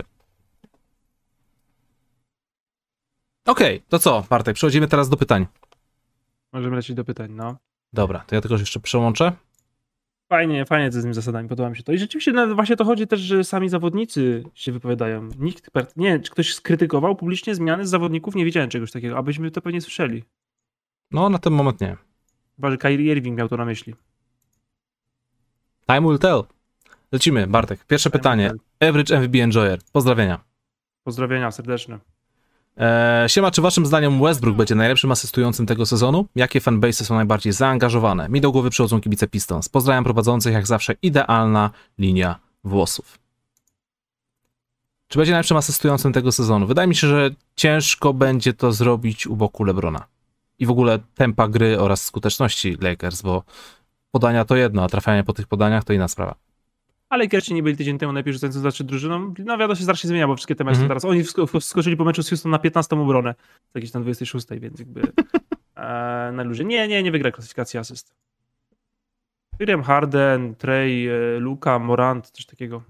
Okej, okay, to co, Bartek, przechodzimy teraz do pytań. Możemy lecieć do pytań, no. Dobra, to ja tylko jeszcze przełączę. Fajnie, fajnie z tymi zasadami, podoba mi się to. I rzeczywiście nawet właśnie to chodzi też, że sami zawodnicy się wypowiadają. Nikt, nie wiem, czy ktoś skrytykował publicznie zmiany z zawodników, nie wiedziałem czegoś takiego, abyśmy to pewnie słyszeli. No, na ten moment nie. Chyba, że Kyrie Irving miał to na myśli. Time will tell. Lecimy, Bartek. Pierwsze Time pytanie. will tell. Average M V P Enjoyer. Pozdrowienia. Pozdrowienia serdeczne. Eee, siema, czy waszym zdaniem Westbrook będzie najlepszym asystującym tego sezonu? Jakie fanbase'y są najbardziej zaangażowane? Mi do głowy przychodzą kibice Pistons. Pozdrawiam prowadzących, jak zawsze idealna linia włosów. Czy będzie najlepszym asystującym tego sezonu? Wydaje mi się, że ciężko będzie to zrobić u boku LeBrona. I w ogóle tempa gry oraz skuteczności Lakers, bo podania to jedno, a trafianie po tych podaniach to inna sprawa. Ale Lakersi nie byli tydzień temu najpierw rzucający znaczy drużyną. No wiadomo, się strasznie zmienia, bo wszystkie te mecze Mhm. teraz. Oni wsko- wskoczyli po meczu z Houston na piętnastą obronę. Z jakiejś tam dwudziestej szóstej, więc jakby e, na luzie. Nie, nie, nie wygra klasyfikacji asyst. William Harden, Trey, e, Luka, Morant, coś takiego.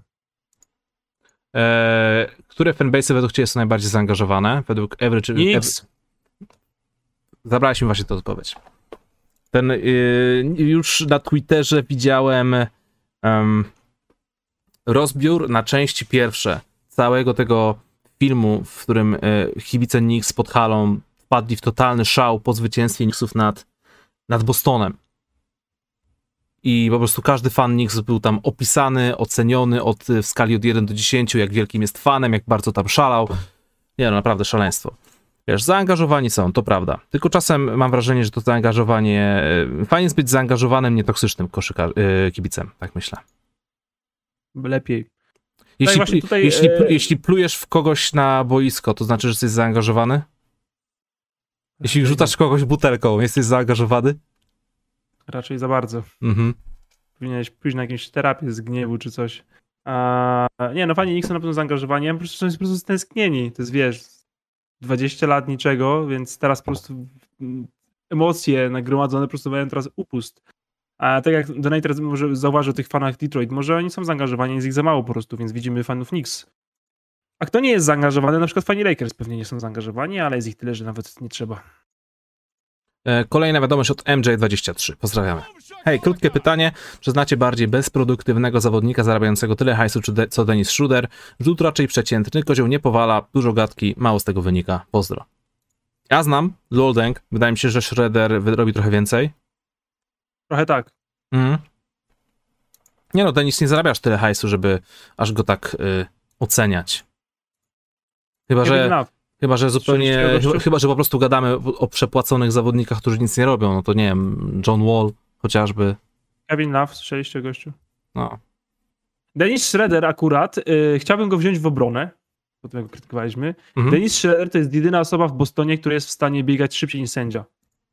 Eee, które fanbase'y według ciebie są najbardziej zaangażowane? Według Average... Knicks. Zabrałeś mi właśnie tę odpowiedź. Ten yy, już na Twitterze widziałem um, rozbiór na części pierwsze całego tego filmu, w którym y, kibice Knicks pod halą wpadli w totalny szał po zwycięstwie Knicksów nad, nad Bostonem. I po prostu każdy fan Knicks był tam opisany, oceniony od, w skali od jeden do dziesięciu, jak wielkim jest fanem, jak bardzo tam szalał. Nie no, naprawdę szaleństwo. Wiesz, zaangażowani są, to prawda. Tylko czasem mam wrażenie, że to zaangażowanie... Fajnie jest być zaangażowanym, nietoksycznym koszyka, yy, kibicem, tak myślę. Lepiej. Jeśli, właśnie tutaj, jeśli, e- jeśli plujesz w kogoś na boisko, to znaczy, że jesteś zaangażowany? Jeśli rzucasz kogoś butelką, jesteś zaangażowany? Raczej za bardzo. Mhm. Powinieneś pójść na jakąś terapię z gniewu czy coś. A, nie, no fani Knicks są na pewno zaangażowani, ja po prostu są po prostu stęsknieni. To jest, wiesz, dwadzieścia lat niczego, więc teraz po prostu mm, emocje nagromadzone po prostu mają teraz upust. A tak jak Donate teraz może zauważył o tych fanach Detroit, może oni są zaangażowani, jest ich za mało po prostu, więc widzimy fanów Knicks. A kto nie jest zaangażowany, na przykład fani Lakers pewnie nie są zaangażowani, ale jest ich tyle, że nawet nie trzeba. E, Kolejna wiadomość od M J dwadzieścia trzy. Pozdrawiamy. Hej, krótkie pytanie. Czy znacie bardziej bezproduktywnego zawodnika zarabiającego tyle hajsu czy de- co Dennis Schroeder? Rzut raczej przeciętny, kozioł nie powala, dużo gadki, mało z tego wynika. Pozdro. Ja znam Loldeng. Wydaje mi się, że Schroeder robi trochę więcej. Trochę tak. Mhm. Nie no, Dennis nie zarabiasz tyle hajsu, żeby aż go tak y, oceniać. Chyba, Kevin że... Love. Chyba, że zupełnie, Sześciu gościów? chyba, chyba, że po prostu gadamy o, o przepłaconych zawodnikach, którzy nic nie robią, no to nie wiem, John Wall chociażby, Kevin Love, słyszeliście gościu? no. Dennis Schroeder akurat, yy, chciałbym go wziąć w obronę, po tym jak go krytykowaliśmy. Mhm. Dennis Schroeder to jest jedyna osoba w Bostonie, która jest w stanie biegać szybciej niż sędzia.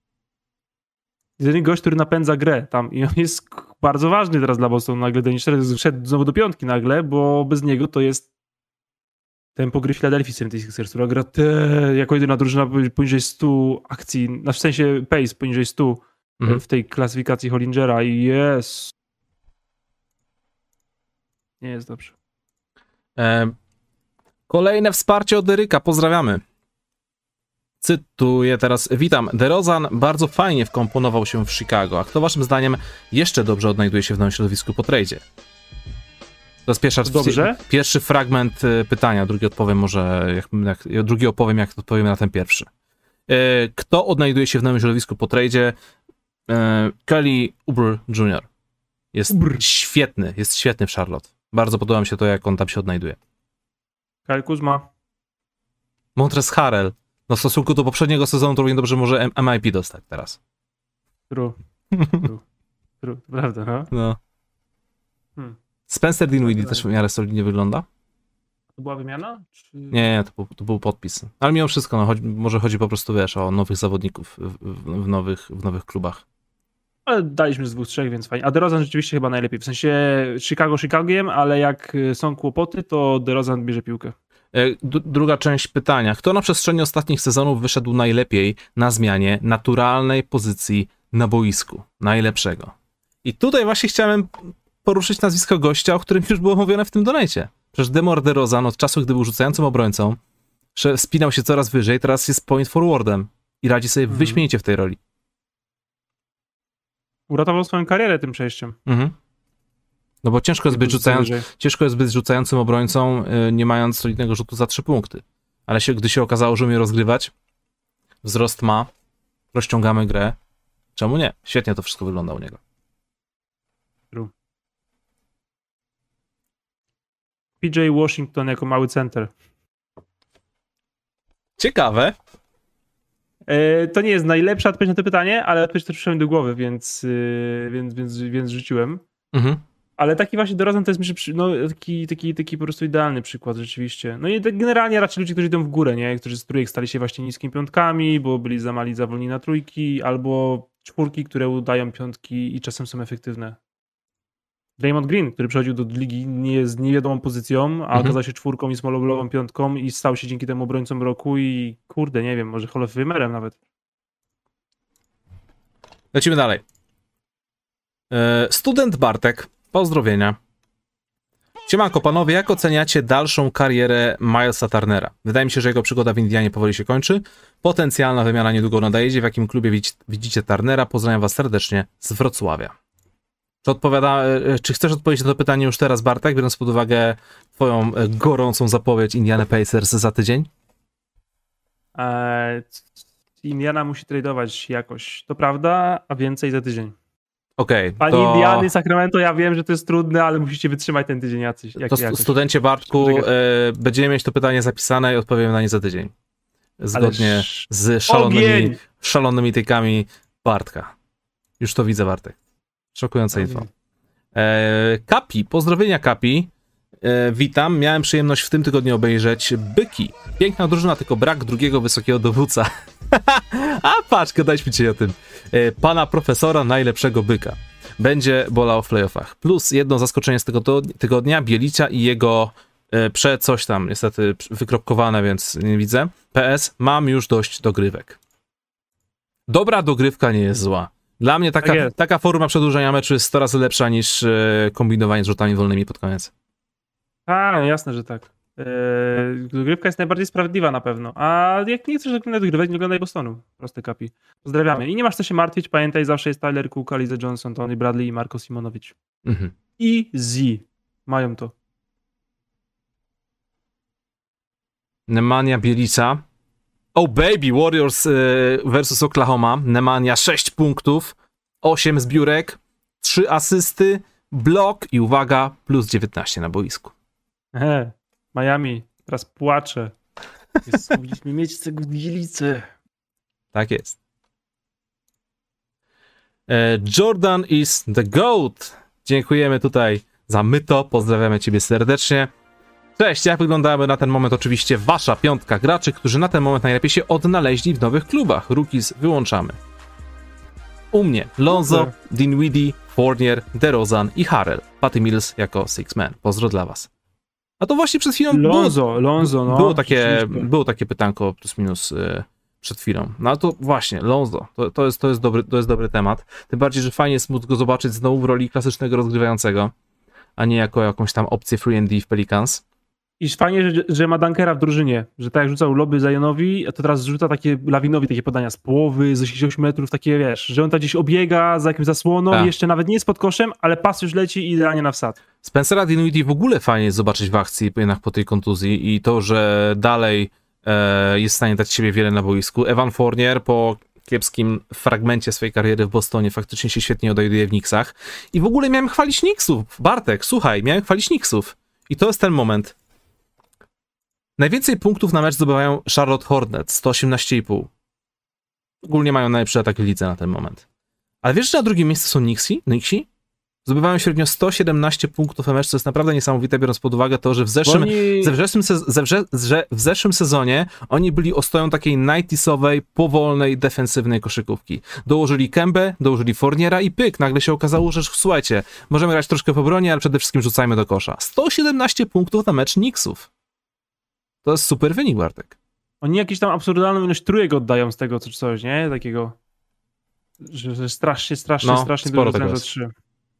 Jedyny gość, który napędza grę tam i on jest k- bardzo ważny teraz dla Bostonu. Nagle Dennis Schroeder wszedł znowu do piątki nagle, bo bez niego to jest tempo gry Philadelphia seventy-sixers, która gra te, jako jedyna drużyna poniżej stu akcji, na w sensie pace poniżej stu Mhm. w tej klasyfikacji Hollingera i jest... Nie jest dobrze. E, kolejne wsparcie od Eryka, pozdrawiamy. Cytuję teraz, witam, DeRozan bardzo fajnie wkomponował się w Chicago, a kto waszym zdaniem jeszcze dobrze odnajduje się w nowym środowisku po tradzie? To jest pierwsza, Dobrze? pierwszy fragment y, pytania, drugi odpowiem może, jak, jak, drugi opowiem, jak odpowiemy na ten pierwszy. E, kto odnajduje się w nowym środowisku po tradzie? E, Kelly Oubre junior Jest Oubre. świetny, jest świetny w Charlotte. Bardzo podoba mi się to, jak on tam się odnajduje. Kyle Kuzma. Montrezl Harrell. No w stosunku do poprzedniego sezonu to równie dobrze może M I P dostać teraz. True. True. True. Prawda, no? No. Hmm. Spencer Dinwiddie też w miarę solidnie wygląda. To była wymiana? Czy... Nie, nie, to był, to był podpis. Ale mimo wszystko, no, chodzi, może chodzi po prostu, wiesz, o nowych zawodników w, w, w, nowych, w nowych klubach. Ale daliśmy z dwóch, trzech, więc fajnie. A DeRozan rzeczywiście chyba najlepiej. W sensie Chicago Chicagiem, ale jak są kłopoty, to DeRozan bierze piłkę. E, d- druga część pytania. Kto na przestrzeni ostatnich sezonów wyszedł najlepiej na zmianie naturalnej pozycji na boisku? Najlepszego. I tutaj właśnie chciałem poruszyć nazwisko gościa, o którym już było mówione w tym donajcie. Przecież DeMar DeRozan od czasu, gdy był rzucającym obrońcą, że spinał się coraz wyżej, teraz jest point forwardem i radzi sobie Mhm. wyśmienicie w tej roli. Uratował swoją karierę tym przejściem. Mhm. No bo ciężko jest, być rzucając, Wyżej. ciężko jest być rzucającym obrońcą, yy, nie mając solidnego rzutu za trzy punkty. Ale się, gdy się okazało, że umie rozgrywać, wzrost ma, rozciągamy grę, czemu nie? Świetnie to wszystko wygląda u niego. P J Washington jako mały center. Ciekawe. E, to nie jest najlepsza odpowiedź na to pytanie, ale odpowiedź też przyszła mi do głowy, więc, yy, więc, więc, więc rzuciłem. Mhm. Ale taki właśnie DeRozan to jest myślę, przy- no, taki, taki, taki po prostu idealny przykład rzeczywiście. No i tak generalnie raczej ludzie, którzy idą w górę, nie? Którzy z trójek stali się właśnie niskimi piątkami, bo byli za mali, za wolni na trójki, albo czwórki, które udają piątki i czasem są efektywne. Draymond Green, który przychodził do ligi nie z niewiadomą pozycją, a Mhm. okazał się czwórką i smallballową piątką i stał się dzięki temu obrońcą roku i kurde, nie wiem, może Hall of Famerem nawet. Lecimy dalej. E, Student Bartek, pozdrowienia. Siemanko panowie, jak oceniacie dalszą karierę Milesa Turnera? Wydaje mi się, że jego przygoda w Indianie powoli się kończy. Potencjalna wymiana niedługo nadejdzie. W jakim klubie widzi- widzicie Turnera? Pozdrawiam was serdecznie z Wrocławia. Czy, odpowiada, e, czy chcesz odpowiedzieć na to pytanie już teraz, Bartek, biorąc pod uwagę twoją e, gorącą zapowiedź Indiana Pacers za tydzień? Eee, Indiana musi tradeować jakoś, to prawda, a więcej za tydzień. Okej, Pani to... Indiany, Sacramento, ja wiem, że to jest trudne, ale musicie wytrzymać ten tydzień jacyś. Jak, To stu- jakoś. studencie Bartku, Czekaj. e, będziemy mieć to pytanie zapisane i odpowiemy na nie za tydzień. Zgodnie Ależ- z szalonymi, Ogień! szalonymi tykami Bartka. Już to widzę, Bartek. Szokująca info. E, Kapi, pozdrowienia Kapi. E, witam, miałem przyjemność w tym tygodniu obejrzeć Byki. Piękna drużyna, tylko brak drugiego wysokiego dowódca. A patrz, gadaliśmy dzisiaj o tym. E, pana profesora, najlepszego byka. Będzie bolał w playoffach. Plus jedno zaskoczenie z tego to- tygodnia, Bielicia i jego e, prze coś tam, niestety wykropkowane, więc nie widzę. P S, mam już dość dogrywek. Dobra dogrywka nie jest zła. Dla mnie taka, Tak jest. taka forma przedłużenia meczu jest sto razy lepsza niż e, kombinowanie z rzutami wolnymi pod koniec. A, no jasne, że tak. Eee, dogrywka jest najbardziej sprawiedliwa na pewno. A jak nie chcesz oglądać dogrywek, nie oglądaj Bostonu. Prosty Kapi. Pozdrawiamy. I nie masz co się martwić, pamiętaj, zawsze jest Tyler Cook, Alize Johnson, Tony Bradley i Marko Simonowicz. Mhm. Easy. Mają to. Nemanja Bielica. Oh baby, Warriors e, versus Oklahoma. Nemanja sześć punktów, osiem zbiórek, trzy asysty, blok i uwaga, plus dziewiętnaście na boisku. Ehe, Miami. Teraz płaczę. Jest, mogliśmy mieć z tego Bielicę. Tak jest. E, Jordan is the GOAT. Dziękujemy tutaj za myto. Pozdrawiamy ciebie serdecznie. Cześć, jak wyglądałaby na ten moment oczywiście wasza piątka graczy, którzy na ten moment najlepiej się odnaleźli w nowych klubach? Rookies wyłączamy. U mnie Lonzo, Super. Dinwiddie, Fournier, DeRozan i Harrell. Patty Mills jako six man. Pozdro dla was. A to właśnie przed chwilą było, Lonzo, Lonzo, no. było, takie, rzeczywiście. było takie pytanko plus minus y, przed chwilą. No ale to właśnie, Lonzo, to, to, jest, to, jest dobry, to jest dobry temat. Tym bardziej, że fajnie jest móc go zobaczyć znowu w roli klasycznego rozgrywającego, a nie jako jakąś tam opcję free and D w Pelicans. I fajnie, że, że ma Dunkera w drużynie, że tak jak rzucał loby Zionowi, a to teraz rzuca takie Lawinowi takie podania z połowy, z ośmdziesięciu metrów, takie wiesz, że on tam gdzieś obiega za jakimś zasłoną, Tak. jeszcze nawet nie jest pod koszem, ale pas już leci idealnie na wsad. Spencera Dinwiddie w ogóle fajnie jest zobaczyć w akcji, jednak po tej kontuzji i to, że dalej e, jest w stanie dać siebie wiele na boisku. Evan Fournier po kiepskim fragmencie swojej kariery w Bostonie faktycznie się świetnie odnajduje w Knicksach. I w ogóle miałem chwalić Knicksów. Bartek, słuchaj, miałem chwalić Knicksów. I to jest ten moment. Najwięcej punktów na mecz zdobywają Charlotte Hornets, sto osiemnaście i pół. Ogólnie mają najlepszy atak w lidze na ten moment. Ale wiesz, że na drugim miejscu są Knicksi? Knicksi? Zdobywają średnio sto siedemnaście punktów na mecz, co jest naprawdę niesamowite, biorąc pod uwagę to, że w zeszłym, Oni... ze- w zeszłym, sez- ze- wrze- że w zeszłym sezonie oni byli ostoją takiej ninetysowej, powolnej, defensywnej koszykówki. Dołożyli Kembę, dołożyli Fourniera i pyk, nagle się okazało, że słuchajcie, możemy grać troszkę w obronie, ale przede wszystkim rzucajmy do kosza. sto siedemnaście punktów na mecz Knicksów. To jest super wynik, Bartek. Oni jakąś tam absurdalną ilość trójek oddają z tego co coś, nie? Takiego, że, że strasznie, strasznie, No, strasznie sporo dużo tego za jest. trzy.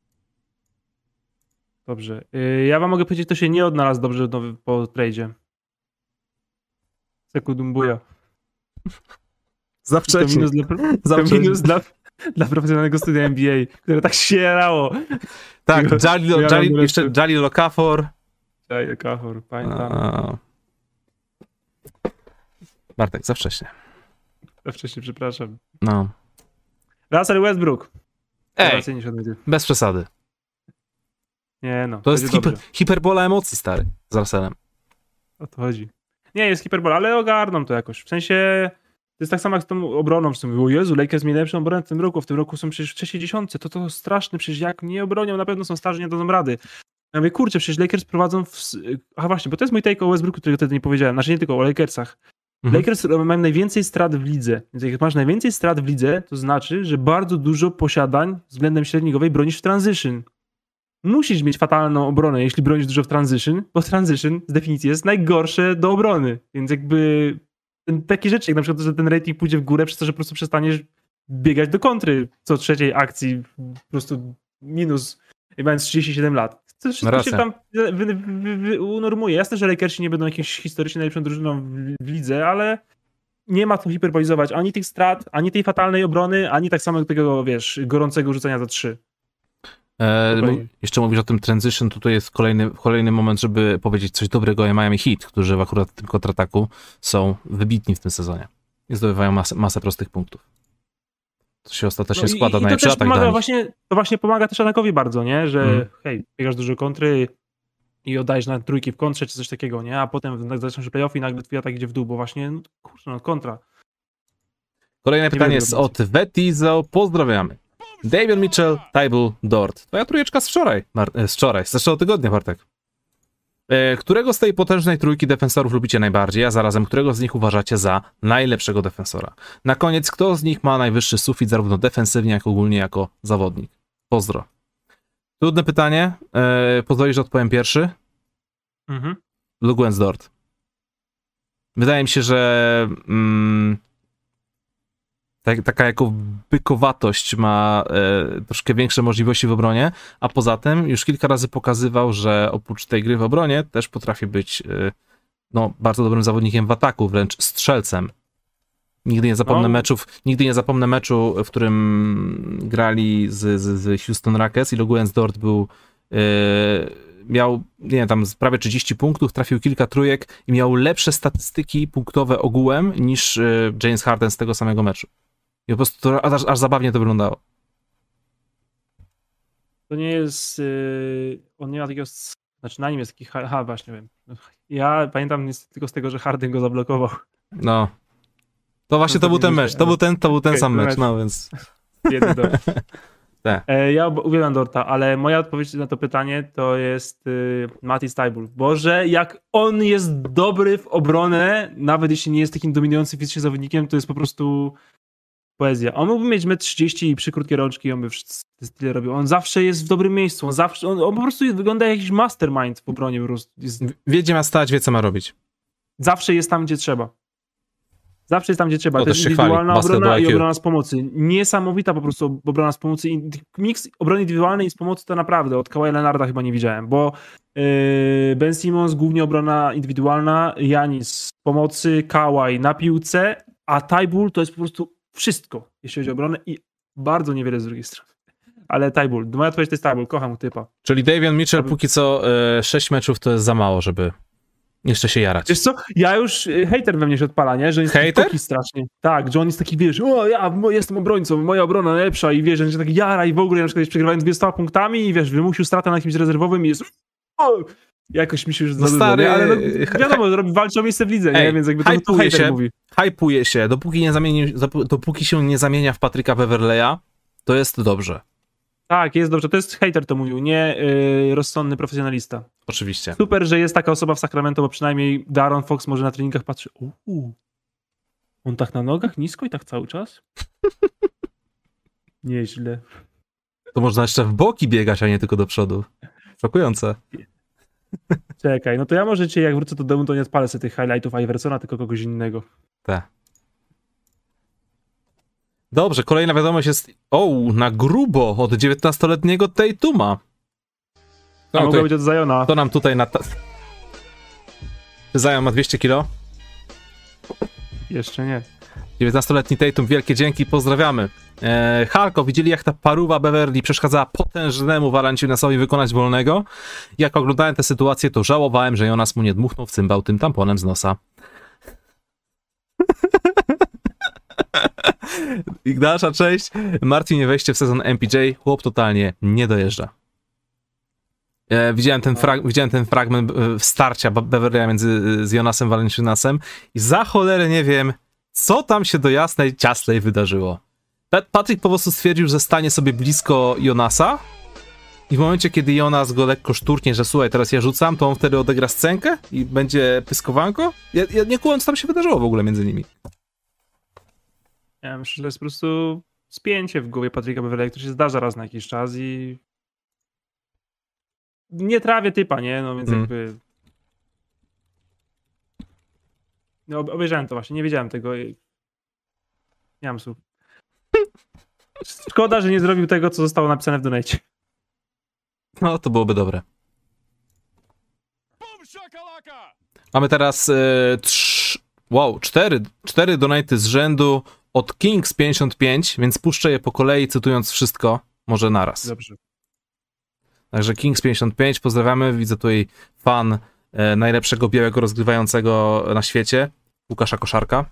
Dobrze. Yy, ja wam mogę powiedzieć, to się nie odnalazł dobrze nowy, po trade'zie. Sekundumbuja. Za To minus dla, Za to wcześnie. minus dla, dla profesjonalnego studia N B A, które tak się jarało. Tak, Jalil, Ja Jalil, mam jeszcze lepszy. Jalil Okafor. Ej, Kachor, pamiętam. A. Bartek, za wcześnie. Za wcześnie, przepraszam. No. Russell Westbrook. Ej, Raczej niż odwiedził. bez przesady. Nie no. To jest będzie hiper, dobrze. hiperbola emocji, stary, z Russellem. O to chodzi. Nie, jest hiperbola, ale ogarną to jakoś. W sensie, to jest tak samo jak z tą obroną, że mówią, o Jezu, Lakers mieli lepszą obronę w tym roku, w tym roku są przecież w trzeciej dziesiątce, to to straszne, przecież jak nie obronią, na pewno są starzy, nie dadzą rady. Ja mówię, kurczę, przecież Lakers prowadzą w... A właśnie, bo to jest mój take o Westbrooku, którego wtedy nie powiedziałem, znaczy nie tylko o Lakersach. Mhm. Lakers mają najwięcej strat w lidze, więc jak masz najwięcej strat w lidze, to znaczy, że bardzo dużo posiadań względem średnikowej bronisz w transition. Musisz mieć fatalną obronę, jeśli bronisz dużo w transition, bo transition z definicji jest najgorsze do obrony. Więc jakby ten, takie rzeczy, jak na przykład, że ten rating pójdzie w górę przez to, że po prostu przestaniesz biegać do kontry co trzeciej akcji, po prostu minus, mając trzydzieści siedem lat. To wszystko Racja. się tam wy, wy, wy, wy unormuje. Jasne, że Lakersi nie będą jakimś historycznie najlepszą drużyną w, w lidze, ale nie ma co hiperbolizować ani tych strat, ani tej fatalnej obrony, ani tak samo tego, wiesz, gorącego rzucania za trzy. E, Spokojnie. mu- jeszcze mówisz o tym transition, tutaj jest kolejny, kolejny moment, żeby powiedzieć coś dobrego o Miami Heat, którzy w akurat w tym kontrataku są wybitni w tym sezonie i zdobywają masę, masę prostych punktów. To się ostatecznie No i- składa i na to najlepszy też atak pomaga dla nich. właśnie, to właśnie pomaga też atakowi bardzo, nie? Że Mhm. hej, biegasz dużo kontry i oddajesz na trójki w kontrze czy coś takiego, nie? A potem zaczną się playoffy i nagle twój atak idzie w dół, bo właśnie, no, kurczę, no kontra. Kolejne pytanie wiem, jest co od Vetizo. Pozdrawiamy. Davion Mitchell, Tybal, Dort. Twoja trójeczka z wczoraj, Mar- e, z wczoraj, z zeszłego tygodnia, Bartek. E, którego z tej potężnej trójki defensorów lubicie najbardziej, a zarazem którego z nich uważacie za najlepszego defensora? Na koniec, kto z nich ma najwyższy sufit zarówno defensywnie, jak ogólnie jako zawodnik? Pozdro. Trudne pytanie. E, pozwolisz, że odpowiem pierwszy? Mhm. Luguentz Dort. Wydaje mi się, że mm, tak, taka jako bykowatość ma e, troszkę większe możliwości w obronie, a poza tym już kilka razy pokazywał, że oprócz tej gry w obronie też potrafi być e, no, bardzo dobrym zawodnikiem w ataku, wręcz strzelcem. Nigdy nie zapomnę No. meczów, nigdy nie zapomnę meczu, w którym grali z, z, z Houston Rockets i Luguentz Dort był e, miał, nie wiem, tam z prawie trzydzieści punktów, trafił kilka trójek i miał lepsze statystyki punktowe ogółem niż e, James Harden z tego samego meczu. I po prostu to, aż, aż zabawnie to wyglądało. To nie jest, yy, on nie ma takiego, s- znaczy na nim jest taki, ha, ha właśnie wiem. Ja pamiętam niestety tylko z tego, że Harden go zablokował. No. To właśnie No to to był ten nie mecz, myślę, to ale- był ten, to był ten Okej, sam to mecz, mecz. no więc... Jeden do. Tak. E, Ja ob- uwielbiam Dorta, ale moja odpowiedź na to pytanie to jest y, Matisse Thybulle. Boże, jak on jest dobry w obronę, nawet jeśli nie jest takim dominującym fizycznie zawodnikiem, to jest po prostu poezja. On mógłby mieć metr trzydzieści i przy krótkie rączki, i on by wszyscy tyle robił. On zawsze jest w dobrym miejscu, on zawsze, on, on po prostu jest, wygląda jak jakiś mastermind w obronie po prostu. Jest, Wie, gdzie ma stać, wie, co ma robić. zawsze jest tam, gdzie trzeba. Zawsze jest tam, gdzie trzeba. To To też jest się chwali. indywidualna Basketball obrona i I Q. obrona z pomocy. Niesamowita po prostu obrona z pomocy. I miks obrony indywidualnej i z pomocy to naprawdę od Kawhi Leonarda chyba nie widziałem, bo yy, Ben Simmons głównie obrona indywidualna, Giannis z pomocy, Kawhi na piłce, a Thybulle to jest po prostu wszystko, jeśli chodzi o obronę i bardzo niewiele z drugiej strony. Ale Thybulle, moja odpowiedź to jest Thybulle, kocham typa. Czyli Davion Mitchell Aby- póki co e, sześć meczów to jest za mało, żeby jeszcze się jarać. Wiesz co, ja już, y, hejter we mnie się odpala, nie? Że jest Hejter? taki strasznie. Tak, że on jest taki, wiesz, o ja mo- jestem obrońcą, moja obrona najlepsza i wiesz, że on się tak jara i w ogóle na przykład przegrywając dwiema punktami i wiesz, wymusił stratę na jakimś rezerwowym i jest o! Jakoś mi się już No za stary, dużo, nie? Ale no, he- wiadomo, robi, walczy o miejsce w lidze, Ej, nie? Więc jakby to hypuj tu hejter się. mówi. Hypuje się, dopóki, nie zamieni, dop- dopóki się nie zamienia w Patryka Beverleya, to jest dobrze. Tak, jest dobrze, to jest hejter to mówił, nie y, rozsądny profesjonalista. Oczywiście. Super, że jest taka osoba w Sacramento, bo przynajmniej Darren Fox może na treningach patrzy, uuu, on tak na nogach nisko i tak cały czas? Nieźle. To można jeszcze w boki biegać, a nie tylko do przodu. Szokujące. Czekaj, no to ja może cię, jak wrócę do domu, to nie odpalę sobie tych highlightów Iversona, tylko kogoś innego. Tak. Dobrze, kolejna wiadomość jest o, na grubo od dziewiętnastoletniego Tatuma. A No, mogła to, być od Ziona. to nam tutaj na... Ta... Czy Zion ma dwieście kilo? Jeszcze nie. dziewiętnastoletni Tatum, wielkie dzięki, pozdrawiamy. Eee, Halko, widzieli jak ta paruwa Beverly przeszkadzała potężnemu Valanciunasowi wykonać wolnego? Jak oglądałem tę sytuację, to żałowałem, że Jonas mu nie dmuchnął w cymbał tym tamponem z nosa. I dalsza część. Martin, nie wejście w sezon M P J, chłop totalnie nie dojeżdża. E, widziałem, ten frag- widziałem ten fragment e, starcia Beverly'a między z Jonasem Valenciunasem i za cholerę nie wiem, co tam się do jasnej ciasnej wydarzyło. Pat- Patrick po prostu stwierdził, że stanie sobie blisko Jonasa i w momencie, kiedy Jonas go lekko szturknie, że słuchaj, teraz ja rzucam, to on wtedy odegra scenkę i będzie pyskowanko. Ja, ja nie kumam, co tam się wydarzyło w ogóle między nimi. Ja myślę, że to jest po prostu spięcie w głowie Patryka Beverley, które się zdarza raz na jakiś czas i nie trawię typa, nie? No więc Mm. jakby... No, ob- obejrzałem to właśnie, nie wiedziałem tego. i- Nie mam słów. Szkoda, że nie zrobił tego, co zostało napisane w donate. No, to byłoby dobre. Mamy teraz e, trz... wow, cztery, cztery donaty z rzędu od Kings pięćdziesiąt pięć, więc puszczę je po kolei, cytując wszystko, może naraz. Dobrze. Także Kings pięćdziesiąt pięć, pozdrawiamy. Widzę tutaj fan e, najlepszego białego rozgrywającego na świecie, Łukasza Koszarka.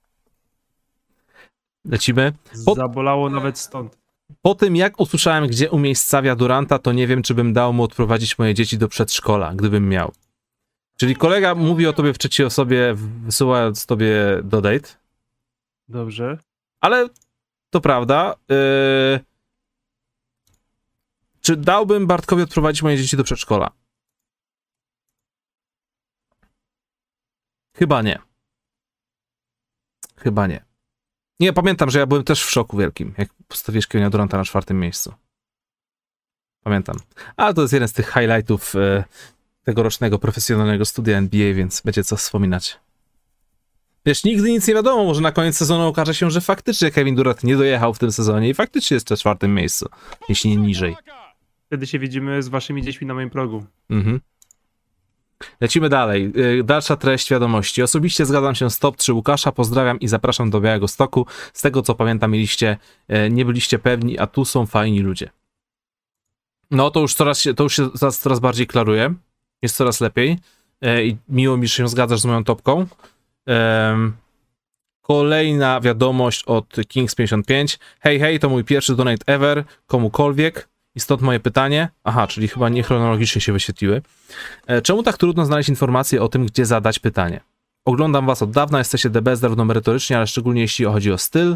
Lecimy. Po, Zabolało nawet stąd. po tym, jak usłyszałem, gdzie umiejscawia Duranta, to nie wiem, czy bym dał mu odprowadzić moje dzieci do przedszkola, gdybym miał. Czyli kolega mówi o tobie w trzeciej osobie, wysyłając tobie dodate. Dobrze. Ale to prawda. Yy... Czy dałbym Bartkowi odprowadzić moje dzieci do przedszkola? Chyba nie. Chyba nie. Nie, pamiętam, że ja byłem też w szoku wielkim, jak postawiłeś Kevina Duranta na czwartym miejscu. Pamiętam. Ale to jest jeden z tych highlightów e, tegorocznego profesjonalnego studia N B A, więc będzie co wspominać. Wiesz, nigdy nic nie wiadomo, może na koniec sezonu okaże się, że faktycznie Kevin Durant nie dojechał w tym sezonie i faktycznie jest na czwartym miejscu, jeśli nie niżej. Wtedy się widzimy z waszymi dziećmi na moim progu. Mhm. Lecimy dalej. Yy, Dalsza treść wiadomości. Osobiście zgadzam się z top trzy Łukasza. Pozdrawiam i zapraszam do Białegostoku. Z tego co pamiętam, mieliście, yy, nie byliście pewni, a tu są fajni ludzie. No to już coraz się, to już się coraz, coraz bardziej klaruje. Jest coraz lepiej. Yy, I miło mi, że się zgadzasz z moją topką. Yy, kolejna wiadomość od Kings pięćdziesiąt pięć. Hej, hej, to mój pierwszy donate ever komukolwiek. I stąd moje pytanie, aha, czyli chyba niechronologicznie się wyświetliły. E, czemu tak trudno znaleźć informacje o tym, gdzie zadać pytanie? Oglądam was od dawna, jesteście the best zarówno merytorycznie, ale szczególnie jeśli chodzi o styl.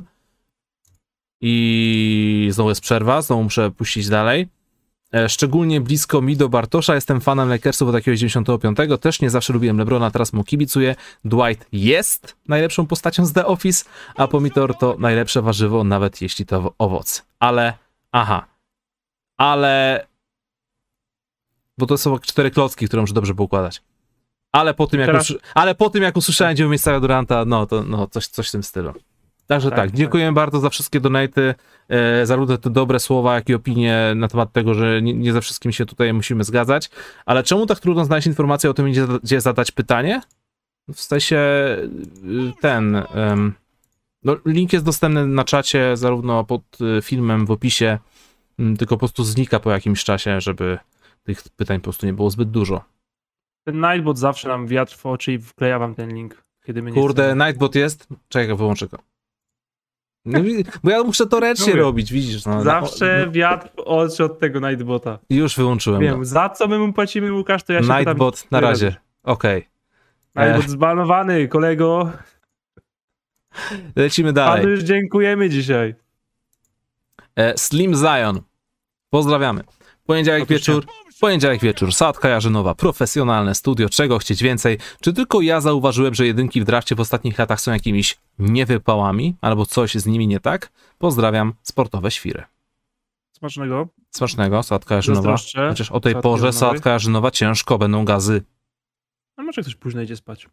I znowu jest przerwa, znowu muszę puścić dalej. E, szczególnie blisko mi do Bartosza, jestem fanem Lakersów od jakiegoś dziewięćdziesiątego piątego, też nie zawsze lubiłem LeBrona, teraz mu kibicuję. Dwight jest najlepszą postacią z The Office, a pomidor to najlepsze warzywo, nawet jeśli to owoc. Ale, aha. Ale... Bo to są cztery klocki, które muszę dobrze poukładać. Ale po tym, jak, Teraz... usły... Ale po tym, jak usłyszałem, gdzie umiejscawia Duranta, no to no, coś, coś w tym stylu. Także tak, tak dziękuję tak. bardzo za wszystkie donaty, e, zarówno te dobre słowa, jak i opinie na temat tego, że nie, nie ze wszystkim się tutaj musimy zgadzać. Ale czemu tak trudno znaleźć informację o tym, gdzie, gdzie zadać pytanie? W sensie ten... Um, no, link jest dostępny na czacie, zarówno pod filmem, w opisie, tylko po prostu znika po jakimś czasie, żeby tych pytań po prostu nie było zbyt dużo. Ten Nightbot zawsze nam wiatr w oczy i wkleja wam ten link, kiedy my nie Kurde, chcemy. Nightbot jest? Czekaj, wyłączę go. No, bo ja muszę to ręcznie Mówię. robić, widzisz. No, Zawsze no, wiatr w oczy od tego Nightbota. Już wyłączyłem Wiem, go. za co my mu płacimy, Łukasz, to ja się Nightbot, na razie. Okej. Okay. Nightbot zbanowany, kolego. Lecimy dalej. Panu już dziękujemy dzisiaj. E, Slim Zion. Pozdrawiamy. Poniedziałek wieczór. Poniedziałek wieczór, Sadka Jarzynowa, profesjonalne studio, czego chcieć więcej? Czy tylko ja zauważyłem, że jedynki w drafcie w ostatnich latach są jakimiś niewypałami, albo coś z nimi nie tak? Pozdrawiam, sportowe świry. Smacznego. Smacznego, Sadka Jarzynowa. Chociaż o tej Sadki porze Jarzynowej. Sadka Jarzynowa ciężko, będą gazy. A może ktoś późno idzie spać?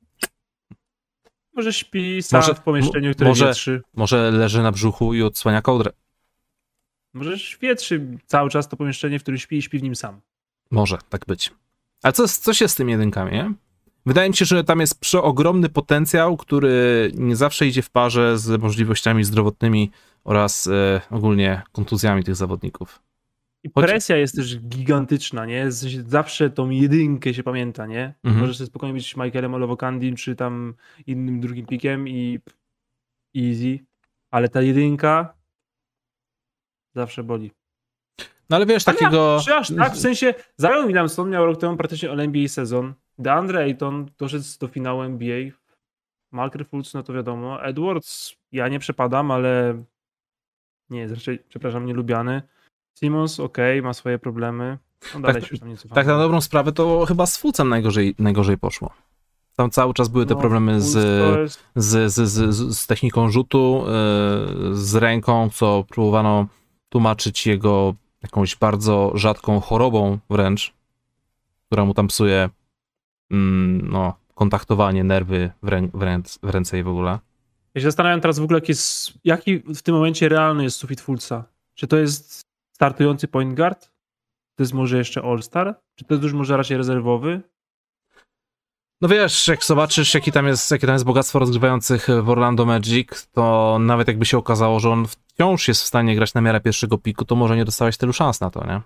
Może śpi sam Może- w pomieszczeniu, które może- wietrzy. Może leży na brzuchu i odsłania kołdrę. Może wietrzy cały czas to pomieszczenie, w którym śpi i śpi w nim sam. Może tak być. A co, co się z tymi jedynkami, nie? Wydaje mi się, że tam jest przeogromny potencjał, który nie zawsze idzie w parze z możliwościami zdrowotnymi oraz e, ogólnie kontuzjami tych zawodników. I Choć- presja jest też gigantyczna, nie? Z- Zawsze tą jedynkę się pamięta, nie? Mhm. Możesz sobie spokojnie być Michaelem Olowokandim, czy tam innym drugim pikiem i easy, ale ta jedynka zawsze boli. No ale wiesz, Ale takiego... Ja, czy aż tak? W sensie Zion Williamson miał rok temu praktycznie All N B A sezon. DeAndre Ayton doszedł do finału N B A. Markelle Fultz, no to wiadomo. Edwards, ja nie przepadam, ale nie jest raczej, przepraszam, nielubiany. Simmons, okej, okay, ma swoje problemy. No dalej tak, się już tam nie cofamy. tak na dobrą sprawę to chyba z Fultzem najgorzej, najgorzej poszło. Tam cały czas były te No, problemy z, jest... z, z, z, z techniką rzutu, yy, z ręką, co próbowano tłumaczyć jego jakąś bardzo rzadką chorobą wręcz, która mu tam psuje mm, no, kontaktowanie, nerwy w, rę, w, ręce, w ręce i w ogóle. Ja się zastanawiam teraz w ogóle, jaki, jest, jaki w tym momencie realny jest sufit Fultza. Czy to jest startujący point guard? To jest może jeszcze All-Star? Czy to jest już może raczej rezerwowy? No wiesz, jak zobaczysz, jaki tam jest, jakie tam jest bogactwo rozgrywających w Orlando Magic, to nawet jakby się okazało, że on wciąż jest w stanie grać na miarę pierwszego piku, to może nie dostałeś tylu szans na to, nie?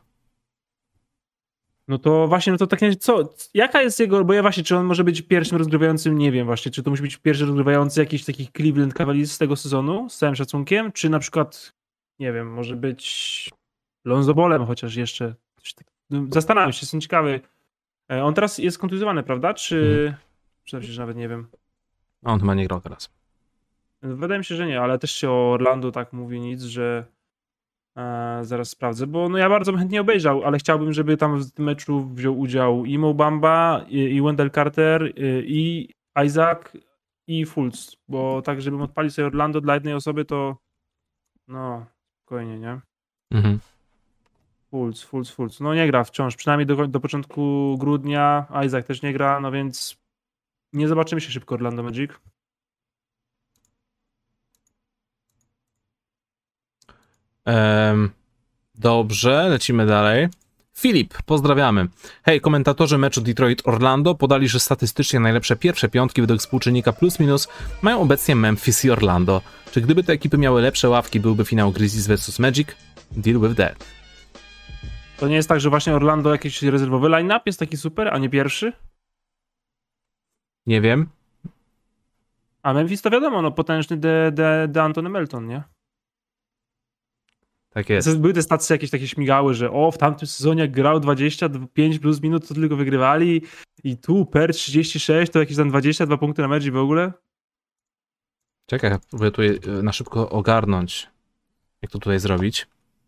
No to właśnie, no to tak, co, jaka jest jego, bo ja właśnie, czy on może być pierwszym rozgrywającym, nie wiem właśnie, czy to musi być pierwszy rozgrywający jakiś takich Cleveland Cavaliers z tego sezonu, z całym szacunkiem, czy na przykład, nie wiem, może być Lonzo Ballem chociaż jeszcze, no, zastanawiam się, jestem ciekawy. On teraz jest kontuzjowany, prawda, czy, mhm. czy nawet nie wiem. On chyba nie grał teraz. Wydaje mi się, że nie, ale też się o Orlando tak mówi nic, że e, zaraz sprawdzę, bo no ja bardzo bym chętnie obejrzał, ale chciałbym, żeby tam w tym meczu wziął udział i Mo Bamba, i, i Wendell Carter, i, i Isaac, i Fultz, bo tak, żebym odpalił sobie Orlando dla jednej osoby, to no, spokojnie, nie? Mhm. Fultz, Fultz, Fultz. No nie gra wciąż, przynajmniej do, do początku grudnia, Isaac też nie gra, no więc nie zobaczymy się szybko Orlando Magic. Um, dobrze, lecimy dalej. Filip, pozdrawiamy. Hej, komentatorzy meczu Detroit-Orlando podali, że statystycznie najlepsze pierwsze piątki według współczynnika plus minus mają obecnie Memphis i Orlando. Czy gdyby te ekipy miały lepsze ławki, byłby finał Grizzlies versus Magic? Deal with that. To nie jest tak, że właśnie Orlando jakiś rezerwowy line-up jest taki super, a nie pierwszy? Nie wiem. A Memphis to wiadomo, no potężny de, de, de Antony Melton, nie? Tak jest. Były te stacje jakieś takie śmigały, że o, w tamtym sezonie jak grał dwadzieścia pięć plus minut, to tylko wygrywali i tu per trzydzieści sześć to jakieś tam dwadzieścia dwa punkty na mecz w ogóle. Czekaj, próbuję tutaj na szybko ogarnąć, jak to tutaj zrobić.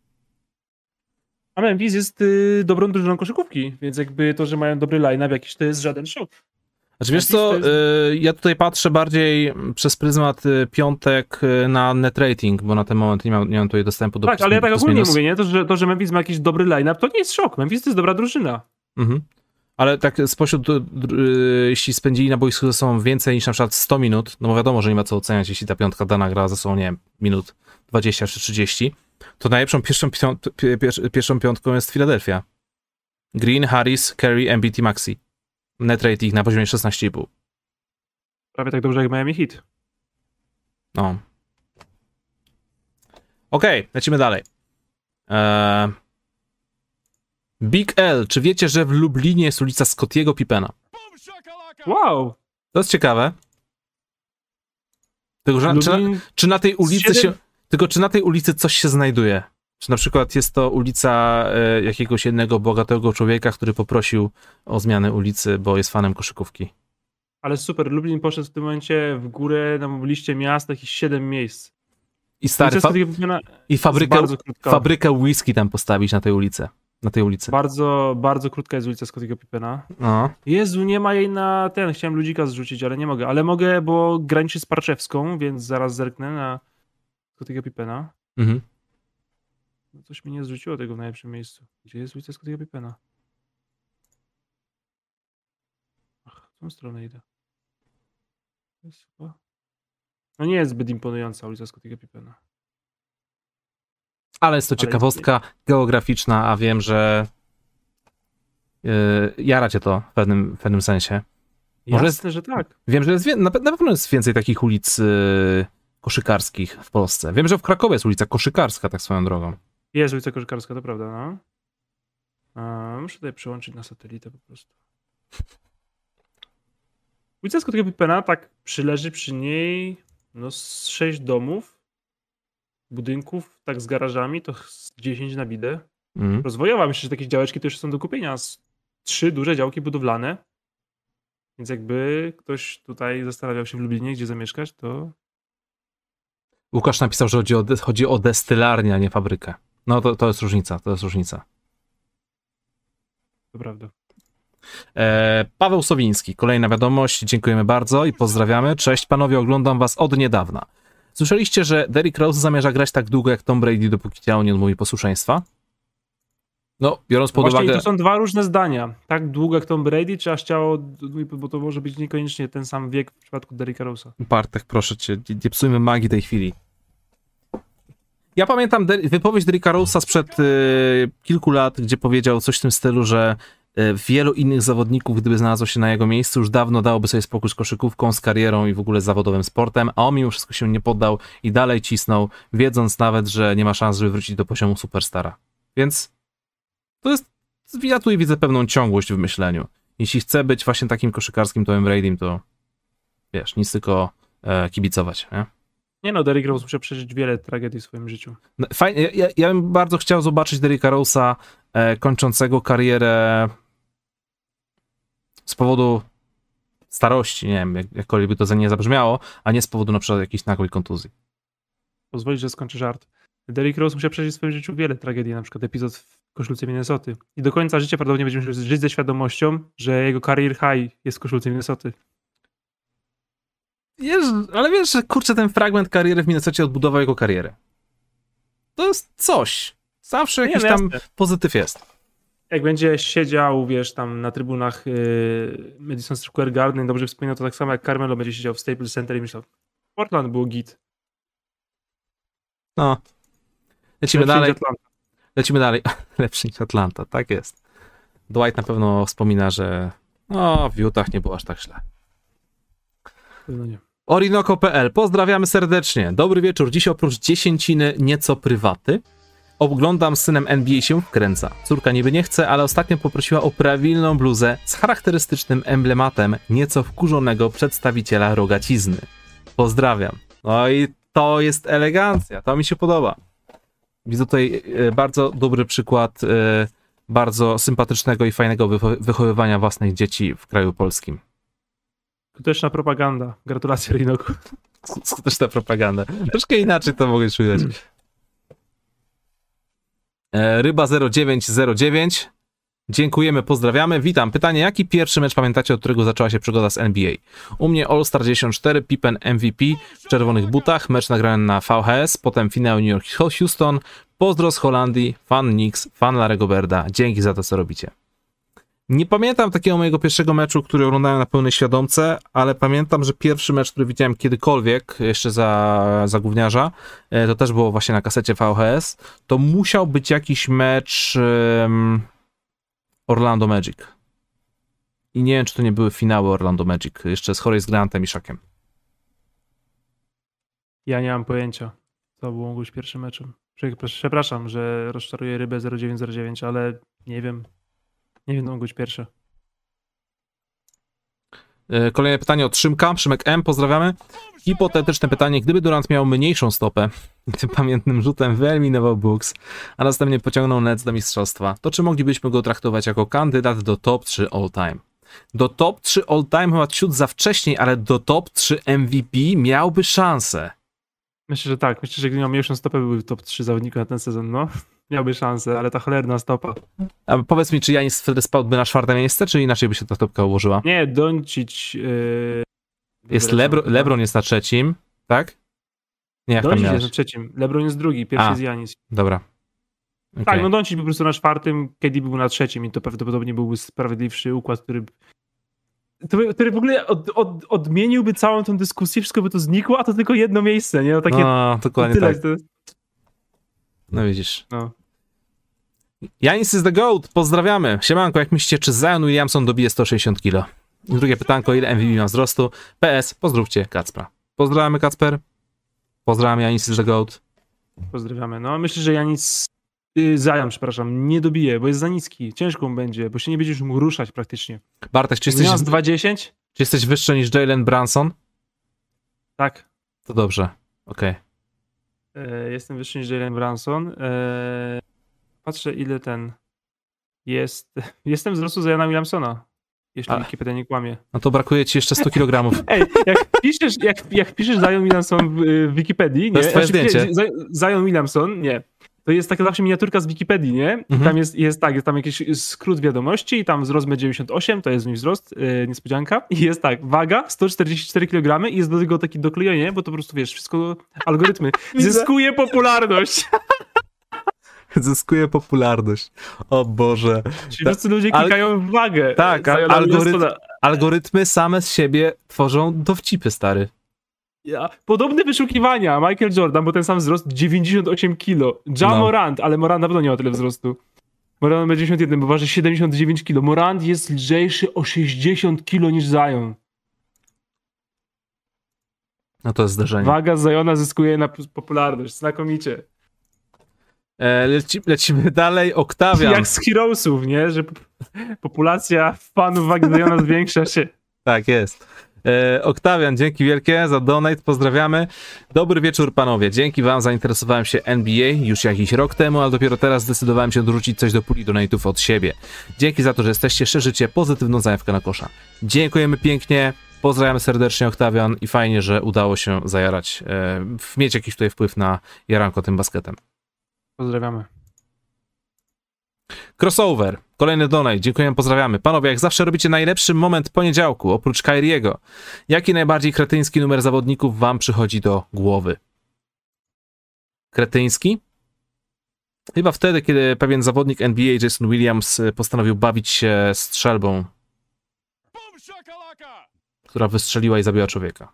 A Memphis jest y, dobrą drużyną koszykówki, więc jakby to, że mają dobry line-up jakiś, to jest żaden szok. Znaczy wiesz co, jest... y, ja tutaj patrzę bardziej przez pryzmat y, piątek y, na net rating, bo na ten moment nie mam, nie mam tutaj dostępu do Tak, plus, ale ja tak ogólnie minus. mówię, nie? To że, to, że Memphis ma jakiś dobry line-up, to nie jest szok. Memphis to jest dobra drużyna. Mhm. Ale tak spośród, y, jeśli spędzili na boisku ze sobą więcej niż na przykład sto minut, no bo wiadomo, że nie ma co oceniać, jeśli ta piątka dana gra ze sobą, nie wiem, minut dwadzieścia czy trzydzieści, to najlepszą pierwszą, piąt, pier, pierwszą piątką jest Philadelphia. Green, Harris, Curry, Embiid i Maxey. Net rating na poziomie szesnaście i pół. Prawie tak dobrze jak Miami Heat. No. Okej, okay, lecimy dalej. Eee... Big L, czy wiecie, że w Lublinie jest ulica Scottiego Pippena? Wow! To jest ciekawe. Tylko, że, czy, na, czy na tej ulicy się, tylko czy na tej ulicy coś się znajduje? Czy na przykład jest to ulica e, jakiegoś jednego bogatego człowieka, który poprosił o zmianę ulicy, bo jest fanem koszykówki? Ale super, Lublin poszedł w tym momencie w górę na liście miast, jakieś siedem miejsc. I stary, fa i fabrykę, fabrykę whisky tam postawić na tej ulicy. Na tej ulicy. Bardzo, bardzo krótka jest ulica Scottiego Pippena. No. Jezu, nie ma jej na ten, chciałem ludzika zrzucić, ale nie mogę. Ale mogę, bo graniczy z Parczewską, więc zaraz zerknę na Scottiego Pippena. Mhm. No coś mi nie zrzuciło tego w najlepszym miejscu. Gdzie jest ulica Scottiego Pippena? Ach, w tą stronę idę. Jest chyba... No nie jest zbyt imponująca ulica Scottiego Pippena. Ale jest to ciekawostka jest... geograficzna, a wiem, że yy, jara cię to w pewnym, w pewnym sensie. Może Jasne, jest... że tak. Wiem, że jest, na, na pewno jest więcej takich ulic yy, koszykarskich w Polsce. Wiem, że w Krakowie jest ulica Koszykarska, tak swoją drogą. Jest ulica Koszykarska, to prawda, no. A, muszę tutaj przełączyć na satelitę po prostu. Ulica Scottiego Pippena, tak przyleży przy niej no z sześć domów, budynków, tak z garażami, to z dziesięć na bidę. Mhm. rozwojowa. Myślę, że takie działeczki to już są do kupienia. Z trzy duże działki budowlane. Więc jakby ktoś tutaj zastanawiał się w Lublinie, gdzie zamieszkać, to... Łukasz napisał, że chodzi o, de- chodzi o destylarnię, a nie fabrykę. No to, to jest różnica, to jest różnica. To prawda. E, Paweł Sowiński, kolejna wiadomość, dziękujemy bardzo i pozdrawiamy. Cześć panowie, oglądam was od niedawna. Słyszeliście, że Derrick Rose zamierza grać tak długo jak Tom Brady, dopóki ciało nie odmówi posłuszeństwa? No, biorąc pod Właśnie uwagę... to są dwa różne zdania. Tak długo jak Tom Brady, czy aż ciało, bo to może być niekoniecznie ten sam wiek w przypadku Derricka Rose'a. Bartek, proszę cię, nie, nie psujmy magii tej chwili. Ja pamiętam Der- wypowiedź Derricka Rose'a sprzed y, kilku lat, gdzie powiedział coś w tym stylu, że y, wielu innych zawodników, gdyby znalazło się na jego miejscu, już dawno dałoby sobie spokój z koszykówką, z karierą i w ogóle z zawodowym sportem, a on mimo wszystko się nie poddał i dalej cisnął, wiedząc nawet, że nie ma szans, żeby wrócić do poziomu superstara. Więc to jest, ja tu widzę pewną ciągłość w myśleniu. Jeśli chce być właśnie takim koszykarskim Tomem Bradym, to wiesz, nic tylko e, kibicować, nie? Nie no, Derrick Rose musiał przeżyć wiele tragedii w swoim życiu. No, fajnie, ja, ja bym bardzo chciał zobaczyć Derricka Rose'a e, kończącego karierę z powodu starości, nie wiem, jak, jakkolwiek by to za nie zabrzmiało, a nie z powodu na przykład jakiejś nagłej kontuzji. Pozwolić, że skończy żart. Derrick Rose musiał przeżyć w swoim życiu wiele tragedii, na przykład epizod w koszulce Minnesoty. I do końca życia prawdopodobnie będzie musiał żyć ze świadomością, że jego career high jest w koszulce Minnesoty. Wiesz, ale wiesz, że kurczę, ten fragment kariery w Minnesocie odbudował jego karierę. To jest coś. Zawsze Nie, jakiś no tam jasne. pozytyw jest. Jak będzie siedział, wiesz, tam na trybunach yy, Madison Square Garden, dobrze wspominał, to tak samo jak Carmelo będzie siedział w Staples Center i myślał, Portland było git. No. Lecimy Lepszy niż dalej. Atlanta. Lecimy dalej. Lepszy niż Atlanta, tak jest. Dwight na pewno wspomina, że no, w Utah nie było aż tak źle. No nie. Orinoco kropka p l. Pozdrawiamy serdecznie. Dobry wieczór. Dziś oprócz dziesięciny nieco prywaty. Oglądam z synem N B A się wkręca. Córka niby nie chce, ale ostatnio poprosiła o prawilną bluzę z charakterystycznym emblematem nieco wkurzonego przedstawiciela rogacizny. Pozdrawiam. No i to jest elegancja. To mi się podoba. Widzę tutaj e, bardzo dobry przykład e, bardzo sympatycznego i fajnego wycho- wychowywania własnych dzieci w kraju polskim. Skuteczna propaganda. Gratulacje, Rinoku. Skuteczna propaganda. Troszkę inaczej to mogę czuć. E, Ryba zero dziewięć zero dziewięć. Dziękujemy, pozdrawiamy. Witam. Pytanie, jaki pierwszy mecz pamiętacie, od którego zaczęła się przygoda z N B A? U mnie All-Star dziewięćdziesiąt cztery, Pippen M V P w czerwonych butach, mecz nagrany na V H S, potem finał New York Houston, pozdro z Holandii, fan Knicks, fan Larry'ego Birda. Dzięki za to, co robicie. Nie pamiętam takiego mojego pierwszego meczu, który oglądałem na pełnej świadomce, ale pamiętam, że pierwszy mecz, który widziałem kiedykolwiek, jeszcze za, za gówniarza, e, to też było właśnie na kasecie V H S, to musiał być jakiś mecz um, Orlando Magic. I nie wiem, czy to nie były finały Orlando Magic, jeszcze z Horace Grantem i Shaquem. Ja nie mam pojęcia, co było mogło być pierwszym meczem. Przepraszam, że rozczaruję Rybę zero dziewięć zero dziewięć, ale nie wiem. Nie wiem, co mogło być pierwsze. Kolejne pytanie od Szymka, Szymek M, pozdrawiamy. Hipotetyczne pytanie, gdyby Durant miał mniejszą stopę, tym pamiętnym rzutem wyeliminował Bucks, a następnie pociągnął Nets do mistrzostwa, to czy moglibyśmy go traktować jako kandydat do top trzy all time? Do top trzy all time chyba ciut za wcześniej, ale do top trzy M V P miałby szansę. Myślę, że tak. Myślę, że gdy miał mniejszą stopę, byłby top trzy zawodników na ten sezon, no. Miałby szansę, ale ta cholerna stopa. A powiedz mi, czy Janis wtedy spadłby na czwarte miejsce, czy inaczej by się ta topka ułożyła? Nie, Doncic... Yy... Jest Lebro, LeBron jest na trzecim, tak? Nie, jak tam Doncic miałeś? jest na trzecim, LeBron jest drugi, pierwszy A, jest Janis. Dobra. Okay. Tak, no Doncic był po prostu na czwartym, K D był na trzecim i to prawdopodobnie byłby sprawiedliwszy układ, który... który w ogóle od, od, odmieniłby całą tą dyskusję, wszystko by to znikło, a to tylko jedno miejsce, nie? No takie... No, dokładnie tyle, tak. to... No widzisz. No. Janis is the GOAT, pozdrawiamy. Siemanko, jak myślicie, czy Zion Williamson dobije sto sześćdziesiąt kilo? I drugie pytanko, ile M V P ma wzrostu? P S, pozdrówcie Kacpra. Pozdrawiamy Kacper. Pozdrawiam, Janis is the GOAT. Pozdrawiamy. No myślę, że Janis... Yy, Zion, przepraszam, nie dobije, bo jest za niski. Ciężko mu będzie, bo się nie będziesz mógł ruszać praktycznie. Bartek, czy jesteś, dwa dziesięć? czy jesteś wyższy niż Jalen Brunson? Tak. To dobrze, okej. E, jestem wyższy niż Jalen Brunson. E, patrzę ile ten jest. Jestem wzrostu Ziona Williamsona. Jeśli A. Wikipedia nie kłamie. No to brakuje ci jeszcze sto kilogramów. Ej, jak piszesz, jak, jak piszesz Zion Williamson w, w Wikipedii, nie? To jest twoje Znaczy, zdjęcie. Z- Zion Williamson, nie. To jest taka zawsze miniaturka z Wikipedii, nie? I Mhm. tam jest, jest tak, jest tam jakiś skrót wiadomości i tam wzrost metr dziewięćdziesiąt osiem, to jest mój wzrost, yy, niespodzianka. I jest tak, waga sto czterdzieści cztery kilogramy i jest do tego takie doklejenie, bo to po prostu, wiesz, wszystko algorytmy. Zyskuje popularność. Zyskuje popularność. O Boże. Ci wszyscy ludzie klikają w wagę. Tak, a Ziona algorytm, Williamsona. algorytmy same z siebie tworzą dowcipy, stary. Ja. Podobne wyszukiwania. Michael Jordan, bo ten sam wzrost dziewięćdziesiąt osiem kilo. Ja No. Morant, ale Morant na pewno nie ma tyle wzrostu. Morant ma dziewięćdziesiąt jeden, bo waży siedemdziesiąt dziewięć kilo. Morant jest lżejszy o sześćdziesiąt kilo niż Zion. No to jest zdarzenie. Waga Ziona zyskuje na p- popularność. Znakomicie. E, leci, lecimy dalej. Oktawian. Jak z Heroesów, nie? Że p- populacja fanów wagi Ziona zwiększa się. Tak jest. E, Oktawian, dzięki wielkie za donate, pozdrawiamy. Dobry wieczór panowie, dzięki wam zainteresowałem się N B A już jakiś rok temu, ale dopiero teraz zdecydowałem się dorzucić coś do puli donate'ów od siebie. Dzięki za to, że jesteście, szerzycie pozytywną zajawkę na kosza. Dziękujemy pięknie, pozdrawiamy serdecznie Oktawian i fajnie, że udało się zajarać, e, mieć jakiś tutaj wpływ na jaranko tym basketem. Pozdrawiamy. Crossover, kolejny donate, dziękujemy, pozdrawiamy. Panowie, jak zawsze robicie najlepszy moment poniedziałku, oprócz Kyriego. Jaki najbardziej kretyński numer zawodników wam przychodzi do głowy? Kretyński? Chyba wtedy, kiedy pewien zawodnik N B A, Jason Williams, postanowił bawić się strzelbą, która wystrzeliła i zabiła człowieka.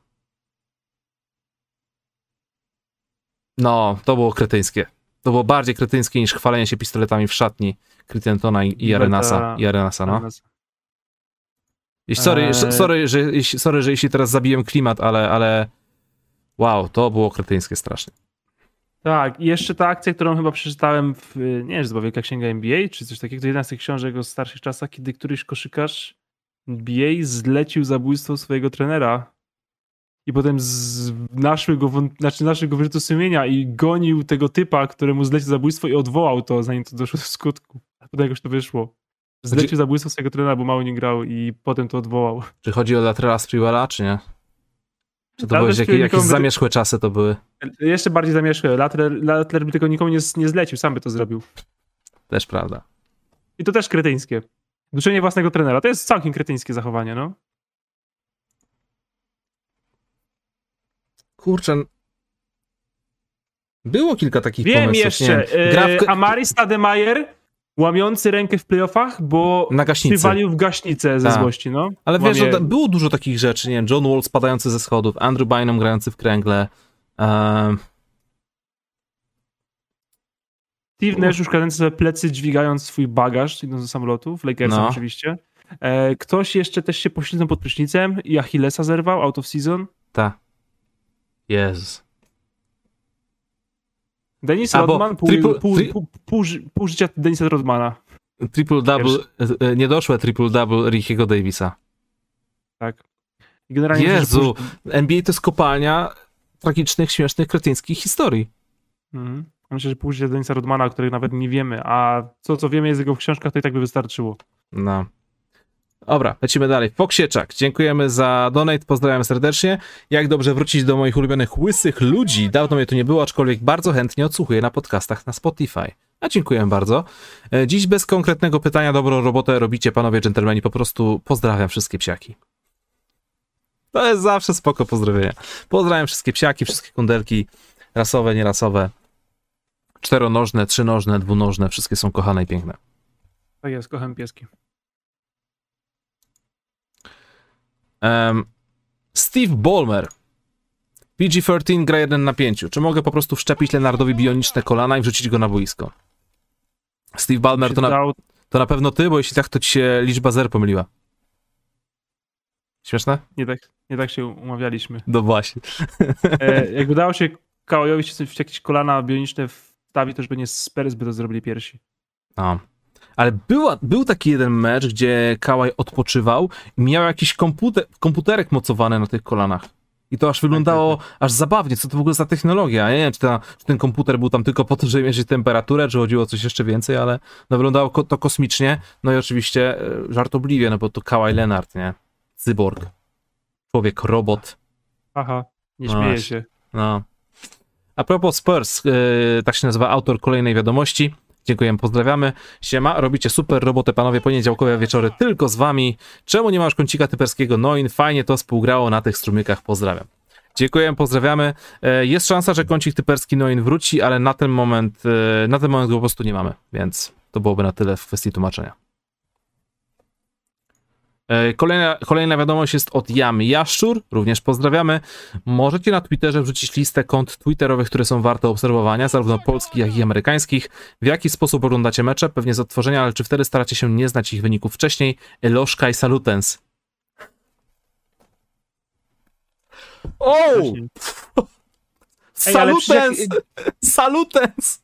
No, to było kretyńskie. To było bardziej kretyńskie niż chwalenie się pistoletami w szatni Crittentona i, i Arenasa. I Arenasa, no. Jeśli, sorry, Eee. sorry, że, jeśli- sorry, że jeśli teraz zabiłem klimat, ale, ale wow, to było kretyńskie strasznie. Tak, i jeszcze ta akcja, którą chyba przeczytałem w, nie wiem, chyba Wielka Księga N B A, czy coś takiego, to jedna z tych książek o starszych czasach, kiedy któryś koszykarz N B A zlecił zabójstwo swojego trenera i potem z, naszły go, wąt- znaczy naszły go wyrzutu sumienia i gonił tego typa, któremu zlecił zabójstwo i odwołał to, zanim to doszło do skutku. Potem jakoś to wyszło. Zlecił zabójstwo swojego trenera, bo mało nie grał i potem to odwołał. Czy chodzi o Latrella Sprewella, czy nie? Czy to Latrell były jakieś, Sprewell jakieś nikomu by- zamierzchłe czasy to były? Jeszcze bardziej zamieszkłe. Latler, Latler by tylko nikomu nie, nie zlecił, sam by to zrobił. Też prawda. I to też kretyńskie. Duszenie własnego trenera. To jest całkiem kretyńskie zachowanie, no. Kurczę. Było kilka takich Wiem pomysłów. jeszcze, nie wiem. Gra w... e, Amari Stoudemire łamiący rękę w playoffach, bo Na gaśnicy. przywalił w gaśnicę ze Tak. złości, no. Ale wiesz, Łamie- że było dużo takich rzeczy, nie wiem, John Wall spadający ze schodów, Andrew Bynum grający w kręgle. Um, Steve Nash już kradący sobie plecy, dźwigając swój bagaż, idąc do samolotu, w Lakersach No. oczywiście. E, ktoś jeszcze też się poślizgnął pod prysznicem i Achillesa zerwał, out of season. ta. Jezus. Dennis Albo Rodman, pół, triple- pół, tri- pół, pół, ży- pół życia Denisa Rodmana. Triple double, e, niedoszłe triple double Rickiego Davisa. Tak. I generalnie myślę, że Jezu, pół- N B A to jest kopalnia tragicznych, śmiesznych, kretyńskich historii. Mhm. Myślę, że pół życia Denisa Rodmana, o których nawet nie wiemy, a to, co wiemy jest jego w książkach, to i tak by wystarczyło. No. Dobra, lecimy dalej. Foksieczak, dziękujemy za donate, pozdrawiam serdecznie. Jak dobrze wrócić do moich ulubionych łysych ludzi. Dawno mnie tu nie było, aczkolwiek bardzo chętnie odsłuchuję na podcastach na Spotify. A dziękuję bardzo. E, Dziś bez konkretnego pytania, dobrą robotę robicie, panowie dżentelmeni, po prostu pozdrawiam wszystkie psiaki. To jest zawsze spoko pozdrowienia. Pozdrawiam wszystkie psiaki, wszystkie kundelki, rasowe, nierasowe, czteronożne, trzynożne, dwunożne, wszystkie są kochane i piękne. Tak jest, kocham pieski. Um, Steve Ballmer. P G trzynaście gra jeden na pięć. Czy mogę po prostu wszczepić Leonardowi bioniczne kolana i wrzucić go na boisko? Steve Ballmer to na, Dał- to na pewno ty, bo jeśli tak, to ci się liczba zer pomyliła. Śmieszne? Nie tak, nie tak się umawialiśmy. No właśnie. E, jak udało się Kałajowi się w jakieś kolana bioniczne wstawić, to już pewnie Spurs by to zrobili pierwsi. No. Ale była, był taki jeden mecz, gdzie Kałaj odpoczywał i miał jakiś komputer, komputerek mocowany na tych kolanach. I to aż wyglądało aż zabawnie, co to w ogóle za technologia. Ja nie wiem, czy, ta, czy ten komputer był tam tylko po to, żeby mierzyć temperaturę, czy chodziło o coś jeszcze więcej, ale no wyglądało ko- to kosmicznie. No i oczywiście e, żartobliwie, no bo to Kawhi Leonard, nie? Cyborg. Człowiek, robot. Aha, nie No śmieję właśnie. się. No. A propos Spurs, e, tak się nazywa autor kolejnej wiadomości. Dziękujemy, pozdrawiamy. Siema, robicie super robotę, panowie, poniedziałkowe wieczory tylko z wami. Czemu nie masz kącika typerskiego Noin? Fajnie to współgrało na tych strumykach, pozdrawiam. Dziękujemy, pozdrawiamy. E, Jest szansa, że kącik typerski Noin wróci, ale na ten moment, e, na ten moment go po prostu nie mamy, więc to byłoby na tyle w kwestii tłumaczenia. E, Kolejna, kolejna wiadomość jest od Jamy Jaszczur, również pozdrawiamy. Możecie na Twitterze wrzucić listę kont twitterowych, które są warte obserwowania, zarówno polskich, jak i amerykańskich. W jaki sposób oglądacie mecze? Pewnie z odtworzenia, ale czy wtedy staracie się nie znać ich wyników wcześniej? Eloszka i salutens. O! Właśnie. Ej, ale Salutens! przecież Salutens!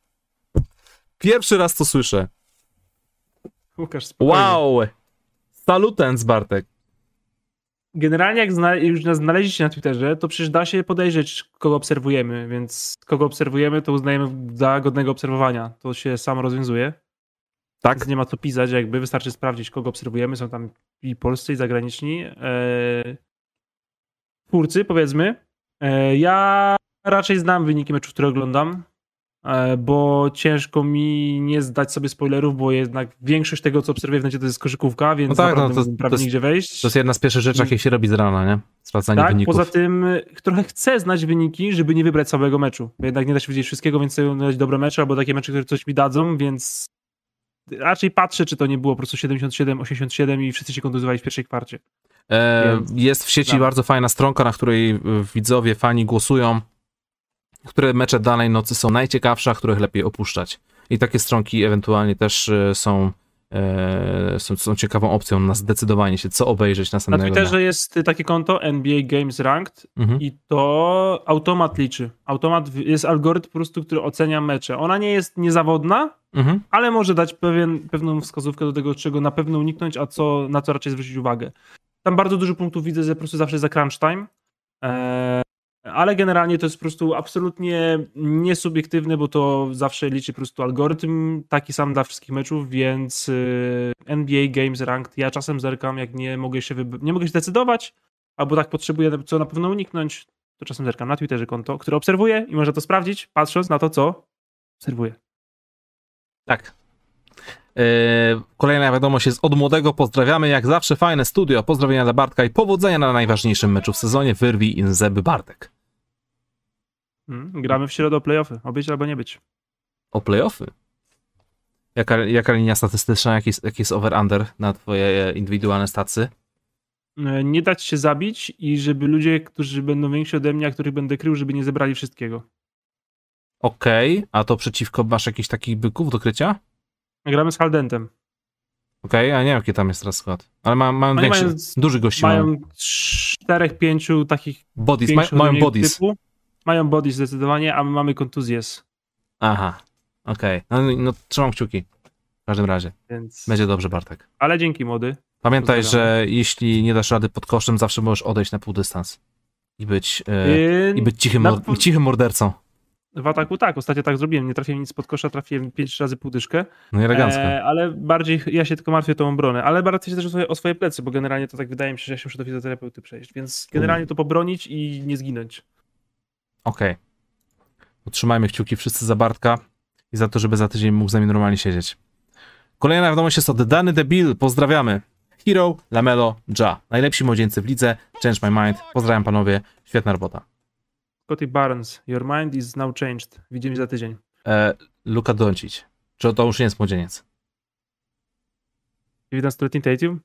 Pierwszy raz to słyszę. Łukasz, spokojnie. Wow! Salutens, Bartek. Generalnie jak zna- już nas znaleźliście na Twitterze, to przecież da się podejrzeć, kogo obserwujemy, więc kogo obserwujemy, to uznajemy za godnego obserwowania. To się samo rozwiązuje. Tak? Więc nie ma co pisać, jakby wystarczy sprawdzić, kogo obserwujemy. Są tam i polscy, i zagraniczni. Eee, twórcy, powiedzmy. Eee, ja raczej znam wyniki meczów, które oglądam, e, bo ciężko mi nie zdać sobie spoilerów, bo jednak większość tego, co obserwuję w necie, to jest koszykówka, więc No tak, naprawdę no to- mógłbym prawie to jest- nigdzie wejść. To jest jedna z pierwszych rzeczy, jakie się robi z rana, nie? Sprawdzanie Tak, wyników. poza tym y, trochę chcę znać wyniki, żeby nie wybrać całego meczu. Bo jednak nie da się widzieć wszystkiego, więc chcę znaleźć dobre mecze albo takie mecze, które coś mi dadzą, więc raczej patrzę, czy to nie było po prostu siedemdziesiąt siedem osiemdziesiąt siedem i wszyscy się kontuzjowali w pierwszej kwarcie. E, Więc- jest w sieci Dobra. bardzo fajna stronka, na której y, widzowie, fani głosują, które mecze danej nocy są najciekawsze, a których lepiej opuszczać. I takie stronki ewentualnie też y, są, e, są, są ciekawą opcją na zdecydowanie się, co obejrzeć Na następnego Twitterze dnia. jest takie konto N B A Games Ranked Mhm. i to automat liczy. Automat w- jest algorytm po prostu, który ocenia mecze. Ona nie jest niezawodna, Mhm. ale może dać pewien, pewną wskazówkę do tego, czego na pewno uniknąć, a co, na co raczej zwrócić uwagę. Tam bardzo dużo punktów widzę, że po prostu zawsze za crunch time, e, ale generalnie to jest po prostu absolutnie niesubiektywne, bo to zawsze liczy po prostu algorytm, taki sam dla wszystkich meczów, więc y, N B A Games Ranked, ja czasem zerkam, jak nie mogę się, wyb- nie mogę się zdecydować, albo tak potrzebuję, co na pewno uniknąć, to czasem zerkam na Twitterze konto, które obserwuję i można to sprawdzić, patrząc na to, co obserwuję. Tak. E, kolejna wiadomość jest od młodego. Pozdrawiamy, jak zawsze fajne studio. Pozdrowienia dla Bartka i powodzenia na najważniejszym meczu w sezonie. Wyrwij in zeby, Bartek. Mm, gramy w środę o playoffy, o być albo nie być. O playoffy. Jaka, jaka linia statystyczna, jaki jest, jaki jest over-under na twoje indywidualne stacy? E, Nie dać się zabić i żeby ludzie, którzy będą więksi ode mnie, a których będę krył, żeby nie zebrali wszystkiego. Okej, a to przeciwko masz jakichś takich byków do krycia? Gramy z Haldentem. Okej, a nie wiem, jaki tam jest teraz skład. Ale ma, mają Oni większy, mają- duży gości mają. Mają czterech, pięciu takich Bodies, ma, większych ode mają mnie bodies. typu. Mają bodies zdecydowanie, a my mamy kontuzję, Aha, okej. No, no trzymam kciuki. W każdym razie. więc... Będzie dobrze, Bartek. Ale dzięki, młody. Pamiętaj, Pozdrawiam. że jeśli nie dasz rady pod kosztem, zawsze możesz odejść na pół dystans. I być, e, Yy, i być cichym, na- mor- cichym mordercą. W ataku tak, ostatnio tak zrobiłem. Nie trafiłem nic pod kosza, trafiłem pięć razy półdyszkę. No i elegancko. E, ale bardziej ja się tylko martwię o tą obronę. Ale martwię się też o swoje, o swoje plecy, bo generalnie to tak wydaje mi się, że ja się muszę do fizjoterapeuty przejść. Więc generalnie to pobronić i nie zginąć. Okej. Utrzymajmy kciuki wszyscy za Bartka i za to, żeby za tydzień mógł z nami normalnie siedzieć. Kolejna wiadomość jest od Dany Debil. Pozdrawiamy. Hero, Lamelo, Ja. Najlepsi młodzieńcy w lidze. Change my mind. Pozdrawiam panowie. Świetna robota. Scotty Barnes, your mind is now changed. Widzimy się za tydzień. E, Luka Doncic. Czy to już nie jest młodzieniec? dziewiętnastoletni Tatum?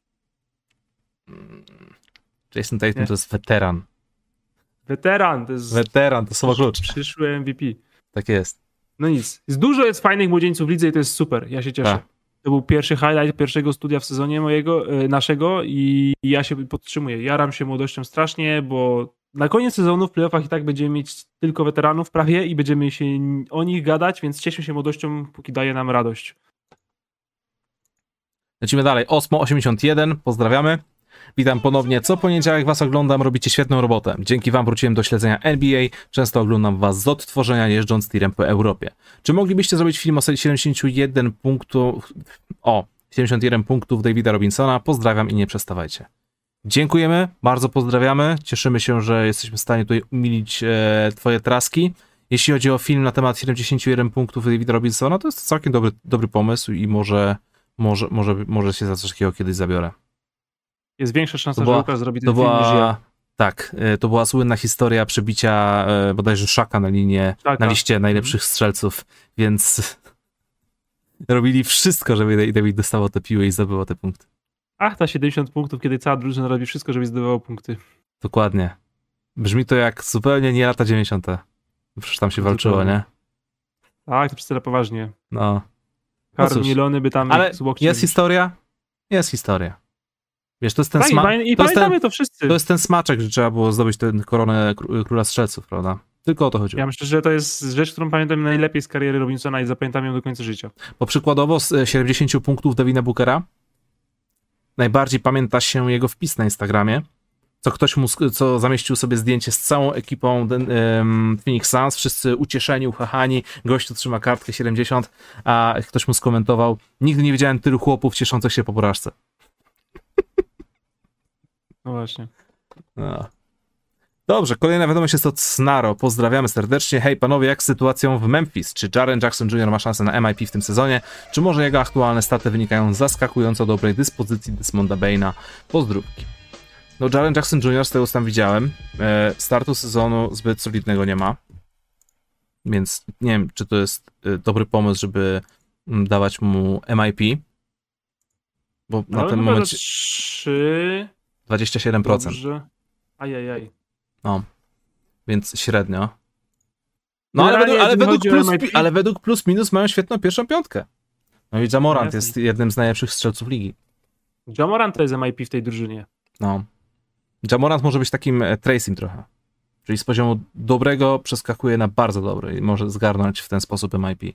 Jason Tatum Nie. to jest weteran. Weteran, to jest Weteran, to słowo klucz. przyszły M V P. Tak jest. No nic. Jest dużo jest fajnych młodzieńców w lidze i to jest super. Ja się cieszę. Tak. To był pierwszy highlight pierwszego studia w sezonie mojego, e, naszego i ja się podtrzymuję. Jaram się młodością strasznie, bo na koniec sezonu w playoffach i tak będziemy mieć tylko weteranów prawie i będziemy się o nich gadać, więc cieszmy się młodością, póki daje nam radość. Lecimy dalej. Osmo osiemdziesiąt jeden. Pozdrawiamy. Witam ponownie, co poniedziałek was oglądam, robicie świetną robotę. Dzięki wam wróciłem do śledzenia N B A, często oglądam was z odtworzenia jeżdżąc tirem po Europie. Czy moglibyście zrobić film o siedemdziesięciu jeden punktów, o siedemdziesięciu jeden punktów Davida Robinsona? Pozdrawiam i nie przestawajcie. Dziękujemy, bardzo pozdrawiamy, cieszymy się, że jesteśmy w stanie tutaj umilić e, twoje traski. Jeśli chodzi o film na temat siedemdziesięciu jeden punktów Davida Robinsona, to jest to całkiem dobry, dobry pomysł i może, może, może, może się za coś takiego kiedyś zabiorę. Jest większa szansa, była, że Łukasz zrobi ten to film była, niż ja. Tak, to była słynna historia przebicia e, bodajże Szaka na linię, Szaka. na liście najlepszych strzelców, więc robili wszystko, żeby David dostawał te piły i zdobywał te punkty. Ach, ta siedemdziesiąt punktów, kiedy cała drużyna robi wszystko, żeby zdobywał punkty. Dokładnie. Brzmi to jak zupełnie nie lata dziewięćdziesiąte. Przecież tam się walczyło, Zupełnie. nie? Tak, to przedstawia poważnie. No. Karl cóż, Milony by tam... Ale z łokciem- jest historia? Jest historia. Wiesz, to jest ten Tak, i smak. pamię- i To jest ten, pamiętamy to wszyscy. to jest ten smaczek, że trzeba było zdobyć tę koronę kró- króla strzelców, prawda? Tylko o to chodziło. Ja myślę, że to jest rzecz, którą pamiętam najlepiej z kariery Robinsona i zapamiętam ją do końca życia. Bo przykładowo z e, siedemdziesięciu punktów Devina Bookera najbardziej pamięta się jego wpis na Instagramie, co ktoś mu, sk- co zamieścił sobie zdjęcie z całą ekipą den- em, Phoenix Suns, wszyscy ucieszeni, uchachani, gościu trzyma kartkę siedemdziesiąt, a ktoś mu skomentował: nigdy nie widziałem tylu chłopów cieszących się po porażce. No właśnie. No. Dobrze, kolejna wiadomość jest od Snaro. Pozdrawiamy serdecznie. Hej panowie, jak z sytuacją w Memphis? Czy Jaren Jackson junior ma szansę na M I P w tym sezonie? Czy może jego aktualne staty wynikają z zaskakująco dobrej dyspozycji Desmonda Bane'a? Pozdrówki. No Jaren Jackson junior, z tego co tam widziałem, e, startu sezonu zbyt solidnego nie ma. Więc nie wiem, czy to jest e, dobry pomysł, żeby m, dawać mu M I P. Bo na Ale tym chyba momencie za trzy... dwadzieścia siedem procent. Dobrze. Ajajaj. No, więc średnio. No ale Generalnie, według, ale, jeżeli według chodzi o plus, M I P ale według plus minus mają świetną pierwszą piątkę. No i Jamorant Jasne. jest jednym z najlepszych strzelców ligi. Ja Morant to jest M I P w tej drużynie. No. Jamorant może być takim e, Tracym trochę. Czyli z poziomu dobrego przeskakuje na bardzo dobry i może zgarnąć w ten sposób M I P.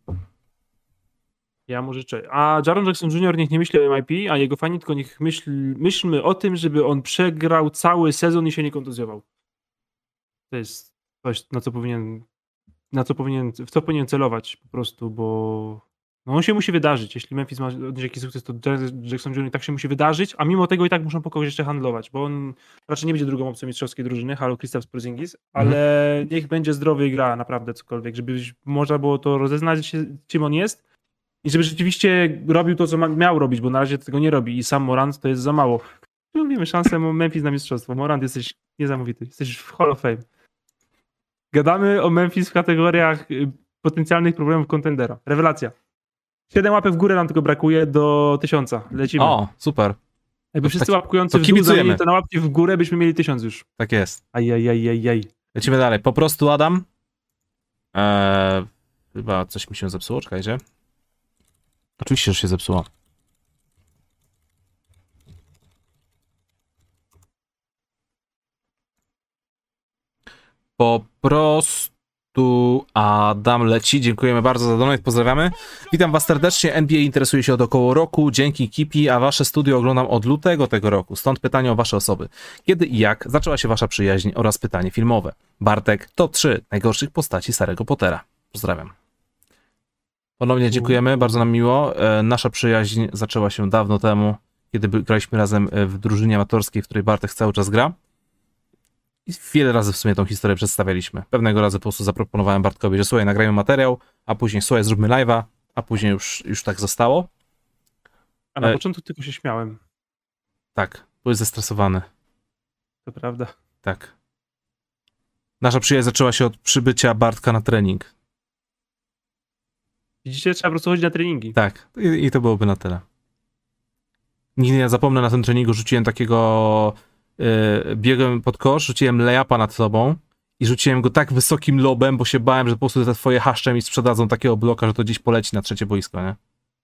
Ja mu życzę. A Jaren Jackson junior niech nie myśli o M I P, a jego fani tylko niech myśl, myślmy o tym, żeby on przegrał cały sezon i się nie kontuzjował. To jest coś, na co powinien, na co powinien, w co powinien celować po prostu, bo no on się musi wydarzyć. Jeśli Memphis ma odnieść jakiś sukces, to Jaren Jackson junior tak się musi wydarzyć, a mimo tego i tak muszą po kogoś jeszcze handlować, bo on raczej nie będzie drugą opcją mistrzowskiej drużyny, halo Kristaps Porzingis, ale niech będzie zdrowy i gra naprawdę cokolwiek, żeby można było to rozeznać się, czym on jest. I żeby rzeczywiście robił to, co ma, miał robić, bo na razie tego nie robi. I sam Morant to jest za mało. Lubimy szansę Memphis na mistrzostwo. Morant, jesteś niesamowity. Jesteś w Hall of Fame. Gadamy o Memphis w kategoriach y, potencjalnych problemów kontendera. Rewelacja. Siedem łapek w górę nam tylko brakuje do tysiąca. Lecimy. O, super. Jakby to wszyscy tak- łapkujący to w dół kibicujemy. zamienili to na łapki w górę, byśmy mieli tysiąc już. Tak jest. Ajajajajaj. Lecimy dalej. Po prostu Adam. Eee, chyba coś mi się zepsuło, czekajcie. Oczywiście, że się zepsuło. Po prostu Adam leci. Dziękujemy bardzo za donate, pozdrawiamy. Witam was serdecznie. N B A interesuje się od około roku. Dzięki Kipi, a wasze studio oglądam od lutego tego roku. Stąd pytanie o wasze osoby. Kiedy i jak zaczęła się wasza przyjaźń oraz pytanie filmowe? Bartek, top trzy najgorszych postaci Starego Pottera. Pozdrawiam. Ponownie dziękujemy, bardzo nam miło. E, nasza przyjaźń zaczęła się dawno temu, kiedy by, graliśmy razem w drużynie amatorskiej, w której Bartek cały czas gra. I wiele razy w sumie tą historię przedstawialiśmy. Pewnego razu po prostu zaproponowałem Bartkowi, że słuchaj, nagrajmy materiał, a później słuchaj, zróbmy live'a, a później już, już tak zostało. A na E- początku tylko się śmiałem. Tak, byłeś zestresowany. To prawda. Tak. Nasza przyjaźń zaczęła się od przybycia Bartka na trening. Widzicie, trzeba po prostu chodzić na treningi. Tak, i, i to byłoby na tyle. Nigdy nie zapomnę, na tym treningu rzuciłem takiego... Yy, biegłem pod kosz, rzuciłem layupa nad sobą i rzuciłem go tak wysokim lobem, bo się bałem, że po prostu te twoje haszcze mi sprzedadzą takiego bloka, że to gdzieś poleci na trzecie boisko, nie?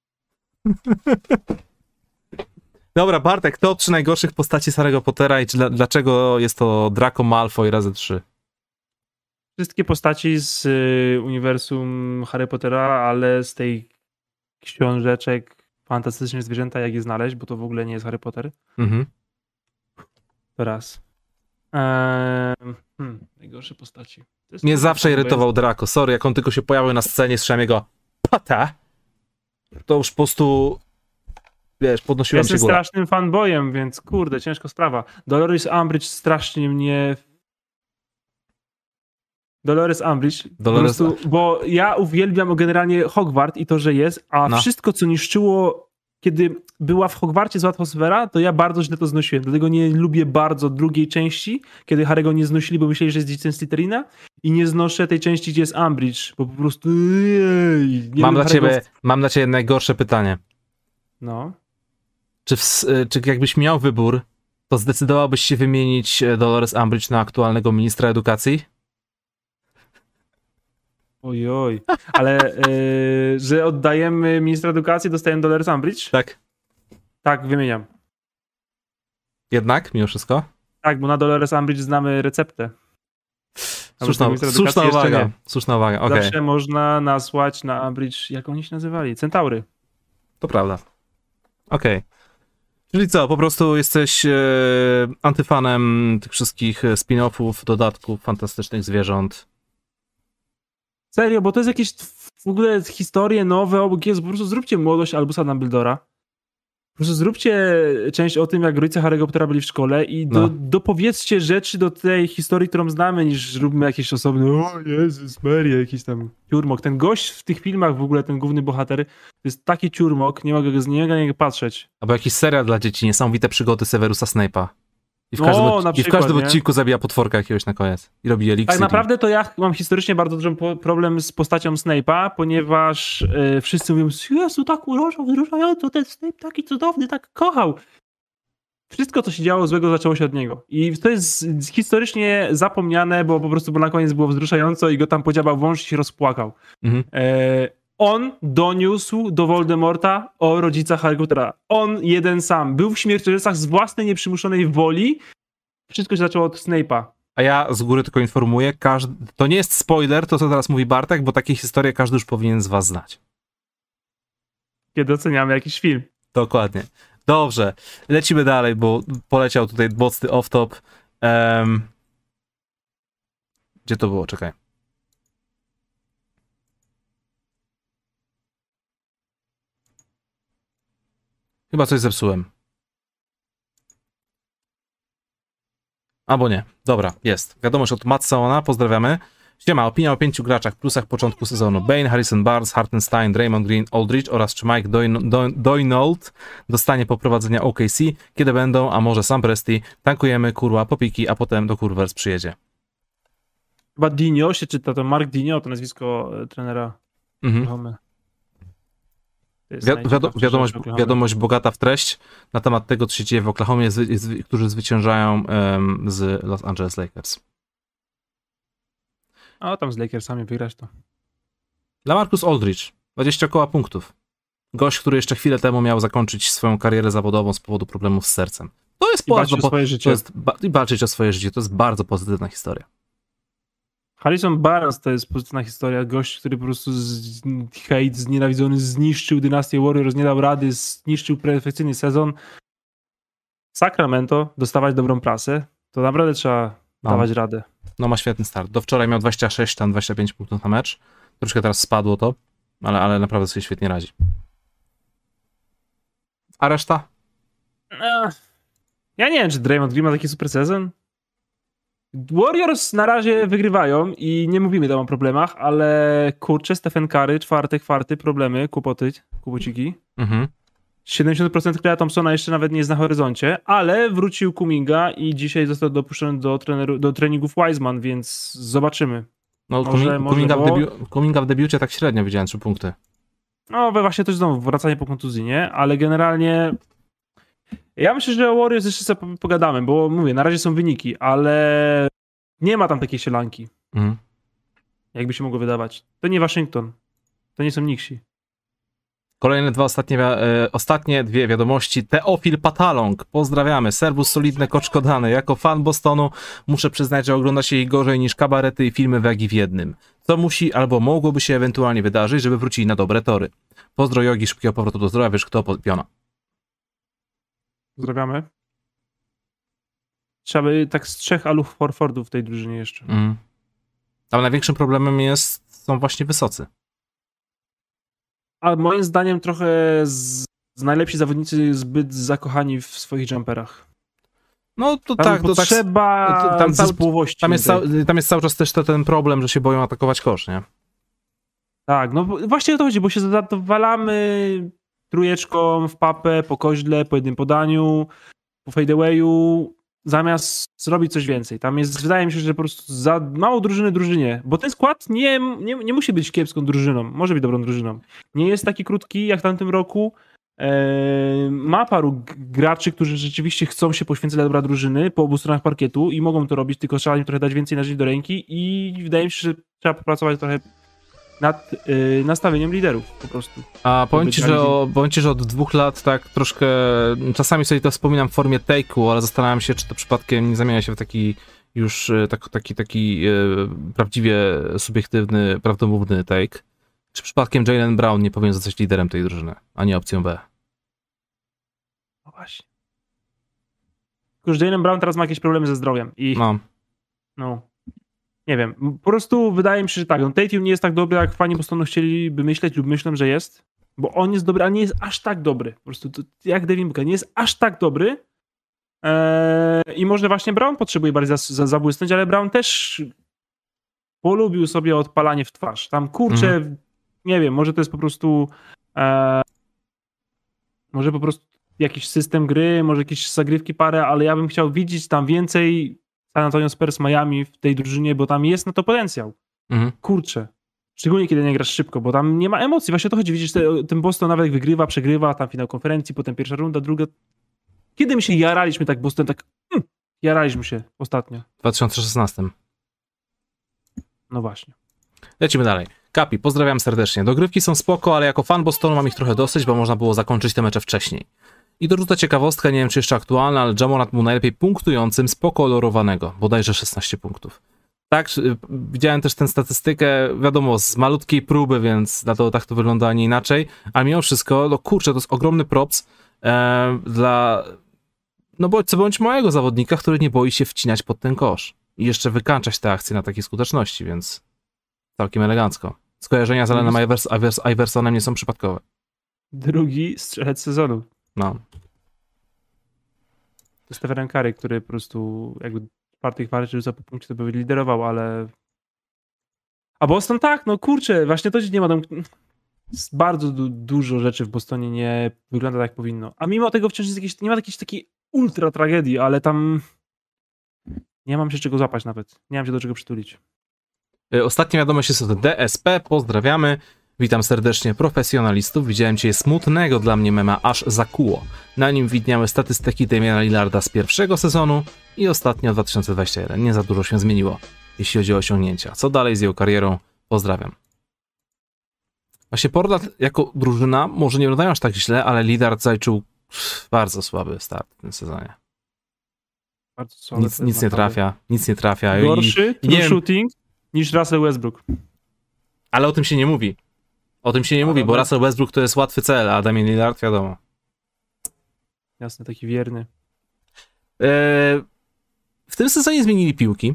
Dobra, Bartek, to trzy najgorszych postaci Starego Pottera i czy, dla, dlaczego jest to Draco Malfoy razy trzy? Wszystkie postaci z y, uniwersum Harry Pottera, ale z tej książeczek Fantastyczne Zwierzęta, jak je znaleźć, bo to w ogóle nie jest Harry Potter. Mhm. Teraz. Eee, hmm, najgorsze postaci. To jest Mnie trudne, zawsze bo irytował Draco. Sorry, jak on tylko się pojawił na scenie, słyszałem jego pata, to już po prostu, wiesz, jest- podnosiłem Jestem się górę. strasznym fanboyem, więc kurde, ciężko sprawa. Dolores Umbridge strasznie mnie... Dolores Umbridge, Dolores- po prostu, bo ja uwielbiam generalnie Hogwart i to, że jest, a No. wszystko, co niszczyło, kiedy była w Hogwarcie zła atmosfera, to ja bardzo źle to znosiłem. Dlatego nie lubię bardzo drugiej części, kiedy Harry'ego nie znosili, bo myśleli, że jest dzieckiem Slytherina, i nie znoszę tej części, gdzie jest Umbridge, bo po prostu... Ej, nie Mam lubię dla ciebie, Harry'ego w- mam dla ciebie najgorsze pytanie. No. Czy, w, s- y, czy jakbyś miał wybór, to zdecydowałbyś się wymienić e, Dolores Umbridge na aktualnego ministra edukacji? Ojoj. Ale, yy, że oddajemy ministra edukacji, dostajemy Dolores Umbridge? Tak. Tak, wymieniam. Jednak, mimo wszystko? Tak, bo na Dolores Umbridge znamy receptę. Słuszna, ministra słuszna edukacji jeszcze uwaga. nie. Słuszna uwaga, okej. Zawsze można nasłać na Umbridge, jak oni się nazywali? Centaury. To prawda. Okej. Czyli co, po prostu jesteś e, antyfanem tych wszystkich e, spin-offów, dodatków, fantastycznych zwierząt. Serio, bo to jest jakieś w ogóle historie nowe, obok jest, po prostu zróbcie młodość Albusa Dumbledora. Po prostu zróbcie część o tym, jak rodzice Harry'ego Pottera byli w szkole i do, No. dopowiedzcie rzeczy do tej historii, którą znamy, niż róbmy jakieś osobne, o Jezus Maria, jakiś tam ciurmok. Ten gość w tych filmach w ogóle, ten główny bohater, to jest taki ciurmok, nie mogę go z niego na niego patrzeć. Albo jakiś serial dla dzieci, niesamowite przygody Severusa Snape'a. I w O, każdym, na odci- i w przykład, każdym nie? odcinku zabija potworka jakiegoś na koniec. I robi eliksir. Tak naprawdę to ja mam historycznie bardzo duży po- problem z postacią Snape'a, ponieważ e, wszyscy mówią, Jezu, tak uroczą, wzruszająco, ten Snape taki cudowny, tak kochał. Wszystko, co się działo złego, zaczęło się od niego. I to jest historycznie zapomniane, bo po prostu bo na koniec było wzruszająco i go tam podziałał wąż i się rozpłakał. Mhm. E, on doniósł do Voldemorta o rodzicach Harry Pottera. On jeden sam. Był w śmierciorysach z własnej nieprzymuszonej woli. Wszystko się zaczęło od Snape'a. A ja z góry tylko informuję, każdy, to nie jest spoiler, to co teraz mówi Bartek, bo takie historie każdy już powinien z was znać. Kiedy oceniamy jakiś film. Dokładnie. Dobrze, lecimy dalej, bo poleciał tutaj mocny off-top. Um, gdzie to było? Czekaj. Chyba coś zepsułem. Albo nie. Dobra, jest. Wiadomość od Matt Saona, pozdrawiamy. Siema, opinia o pięciu graczach, plusach początku sezonu. Bane, Harrison Barnes, Hartenstein, Draymond Green, Aldridge oraz czy Mike Doyn- Doyn- Doynold dostanie poprowadzenia O K C, kiedy będą, a może Sam Presti, tankujemy, kurwa, popiki, a potem do Kurwers przyjedzie. Chyba Dinio się czyta, to Mark Dinio, to nazwisko e, trenera Mhm. Oklahomy. To jest Wi- najciekawsza wiado- wiadomość, rzecz Oklahomy. wiadomość bogata w treść na temat tego, co się dzieje w Oklahomie, zwy- zwy- którzy zwyciężają em, z Los Angeles Lakers. A tam z Lakersami wygrać to. Dla Marcus Aldridge, dwadzieścia koła punktów. Gość, który jeszcze chwilę temu miał zakończyć swoją karierę zawodową z powodu problemów z sercem. To jest I walczyć bardzo o swoje po- życie. to jest ba- i walczyć o swoje życie. To jest bardzo pozytywna historia. Harrison Barnes to jest pozytywna historia. Gość, który po prostu z, hejt znienawidzony zniszczył dynastię Warriors, nie dał rady, zniszczył perfekcyjny sezon. Sacramento, dostawać dobrą prasę, to naprawdę trzeba No. dawać radę. No ma świetny start. Do wczoraj miał dwadzieścia sześć, tam dwadzieścia pięć punktów na mecz. Troszkę teraz spadło to, ale, ale naprawdę sobie świetnie radzi. A reszta? Ech. Ja nie wiem, czy Draymond Green ma taki super sezon. Warriors na razie wygrywają i nie mówimy tam o problemach, ale kurczę, Stephen Curry, czwarty, czwarty, problemy, kłopoty, kłopociki. Mhm. siedemdziesiąt procent Claya Thompsona jeszcze nawet nie jest na horyzoncie, ale wrócił Kuminga i dzisiaj został dopuszczony do, treneru, do treningów Wiseman, więc zobaczymy. No, Może- Kumin- może, Kuminga, bo- w debiu- Kuminga w debiucie tak średnio widziałem trzy punkty. No, we właśnie to znowu wracanie po kontuzji, nie? Ale generalnie ja myślę, że o Warriors jeszcze sobie pogadamy, bo mówię, na razie są wyniki, ale nie ma tam takiej sielanki, Mhm. jakby się mogło wydawać. To nie Waszyngton, to nie są Nixi. Kolejne dwa ostatnie, wi- e, ostatnie dwie wiadomości. Teofil Patalong, pozdrawiamy. Serwus solidne koczkodane. Jako fan Bostonu muszę przyznać, że ogląda się ich gorzej niż kabarety i filmy wagi w jednym. Co musi albo mogłoby się ewentualnie wydarzyć, żeby wrócili na dobre tory. Pozdro Jogi, szybkiego powrotu do zdrowia, wiesz kto, piona. Pozdrawiamy. trzeba by tak z trzech Alu Horfordów w tej drużynie jeszcze. Mm. Ale największym problemem jest, są właśnie wysocy. A moim zdaniem trochę z, z najlepsi zawodnicy zbyt zakochani w swoich jumperach. No to Tam tak, to tak. potrzeba to- tam cały- zespołowości. Tam jest, tutaj. cał, tam jest cały czas też to, ten problem, że się boją atakować kosz, nie? Tak, no bo- właśnie o to chodzi, bo się zadowalamy trójeczką w papę, po koźle, po jednym podaniu, po fadeawayu, zamiast zrobić coś więcej. Tam jest, wydaje mi się, że po prostu za mało drużyny drużynie, bo ten skład nie, nie, nie musi być kiepską drużyną, może być dobrą drużyną. Nie jest taki krótki jak w tamtym roku. Eee, ma paru g- graczy, którzy rzeczywiście chcą się poświęcać dla dobra drużyny po obu stronach parkietu i mogą to robić, tylko trzeba im trochę dać więcej narzędzi do ręki i wydaje mi się, że trzeba popracować trochę nad y, nastawieniem liderów po prostu. A powiem ci, grali- że, o, powiem ci, że od dwóch lat tak troszkę, czasami sobie to wspominam w formie take'u, ale zastanawiam się, czy to przypadkiem nie zamienia się w taki już e, tak, taki, taki e, prawdziwie subiektywny, prawdomówny take. Czy przypadkiem Jaylen Brown nie powinien zostać liderem tej drużyny, a nie opcją B? No właśnie. Tylko, że Jaylen Brown teraz ma jakieś problemy ze zdrowiem i No. no, nie wiem, po prostu wydaje mi się, że tak, no Tatum nie jest tak dobry, jak fani Bostonu chcieliby myśleć lub myślą, że jest, bo on jest dobry, ale nie jest aż tak dobry. Po prostu to, jak Devin Booker, nie jest aż tak dobry eee, i może właśnie Brown potrzebuje bardziej za, za, zabłysnąć, ale Brown też polubił sobie odpalanie w twarz. Tam kurczę, nie wiem, może to jest po prostu eee, może po prostu jakiś system gry, może jakieś zagrywki parę, ale ja bym chciał widzieć tam więcej San Antonio Spurs Miami w tej drużynie, bo tam jest na to potencjał. Mhm. Kurczę. Szczególnie kiedy nie grasz szybko, bo tam nie ma emocji. Właśnie o to chodzi. Widzisz, te, ten Boston nawet jak wygrywa, przegrywa, tam finał konferencji, potem pierwsza runda, druga. Kiedy my się jaraliśmy tak Boston, tak hmm, jaraliśmy się ostatnio. W dwa tysiące szesnastym. No właśnie. Lecimy dalej. Kapi, pozdrawiam serdecznie. Dogrywki są spoko, ale jako fan Bostonu mam ich trochę dosyć, bo można było zakończyć te mecze wcześniej. I dorzucę ciekawostkę, nie wiem czy jeszcze aktualna, ale Ja Morant był najlepiej punktującym z pokolorowanego, bodajże szesnaście punktów. Tak, y, widziałem też tę statystykę, wiadomo, z malutkiej próby, więc dlatego tak to wygląda, a nie inaczej, ale mimo wszystko, no kurczę, to jest ogromny props e, dla, no bądź co bądź małego zawodnika, który nie boi się wcinać pod ten kosz i jeszcze wykańczać te akcje na takiej skuteczności, więc całkiem elegancko. Skojarzenia z Allenem Ivers, Ivers, Iversonem nie są przypadkowe. Drugi strzelec sezonu. No. To Stephen Curry, który po prostu jakby w czwartych walczy rzuca po punkcie, to by liderował, ale... A Boston tak, no kurczę, właśnie to nie ma tam... Jest bardzo du- dużo rzeczy w Bostonie nie wygląda tak jak powinno. A mimo tego wciąż jest jakieś, nie ma jakiejś takiej ultra tragedii, ale tam nie mam się czego złapać nawet. Nie mam się do czego przytulić. Y, Ostatnia wiadomość jest od D S P, pozdrawiamy. Witam serdecznie profesjonalistów. Widziałem cię smutnego dla mnie mema aż zakuło. Na nim widniały statystyki Damiana Lillarda z pierwszego sezonu i ostatnio dwa tysiące dwudziesty pierwszy. Nie za dużo się zmieniło, jeśli chodzi o osiągnięcia. Co dalej z jego karierą? Pozdrawiam. Właśnie Portland jako drużyna może nie wyglądają aż tak źle, ale Lillard zaliczył bardzo słaby start w tym sezonie. Bardzo słabe, Nic, to nic jest nie naprawdę trafia, nic nie trafia. I, Gorszy i nie true wiem, shooting niż Russell Westbrook. ale o tym się nie mówi. O tym się nie A, mówi, bo dobra. Russell Westbrook to jest łatwy cel, a Damian Lillard wiadomo. Jasne, taki wierny. Eee, w tym sezonie zmienili piłki.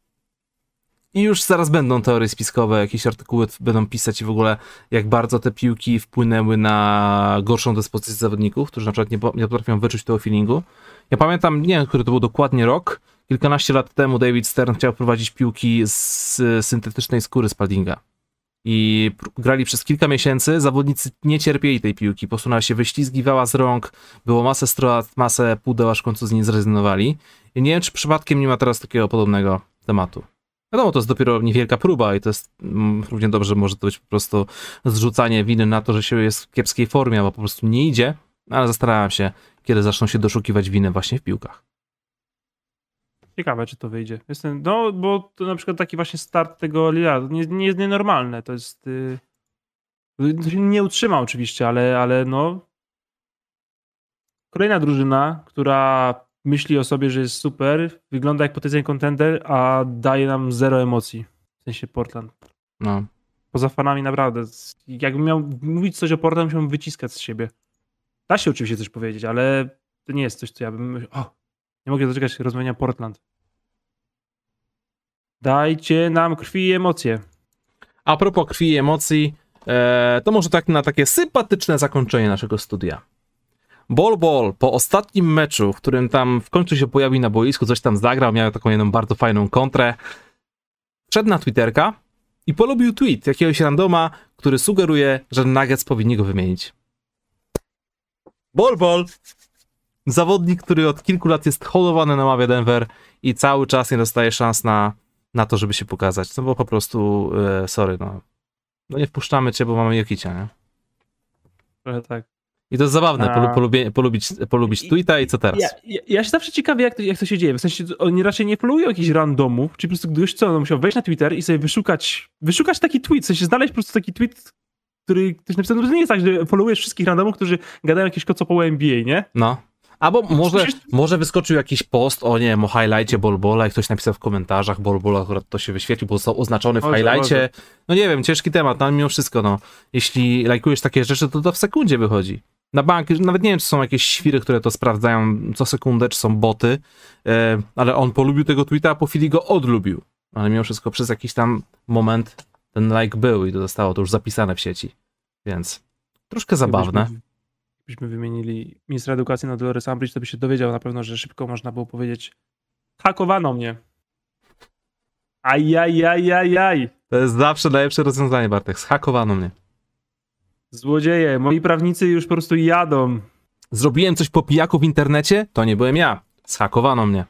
I już zaraz będą teorie spiskowe, jakieś artykuły będą pisać i w ogóle jak bardzo te piłki wpłynęły na gorszą dyspozycję zawodników, którzy na przykład nie, po- nie potrafią wyczuć tego feelingu. Ja pamiętam, nie wiem, który to był dokładnie rok, kilkanaście lat temu David Stern chciał prowadzić piłki z syntetycznej skóry Spaldinga. I pr- grali przez kilka miesięcy, zawodnicy nie cierpieli tej piłki, po prostu ona się wyślizgiwała z rąk, było masę strat, masę pudeł, aż w końcu z niej zrezygnowali. I nie wiem, czy przypadkiem nie ma teraz takiego podobnego tematu. Wiadomo, to jest dopiero niewielka próba i to jest mm, równie dobrze może to być po prostu zrzucanie winy na to, że się jest w kiepskiej formie, albo po prostu nie idzie, ale zastanawiam się, kiedy zaczną się doszukiwać winy właśnie w piłkach. Ciekawe, czy to wyjdzie. Jestem, no, bo to na przykład taki właśnie start tego Lillarda nie, nie jest nienormalne. To jest... Yy... To się nie utrzyma oczywiście, ale, ale no... Kolejna drużyna, która myśli o sobie, że jest super, wygląda jak potencjalny contender, a daje nam zero emocji. W sensie Portland. No. Poza fanami naprawdę. Jakbym miał mówić coś o Portland, musiałbym wyciskać z siebie. Da się oczywiście coś powiedzieć, ale to nie jest coś, co ja bym myślał, o, Nie mogę doczekać rozmawiania Portland. Dajcie nam krwi i emocje. A propos krwi i emocji, e, to może tak na takie sympatyczne zakończenie naszego studia. Bol Bol po ostatnim meczu, w którym tam w końcu się pojawił na boisku, coś tam zagrał, miał taką jedną bardzo fajną kontrę, wszedł na Twitterka i polubił tweet jakiegoś randoma, który sugeruje, że Nuggets powinni go wymienić. Bol Bol! Zawodnik, który od kilku lat jest hołdowany na ławie Denver i cały czas nie dostaje szans na, na to, żeby się pokazać. No bo po prostu, e, sorry, no. No nie wpuszczamy cię, bo mamy Jokicia, nie? Trochę tak. I to jest zabawne, A... polu, polubie, polubić, polubić tweeta i co teraz? Ja, ja, ja się zawsze ciekawię, jak to, jak to się dzieje. W sensie oni raczej nie followują jakichś randomów, czy po prostu ktoś co, on musiał wejść na Twitter i sobie wyszukać, wyszukać taki tweet, w sensie znaleźć po prostu taki tweet, który ktoś napisał. No to nie jest tak, że followujesz wszystkich randomów, którzy gadają jakieś kocopołe N B A, nie? No. Albo może, może wyskoczył jakiś post o nie wiem, o highlightie Bol Bola i ktoś napisał w komentarzach Bol Bola, akurat to się wyświetlił, bo został oznaczony w Może, highlightie. może. No nie wiem, ciężki temat, no ale mimo wszystko, no. Jeśli lajkujesz takie rzeczy, to to w sekundzie wychodzi. Na bank, nawet nie wiem, czy są jakieś świry, które to sprawdzają co sekundę, czy są boty, e, ale on polubił tego tweeta, a po chwili go odlubił. Ale mimo wszystko przez jakiś tam moment ten like był i to zostało to już zapisane w sieci. Więc troszkę zabawne. Jakbyśmy, jakbyśmy wymienili ministra edukacji na Dolores Umbridge, to by się dowiedział na pewno, że szybko można było powiedzieć: hakowano mnie. Ajajajajaj. To jest zawsze najlepsze rozwiązanie, Bartek. Zhakowano mnie. Złodzieje, moi prawnicy już po prostu jadą. Zrobiłem coś po pijaku w internecie? To nie byłem ja. Zhakowano mnie.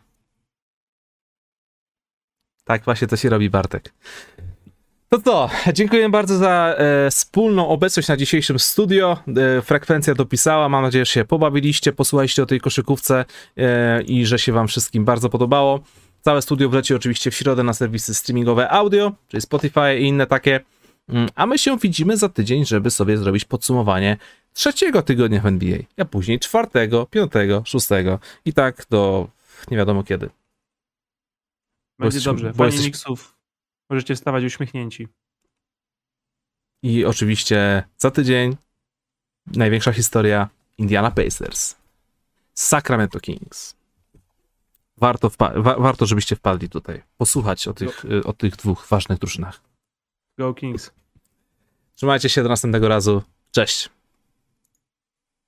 Tak właśnie to się robi, Bartek. To co, dziękuję bardzo za e, wspólną obecność na dzisiejszym studio. E, frekwencja dopisała, mam nadzieję, że się pobawiliście, posłuchaliście o tej koszykówce e, i że się wam wszystkim bardzo podobało. Całe studio wleci oczywiście w środę na serwisy streamingowe audio, czyli Spotify i inne takie. A my się widzimy za tydzień, żeby sobie zrobić podsumowanie trzeciego tygodnia w N B A, a później czwartego, piątego, szóstego i tak do nie wiadomo kiedy. Będzie jesteś- dobrze. bo Fani jesteś- Knicksów. Możecie wstawać uśmiechnięci. I oczywiście za tydzień największa historia Indiana Pacers, Sacramento Kings. Warto, wpa- wa- warto żebyście wpadli tutaj, posłuchać o tych, y, o tych dwóch ważnych drużynach. Go Kings. Trzymajcie się do następnego razu. Cześć!